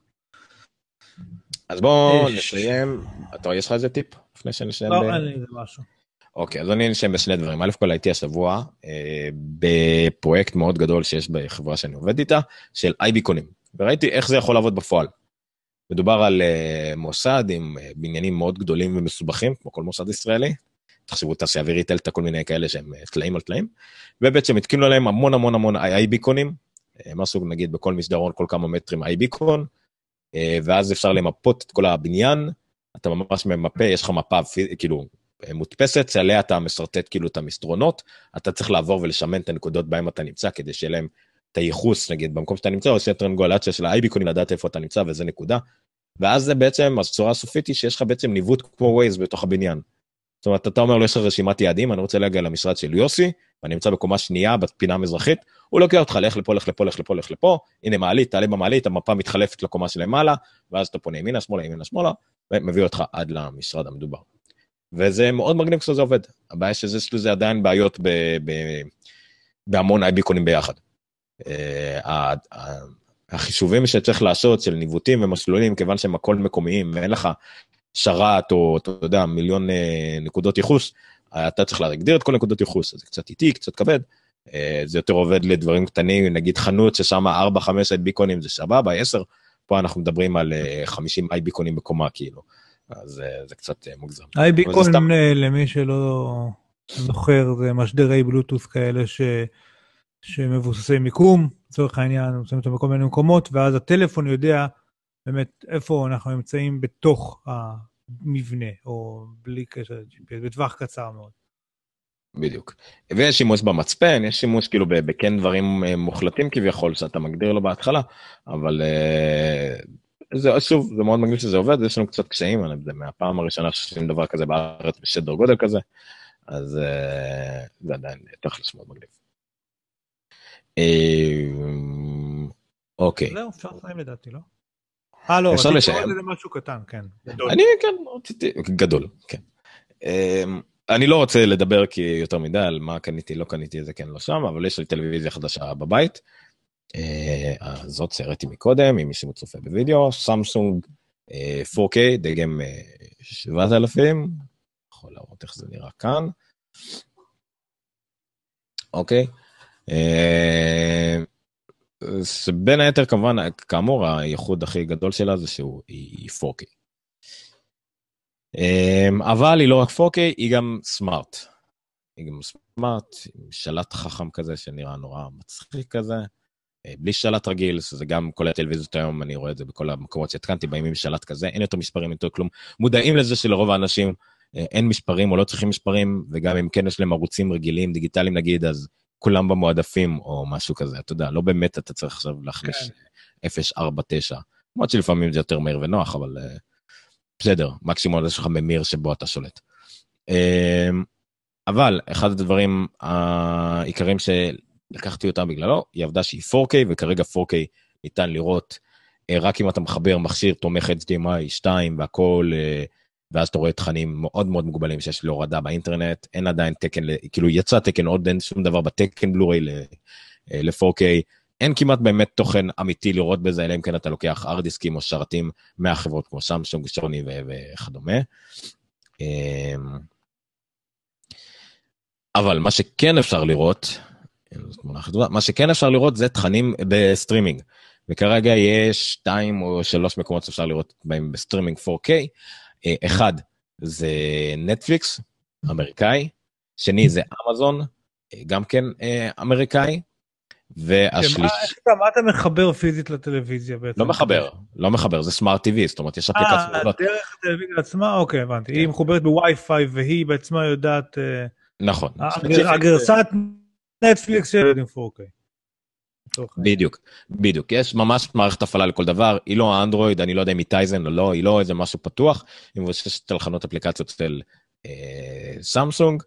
אז בואו נסיים, יש לך איזה טיפ? לפני שנסיים? לא, אין לי איזה משהו. אוקיי, אז אני נסיים בשני דברים. א' כל הייתי השבוע בפרויקט מאוד גדול שיש בחברה שאני עובד איתה, של איי-ביקונים, וראיתי איך זה יכול לעבוד בפועל. מדובר על מוסד עם בניינים מאוד גדולים ומסובכים, כמו כל מוסד ישראלי, תחשבו תעשייה אווירית, אלטה, כל מיני כאלה שהם תלאים על תלאים, ובעצם התקינו עליהם המון איי-ביקונים, משהו נגיד בכל מסדרון, כל כמה מטרים איי-ביקון, ואז אפשר למפות את כל הבניין, אתה ממש ממפה, יש לך מפה כאילו מודפסת, שעליה אתה מסרטט כאילו את המסדרונות, אתה צריך לעבור ולשמן את הנקודות בהם אתה נמצא, כדי שיהיה להם את הייחוס, נגיד, במקום שאתה נמצא, או שיהיה טרנגולציה של האיי-ביקונים, לדעת איפה אתה נמצא, וזה נקודה, ואז זה בעצם, הצורה הסופית היא שיש לך בעצם ניווט כמו ווייז בתוך הבניין. זאת אומרת, אתה אומר לו, יש לך רשימת יעדים, אני רוצה להגיע למשרד של יוסי, ואני נמצא בקומה שנייה, בפינה המזרחית, הוא לוקח אותך, לך לפה, לך לפה, לך לפה, לך לפה, הנה מעלית, תעלה במעלית, המפה מתחלפת לקומה שלמעלה, ואז אתה פונה ימינה, שמאלה, ומביא אותך עד למשרד המדובר. וזה מאוד מגניב כשזה עובד. הבעיה שזה עדיין בעיות בהמון איי-ביקונים ביחד. החישובים שצריך לעשות של ניווטים ומסלולים, כיוון שהם הכל מקומיים, ואין לך שרת או, אתה יודע, מיליון נקודות ייחוס, אתה צריך להגדיר את כל נקודות ייחוס, אז זה קצת איטי, קצת כבד, זה יותר עובד לדברים קטנים, נגיד חנות ששם 4-5 ביקונים זה סבבה, 10, פה אנחנו מדברים על 50 איי ביקונים בקומה כאילו, אז זה קצת מוגזם. איי ביקון, למי שלא זוכר, זה משדרי בלוטות' כאלה שמבוססי מיקום, לצורך העניין, עושים אותם בכל מיני מקומות, ואז הטלפון יודע באמת איפה אנחנו נמצאים בתוך המבנה, או בלי קשר ל-GPS, בטווח קצר מאוד. בדיוק. ויש שימוש במצפן, יש שימוש כאילו בכן דברים מוחלטים כביכול, שאתה מגדיר לו בהתחלה, אבל שוב, זה מאוד מגניב שזה עובד, יש לנו קצת קשיים, זה מהפעם הראשונה שעושים דבר כזה בארץ בשדר גודל כזה, אז זה עדיין תכלס מאוד מגניב. אוקיי. זהו, אפשר לסיים לדעתי, לא? לא, אפשר לשיים. זה משהו קטן, כן. אני כן, רציתי, גדול, כן. אני לא רוצה לדבר כי יותר מדי על מה קניתי, לא קניתי, זה כן לא שם, אבל יש לי טלוויזיה חדשה בבית, זאת סרטי מקודם, אם מישהו צופה בווידאו, סמסונג 4K, דגם 7000, יכול להראות איך זה נראה כאן, אוקיי, בין היתר כמובן, כאמור, הייחוד הכי גדול שלה זה שהיא 4K. אבל היא לא רק 4K, היא גם סמארט. היא גם סמארט, עם שלט חכם כזה שנראה נורא מצחיק כזה, בלי שלט רגיל, זה גם כל הטלוויזיות היום, אני רואה את זה בכל המקומות שהתקנתי, באים עם שלט כזה, אין יותר מספרים, יותר כלום. מודעים לזה שלרוב האנשים אין מספרים או לא צריכים מספרים, וגם אם כן יש להם ערוצים רגילים, דיגיטליים נגיד, אז כולם במועדפים או משהו כזה, אתה יודע, לא באמת אתה צריך עכשיו להכניס 049, למרות שלפעמים זה יותר מהיר ונוח, אבל בסדר, מקסימום יש לך ממיר שבו אתה שולט. אבל אחד הדברים העיקריים שלקחתי אותם בגללו, היא עבדה שהיא 4K, וכרגע 4K ניתן לראות, רק אם אתה מחבר מכשיר תומך HDMI 2 והכל, ואז אתה רואה תכנים מאוד מאוד מוגבלים שיש להורדה באינטרנט, אין עדיין תקן, כאילו יצא תקן, עוד אין שום דבר בתקן בלוריי ל-4K, אין כמעט באמת תוכן אמיתי לראות בזה, אלא אם כן אתה לוקח ארדיסקים או שרתים מהחברות כמו סמסונג, שוני וכדומה. אבל מה שכן אפשר לראות, זה תכנים בסטרימינג, וכרגע יש 2 או 3 מקומות שאפשר לראות בהם בסטרימינג 4K, אחד זה נטפליקס, אמריקאי, שני זה אמזון, גם כן אמריקאי, והשליש... מה אתה מחבר פיזית לטלוויזיה בעצם? לא מחבר, זה סמארט TV, זאת אומרת, יש אפליקציה... דרך הטלוויזיה עצמה? אוקיי, הבנתי. היא מחוברת בווי-פיי, והיא בעצמה יודעת... נכון. הגרסת נטפליקס שיודעת עם 4K. בדיוק, יש ממש מערכת הפעלה לכל דבר, היא לא האנדרואיד, אני לא יודע אם היא טייזן או לא, היא לא איזה משהו פתוח, היא מבוססת על חנות אפליקציות של סמסונג,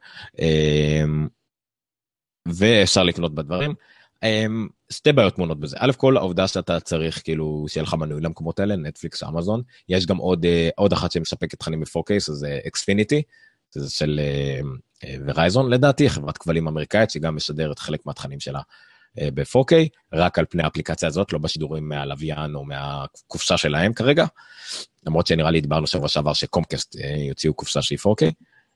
ואפשר לקנות בדברים. שתי בעיות מונות בזה, א' כל העובדה שאתה צריך כאילו שיהיה לך מנוי למקומות האלה, נטפליקס, אמזון, יש גם עוד אחת שמספקת תכנים ב-4K, זה Xfinity, זה של ורייזון לדעתי, חברת כבלים אמריקאית שגם משדרת חלק מהתכנים שלה ב-4K, רק על פני האפליקציה הזאת, לא בשידורים מהלוויין או מהקופסה שלהם כרגע, למרות שנראה לי דיברנו שבוע שעבר שקומקסט יוציאו קופסה שהיא 4K,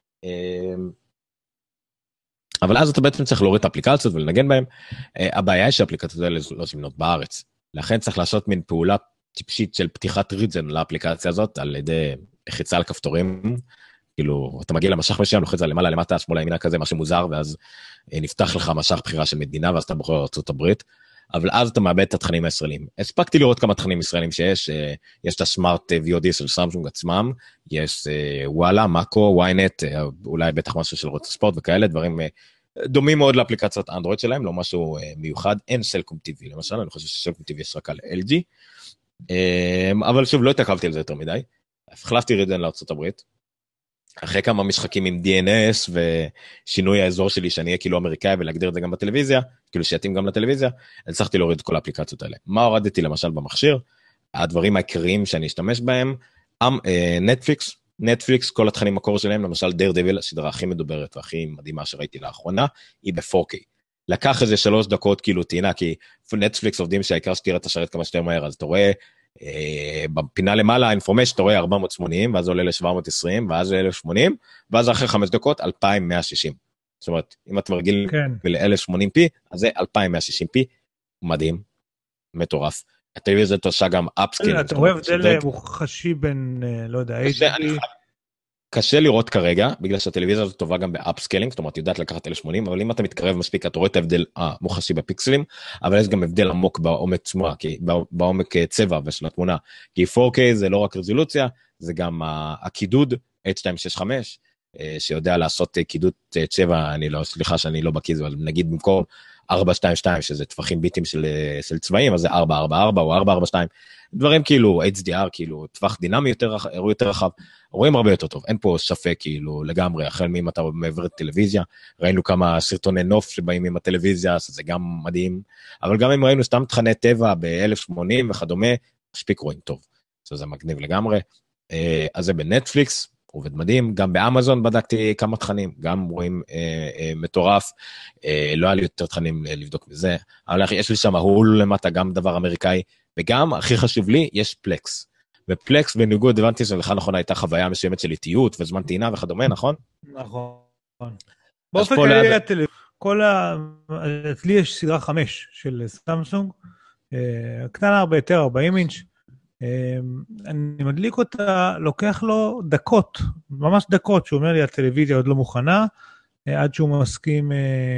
אבל אז אתה בעצם צריך להוריד את האפליקציות ולנגן בהם, הבעיה היא שהאפליקציות האלה לא זמינות בארץ, לכן צריך לעשות מין פעולה טיפשית של פתיחת ריג'ן לאפליקציה הזאת, על ידי לחיצה על כפתורים, כאילו, אתה מגיע למשך משם, לוחץ על למעלה, למטה, שמאלה, ימינה כזה, משהו מוזר, ואז נפתח לך משך בחירה של מדינה, ואז אתה בוחר ארצות הברית, אבל אז אתה מאבד את התכנים הישראלים. הספקתי לראות כמה תכנים ישראלים שיש, יש את הסמארט VOD של סמסונג עצמם, יש וואלה, מאקו, וויינט, אולי בטח משהו של רוץ ספורט וכאלה, דברים דומים מאוד לאפליקציות אנדרואיד שלהם, לא משהו מיוחד, אין סלקום TV, למשל, אני חושב שסלקום TV יש רק על LG, אבל שוב, לא התעכבתי על זה יותר מדי, החלפתי רידן לארצות הברית, אחרי כמה משחקים עם DNS ושינוי האזור שלי שאני אהיה כאילו אמריקאי ולהגדיר את זה גם בטלוויזיה, כאילו שיתאים גם לטלוויזיה, הצלחתי להוריד את כל האפליקציות האלה. מה הורדתי למשל במכשיר? הדברים העיקריים שאני אשתמש בהם, נטפליקס, כל התכנים מקור שלהם, למשל דיירדביל, הסדרה הכי מדוברת והכי מדהימה שראיתי לאחרונה, היא ב-4K. לקח איזה 3 דקות כאילו טעינה, כי נטפליקס עובדים שהעיקר שתראה את השרת כמה שיותר מהר, אז אתה רואה, בפינה למעלה, אינפורמש, אתה רואה 480, ואז עולה ל-720, ואז עולה ל-80, ואז אחרי 5 דקות, 2160. זאת אומרת, אם את מרגיל כן. ל-1080p, אז זה 2160p, מדהים, מטורף. הטלוויזיה עושה גם אפסקילינג. אתה רואה הבדל מוחשי בין, לא יודע, HD. קשה לראות כרגע, בגלל שהטלוויזיה הזאת טובה גם באפסקלינג, זאת אומרת, יודעת לקחת 1080, אבל אם אתה מתקרב מספיק, אתה רואה את ההבדל המוחשי בפיקסלים, אבל יש גם הבדל עמוק בעומק תמונה, בעומק צבע ושל התמונה, כי 4K זה לא רק רזולוציה, זה גם הקידוד H265, שיודע לעשות קידוד צבע, סליחה שאני לא בקיז, אבל נגיד במקום 422, שזה טווחים ביטים של צבעים, אז זה 444 או 442, דברים כאילו HDR, כאילו טווח דינמי יותר רחב, רואים הרבה יותר טוב, אין פה ספק כאילו לגמרי, החל מאם אתה מעבר את טלוויזיה, ראינו כמה סרטוני נוף שבאים עם הטלוויזיה, שזה גם מדהים, אבל גם אם ראינו סתם תכני טבע ב-1080 וכדומה, מספיק רואים טוב, זה מגניב לגמרי, אז זה בנטפליקס, עובד מדהים, גם באמזון בדקתי כמה תכנים, גם רואים מטורף, לא היה לי יותר תכנים לבדוק מזה, אבל יש לי שם הולו למטה, גם דבר אמריקאי, וגם, הכי חשוב לי, יש פלקס. ופלקס בניגוד, הבנתי שלך נכון, הייתה חוויה מסוימת של איטיות וזמן טעינה וכדומה, נכון? נכון. באופן כללי, אצלי יש סדרה 5 של סמסונג, קטנה הרבה יותר, 40 אינץ', אני מדליק אותה, לוקח לו דקות, ממש דקות, שהוא אומר לי, הטלוויזיה עוד לא מוכנה, עד שהוא מסכים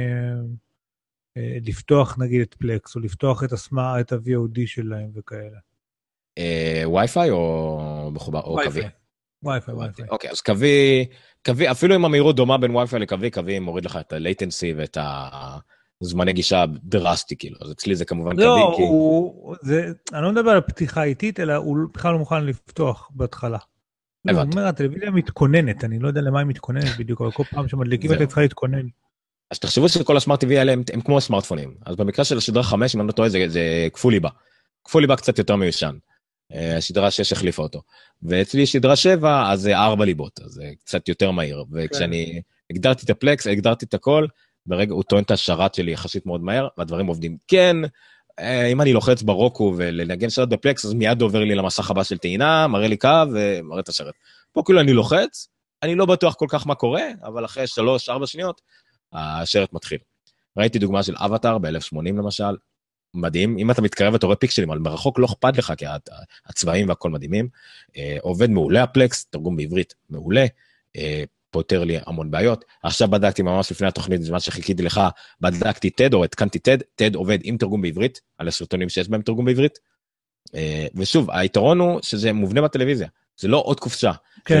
לפתוח נגיד את פלקס, או לפתוח את ה-VOD שלהם וכאלה. וי-פיי או קווי? וי-פיי. אוקיי, אז קווי, אפילו עם המהירות דומה בין וי-פיי לקווי, קווי מוריד לך את ה-latency ואת הזמני גישה דרסטי, כאילו, אז אצלי זה כמובן קווי. לא, אני לא מדבר על פתיחה איטית, אלא הוא בכלל לא מוכן לפתוח בהתחלה. הוא אומר, הטלוויזיה מתכוננת, אני לא יודע למה היא מתכוננת בדיוק, אבל כל פעם שמדליקים אותה צריכה להתכונן. אז תחשבו שכל הסמארט TV האלה הם כמו הסמארטפונים, אז במקרה של השדרה 5, אם אני לא טועה, זה כפול ליבה. כפול ליבה קצת יותר מיושן. השדרה 6 החליפה אותו. ואצלי שדרה 7, אז זה 4 ליבות, אז זה קצת יותר מהיר. וכשאני הגדרתי את הפלקס, הגדרתי את הכל, ברגע הוא טוען את השרת שלי יחסית מאוד מהר, והדברים עובדים. כן, אם אני לוחץ ברוקו ולנגן שרת בפלקס, אז מיד עובר לי למסך הבא של טעינה, מראה לי קו ומראה את השרת. פה כאילו אני לוחץ, אני לא בטוח כל כך מה קורה, אבל אחרי 3-4 שניות, השרת מתחיל. ראיתי דוגמה של אבטר ב-1080 למשל, מדהים, אם אתה מתקרב ואתה רואה פיקסלים, אבל מרחוק לא אכפת לך, כי הצבעים והכל מדהימים, עובד מעולה הפלקס, תרגום בעברית מעולה, פותר לי המון בעיות, עכשיו בדקתי ממש לפני התוכנית, בזמן שחיכיתי לך, בדקתי TED או התקנתי TED עובד עם תרגום בעברית, על הסרטונים שיש בהם תרגום בעברית, ושוב, היתרון הוא שזה מובנה בטלוויזיה, זה לא עוד קופסה,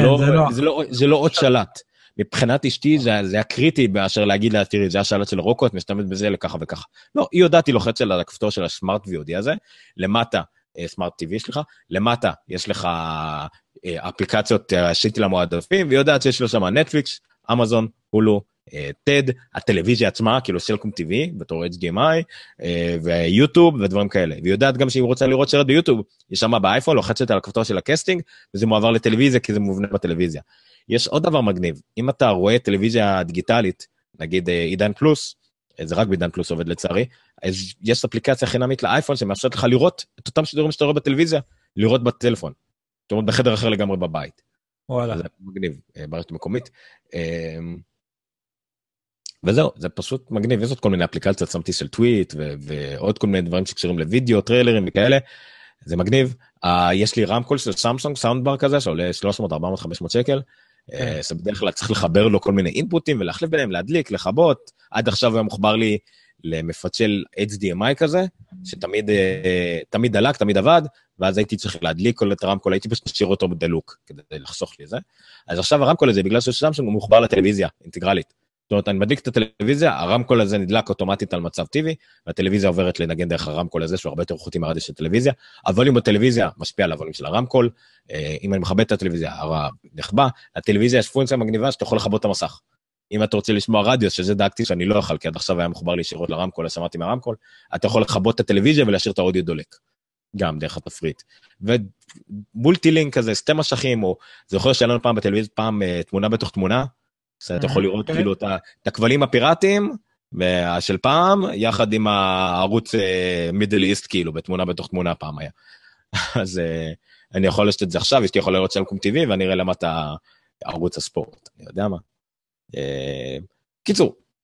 זה לא עוד שלט, מבחינת אשתי זה היה קריטי באשר להגיד לה, תראי, זה השלט של הרוקו, את משתמשת בזה לככה וככה. לא, היא יודעת, היא לוחצת על הכפתור של הסמארט VOD הזה, למטה, סמארט TV סליחה, למטה יש לך אפליקציות שעשיתי למועדפים, והיא יודעת שיש לו שם נטפליקס, אמזון, הולו, TED, הטלוויזיה עצמה, כאילו סלקום TV, בתור HDMI, ויוטיוב ודברים כאלה. והיא יודעת גם שהיא רוצה לראות שרת ביוטיוב, היא שמה באייפון, לוחצת על הכפתור של הקסטינג, וזה מועבר לטלוויזיה, כי זה מובנה בטלוויזיה. יש עוד דבר מגניב, אם אתה רואה טלוויזיה דיגיטלית, נגיד עידן פלוס, זה רק בעידן פלוס עובד לצערי, אז יש אפליקציה חינמית לאייפון שמאפשרת לך לראות את אותם שידורים שאתה רואה בטלוויזיה, לראות בטלפון, זאת אומרת בחדר אחר לגמרי בבית. וואלה. זה מגניב, ברשת מקומית. וזהו, זה פשוט מגניב, יש עוד כל מיני אפליקציות, שמתי של טוויט, ועוד כל מיני דברים שקשורים לוידאו, טריילרים וכאלה, זה מגניב. יש לי רמקול של סמסונג, סאונדבר כזה, שעולה 300, 400, 500 שקל, שבדרך כלל צריך לחבר לו כל מיני אינפוטים, ולהחליף ביניהם, להדליק, לכבות, עד עכשיו הוא מחובר לי למפצ'ל HDMI כזה, שתמיד דלק, תמיד עבד, ואז הייתי צריך להדליק כל את הרמקול, הייתי פשוט משאיר אותו בדלוק, כדי לחסוך לי זה. אז עכשיו הרמקול הזה, בגלל שסמסונג הוא מחובר לטלוויזיה, אינטגרלית. זאת אומרת, אני מדליק את הטלוויזיה, הרמקול הזה נדלק אוטומטית על מצב טבעי, והטלוויזיה עוברת לנגן דרך הרמקול הזה, שהוא הרבה יותר איכותי מהרדיו של טלוויזיה. הווליום בטלוויזיה משפיע על הווליום של הרמקול, אם אני מכבה את הטלוויזיה, נחבא, הטלוויזיה יש פונקציה מגניבה שאתה יכול לכבות את המסך. אם אתה רוצה לשמוע רדיו, שזה דאגתי שאני לא אוכל, כי עד עכשיו היה מחובר לי ישירות לרמקול, אז שמעתי מהרמקול, אתה יכול לכבות את הטלוויזיה ולהשאיר את האודיו דולק. גם דרך התפריט. ומולטי-לינק כזה, סטי משכים, או זה יכול שהיה לנו פעם בטלוויזיה, פעם תמונה בתוך תמונה, אתה יכול לראות כאילו את הכבלים הפיראטיים של פעם, יחד עם הערוץ מידל איסט כאילו, בתמונה בתוך תמונה פעם היה. אז אני יכול לשת את זה עכשיו, אשתי יכול לראות סלקום TV, ואני אראה למטה ערוץ הספורט, אני יודע מה. קיצור,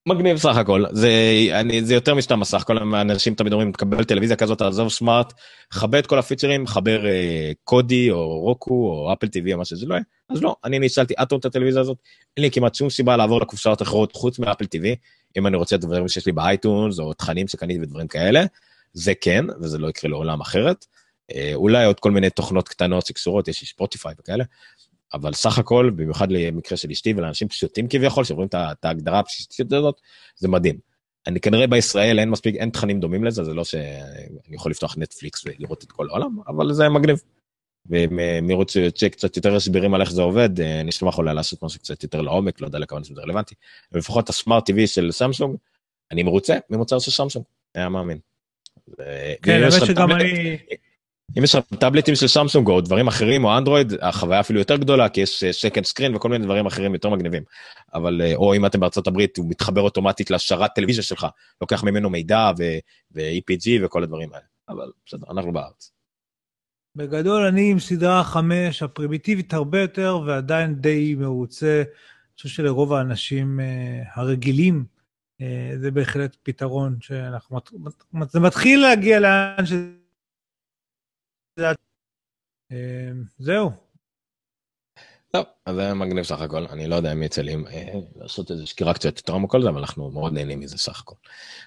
מגניב סך הכל, זה יותר משתה מסך, כל האנשים תמיד אומרים, תקבל טלוויזיה כזאת, תעזוב סמארט, חבר את כל הפיצ'רים, חבר קודי או רוקו או אפל טיווי או מה שזה לא יהיה, אז לא, אני ניצלתי אטום את הטלוויזיה הזאת, אין לי כמעט שום סיבה לעבור לקופסאות אחרות חוץ מאפל טיווי, אם אני רוצה את דברים שיש לי באייטונס או תכנים שקניתי ודברים כאלה, זה כן, וזה לא יקרה לעולם אחרת, אולי עוד כל מיני תוכנות קטנות שקשורות, יש לי ספוטיפיי וכאלה, אבל סך הכל, במיוחד למקרה של אשתי ולאנשים פשוטים כביכול, שעוברים את ההגדרה הפשוטית הזאת, זה מדהים. אני כנראה בישראל אין תכנים דומים לזה, זה לא שאני יכול לפתוח נטפליקס ולראות את כל העולם, אבל זה מגניב. ומי רוצה קצת יותר הסברים על איך זה עובד, נשמח אולי לעשות משהו קצת יותר לעומק, לא יודע לכוון שזה רלוונטי. ולפחות הסמארט TV של סמסונג, אני מרוצה ממוצר של סמסונג, היה מאמין. כן, האמת שגם אני... אם יש טאבלטים של סמסונג או דברים אחרים או אנדרואיד, החוויה אפילו יותר גדולה, כי יש second screen וכל מיני דברים אחרים יותר מגניבים. אבל, או אם אתם בארצות הברית, הוא מתחבר אוטומטית לשרת טלוויזיה שלך, לוקח ממנו מידע ו-EPG וכל הדברים האלה. אבל בסדר, אנחנו בארץ. בגדול אני עם סדרה 5, הפרימיטיבית הרבה יותר, ועדיין די מרוצה. אני חושב שלרוב האנשים הרגילים, זה בהחלט פתרון שאנחנו... זה מתחיל להגיע לאן ש... זהו. טוב, אז זה מגניב סך הכל, אני לא יודע אם יצא לי לעשות איזו שקירה קצת יותר מכל זה, אבל אנחנו מאוד נהנים מזה סך הכל.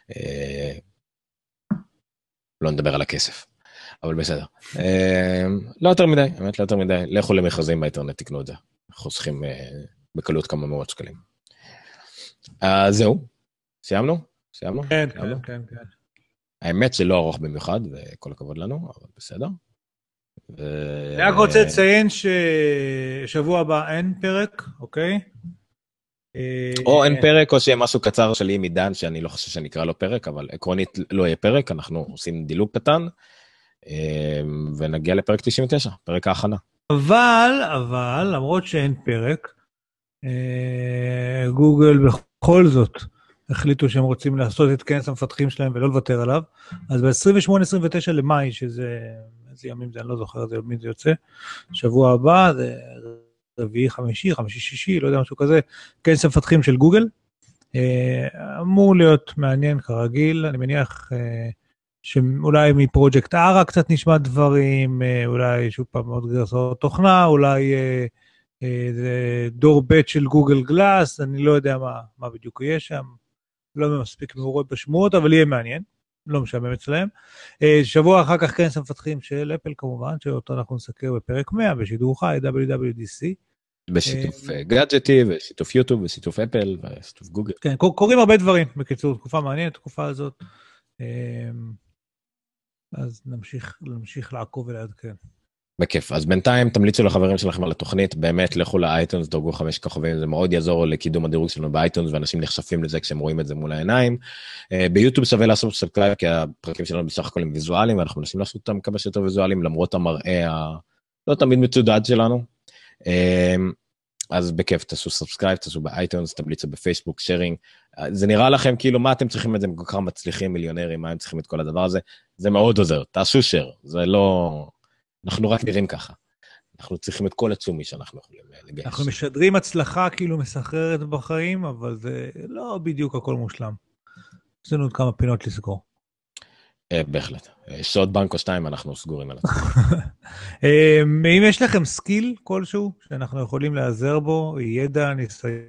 לא נדבר על הכסף, אבל בסדר. לא יותר מדי, באמת לא יותר מדי, לכו למכרזים באינטרנט, תקנו את זה, חוסכים בקלות כמה מאות שקלים. זהו, סיימנו? כן. האמת שלא ארוך במיוחד, וכל הכבוד לנו, אבל בסדר. אני רק רוצה לציין ששבוע הבא אין פרק, אוקיי? או אין פרק, או שיהיה משהו קצר שלי עם עידן, שאני לא חושב שאני אקרא לו פרק, אבל עקרונית לא יהיה פרק, אנחנו עושים דילוג קטן, ונגיע לפרק 99, פרק ההכנה. אבל, למרות שאין פרק, גוגל בכל זאת החליטו שהם רוצים לעשות את כנס המפתחים שלהם ולא לוותר עליו, אז ב-28-29 למאי, שזה... איזה ימים זה, אני לא זוכר איזה ימים זה יוצא, שבוע הבא, זה רביעי, חמישי, שישי, לא יודע משהו כזה, כנס המפתחים של גוגל, אמור להיות מעניין כרגיל, אני מניח שאולי מפרויקט ארה קצת נשמע דברים, אולי שוב פעם עוד גרסאות תוכנה, אולי זה דור ב' של גוגל גלאס, אני לא יודע מה בדיוק יהיה שם, לא מספיק מעורות בשמועות, אבל יהיה מעניין. לא משעמם אצלהם. שבוע אחר כך כנס המפתחים של אפל כמובן, שאותו אנחנו נסקר בפרק 100, בשידור חי, WWDC. בשיתוף גאדג'טי, בשיתוף יוטיוב, בשיתוף אפל, בשיתוף גוגל. כן, קוראים הרבה דברים, בקיצור, תקופה מעניינת, תקופה הזאת. אז נמשיך לעקוב ולעדכן. בכיף, אז בינתיים תמליצו לחברים שלכם על התוכנית, באמת לכו לאייטונס, דרגו 5 כוכבים, זה מאוד יעזור לקידום הדירוג שלנו באייטונס, ואנשים נחשפים לזה כשהם רואים את זה מול העיניים. ביוטיוב שווה לעשות סאבסקרייב, כי הפרקים שלנו בסך הכל הם ויזואליים, ואנחנו מנסים לעשות אותם כמה שיותר ויזואליים, למרות המראה לא תמיד מצודד שלנו. אז בכיף, תעשו סאבסקרייב, תעשו באייטונס, תמליצו בפייסבוק, שיירינג. זה נראה לכם כאילו מה אתם צריכים את זה, כל כך מצליחים מיליונרים, מה הם צריכים את כל הדבר הזה? זה מאוד עוזר, תעשו שייר, זה לא... אנחנו רק נראים ככה. אנחנו צריכים את כל הצומי שאנחנו יכולים לגייס. אנחנו משדרים הצלחה כאילו מסחררת בחיים, אבל זה לא בדיוק הכל מושלם. יש לנו עוד כמה פינות לסגור. בהחלט. שעות בנק או 2 אנחנו סגורים על עצמם. אם יש לכם סקיל כלשהו שאנחנו יכולים לעזר בו, ידע, ניסיון,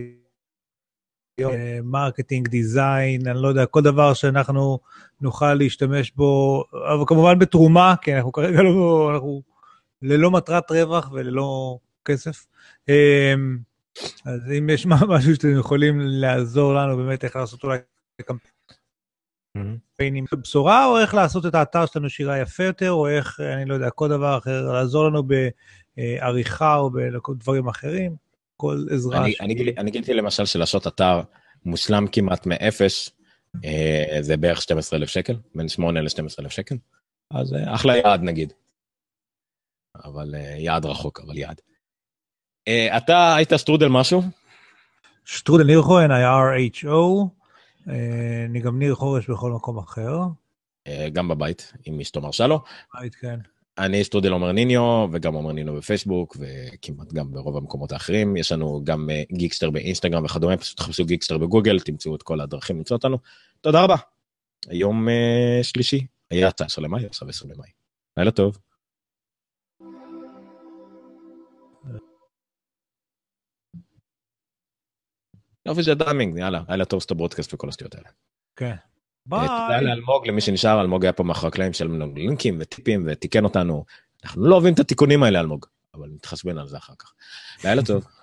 מרקטינג, דיזיין, אני לא יודע, כל דבר שאנחנו נוכל להשתמש בו, אבל כמובן בתרומה, כי אנחנו כרגע אנחנו ללא מטרת רווח וללא כסף. אז אם יש משהו שאתם יכולים לעזור לנו, באמת איך לעשות אולי קמפיינים בבשורה, או איך לעשות את האתר שלנו שירה יפה יותר, או איך, אני לא יודע, כל דבר אחר, לעזור לנו בעריכה או בדברים אחרים, כל עזרה. אני גיליתי למשל שלעשות אתר מושלם כמעט מאפס, זה בערך 12,000 שקל, בין 8 ל-12,000 שקל, אז אחלה יעד נגיד. אבל יעד רחוק, אבל יעד. אתה היית שטרודל משהו? שטרודל ניר כהן, IRHO, אני גם ניר חורש בכל מקום אחר. גם בבית, אם אשתו מרשה לו. בבית, כן. אני שטרודל עומר ניניו, וגם עומר ניניו בפייסבוק, וכמעט גם ברוב המקומות האחרים. יש לנו גם גיקסטר באינסטגרם וכדומה, פשוט תחפשו גיקסטר בגוגל, תמצאו את כל הדרכים למצוא אותנו. תודה רבה. היום שלישי, היה 19 למאי, עכשיו 20 למאי. לילה טוב. יופי של דיימינג, יאללה, לילה טוב סטו ברודקאסט וכל השטויות האלה. כן. ביי. תודה לאלמוג, למי שנשאר, אלמוג היה פה מאחורי הקלעים של לינקים וטיפים ותיקן אותנו. אנחנו לא אוהבים את התיקונים האלה, אלמוג, אבל נתחשבן על זה אחר כך. לילה טוב.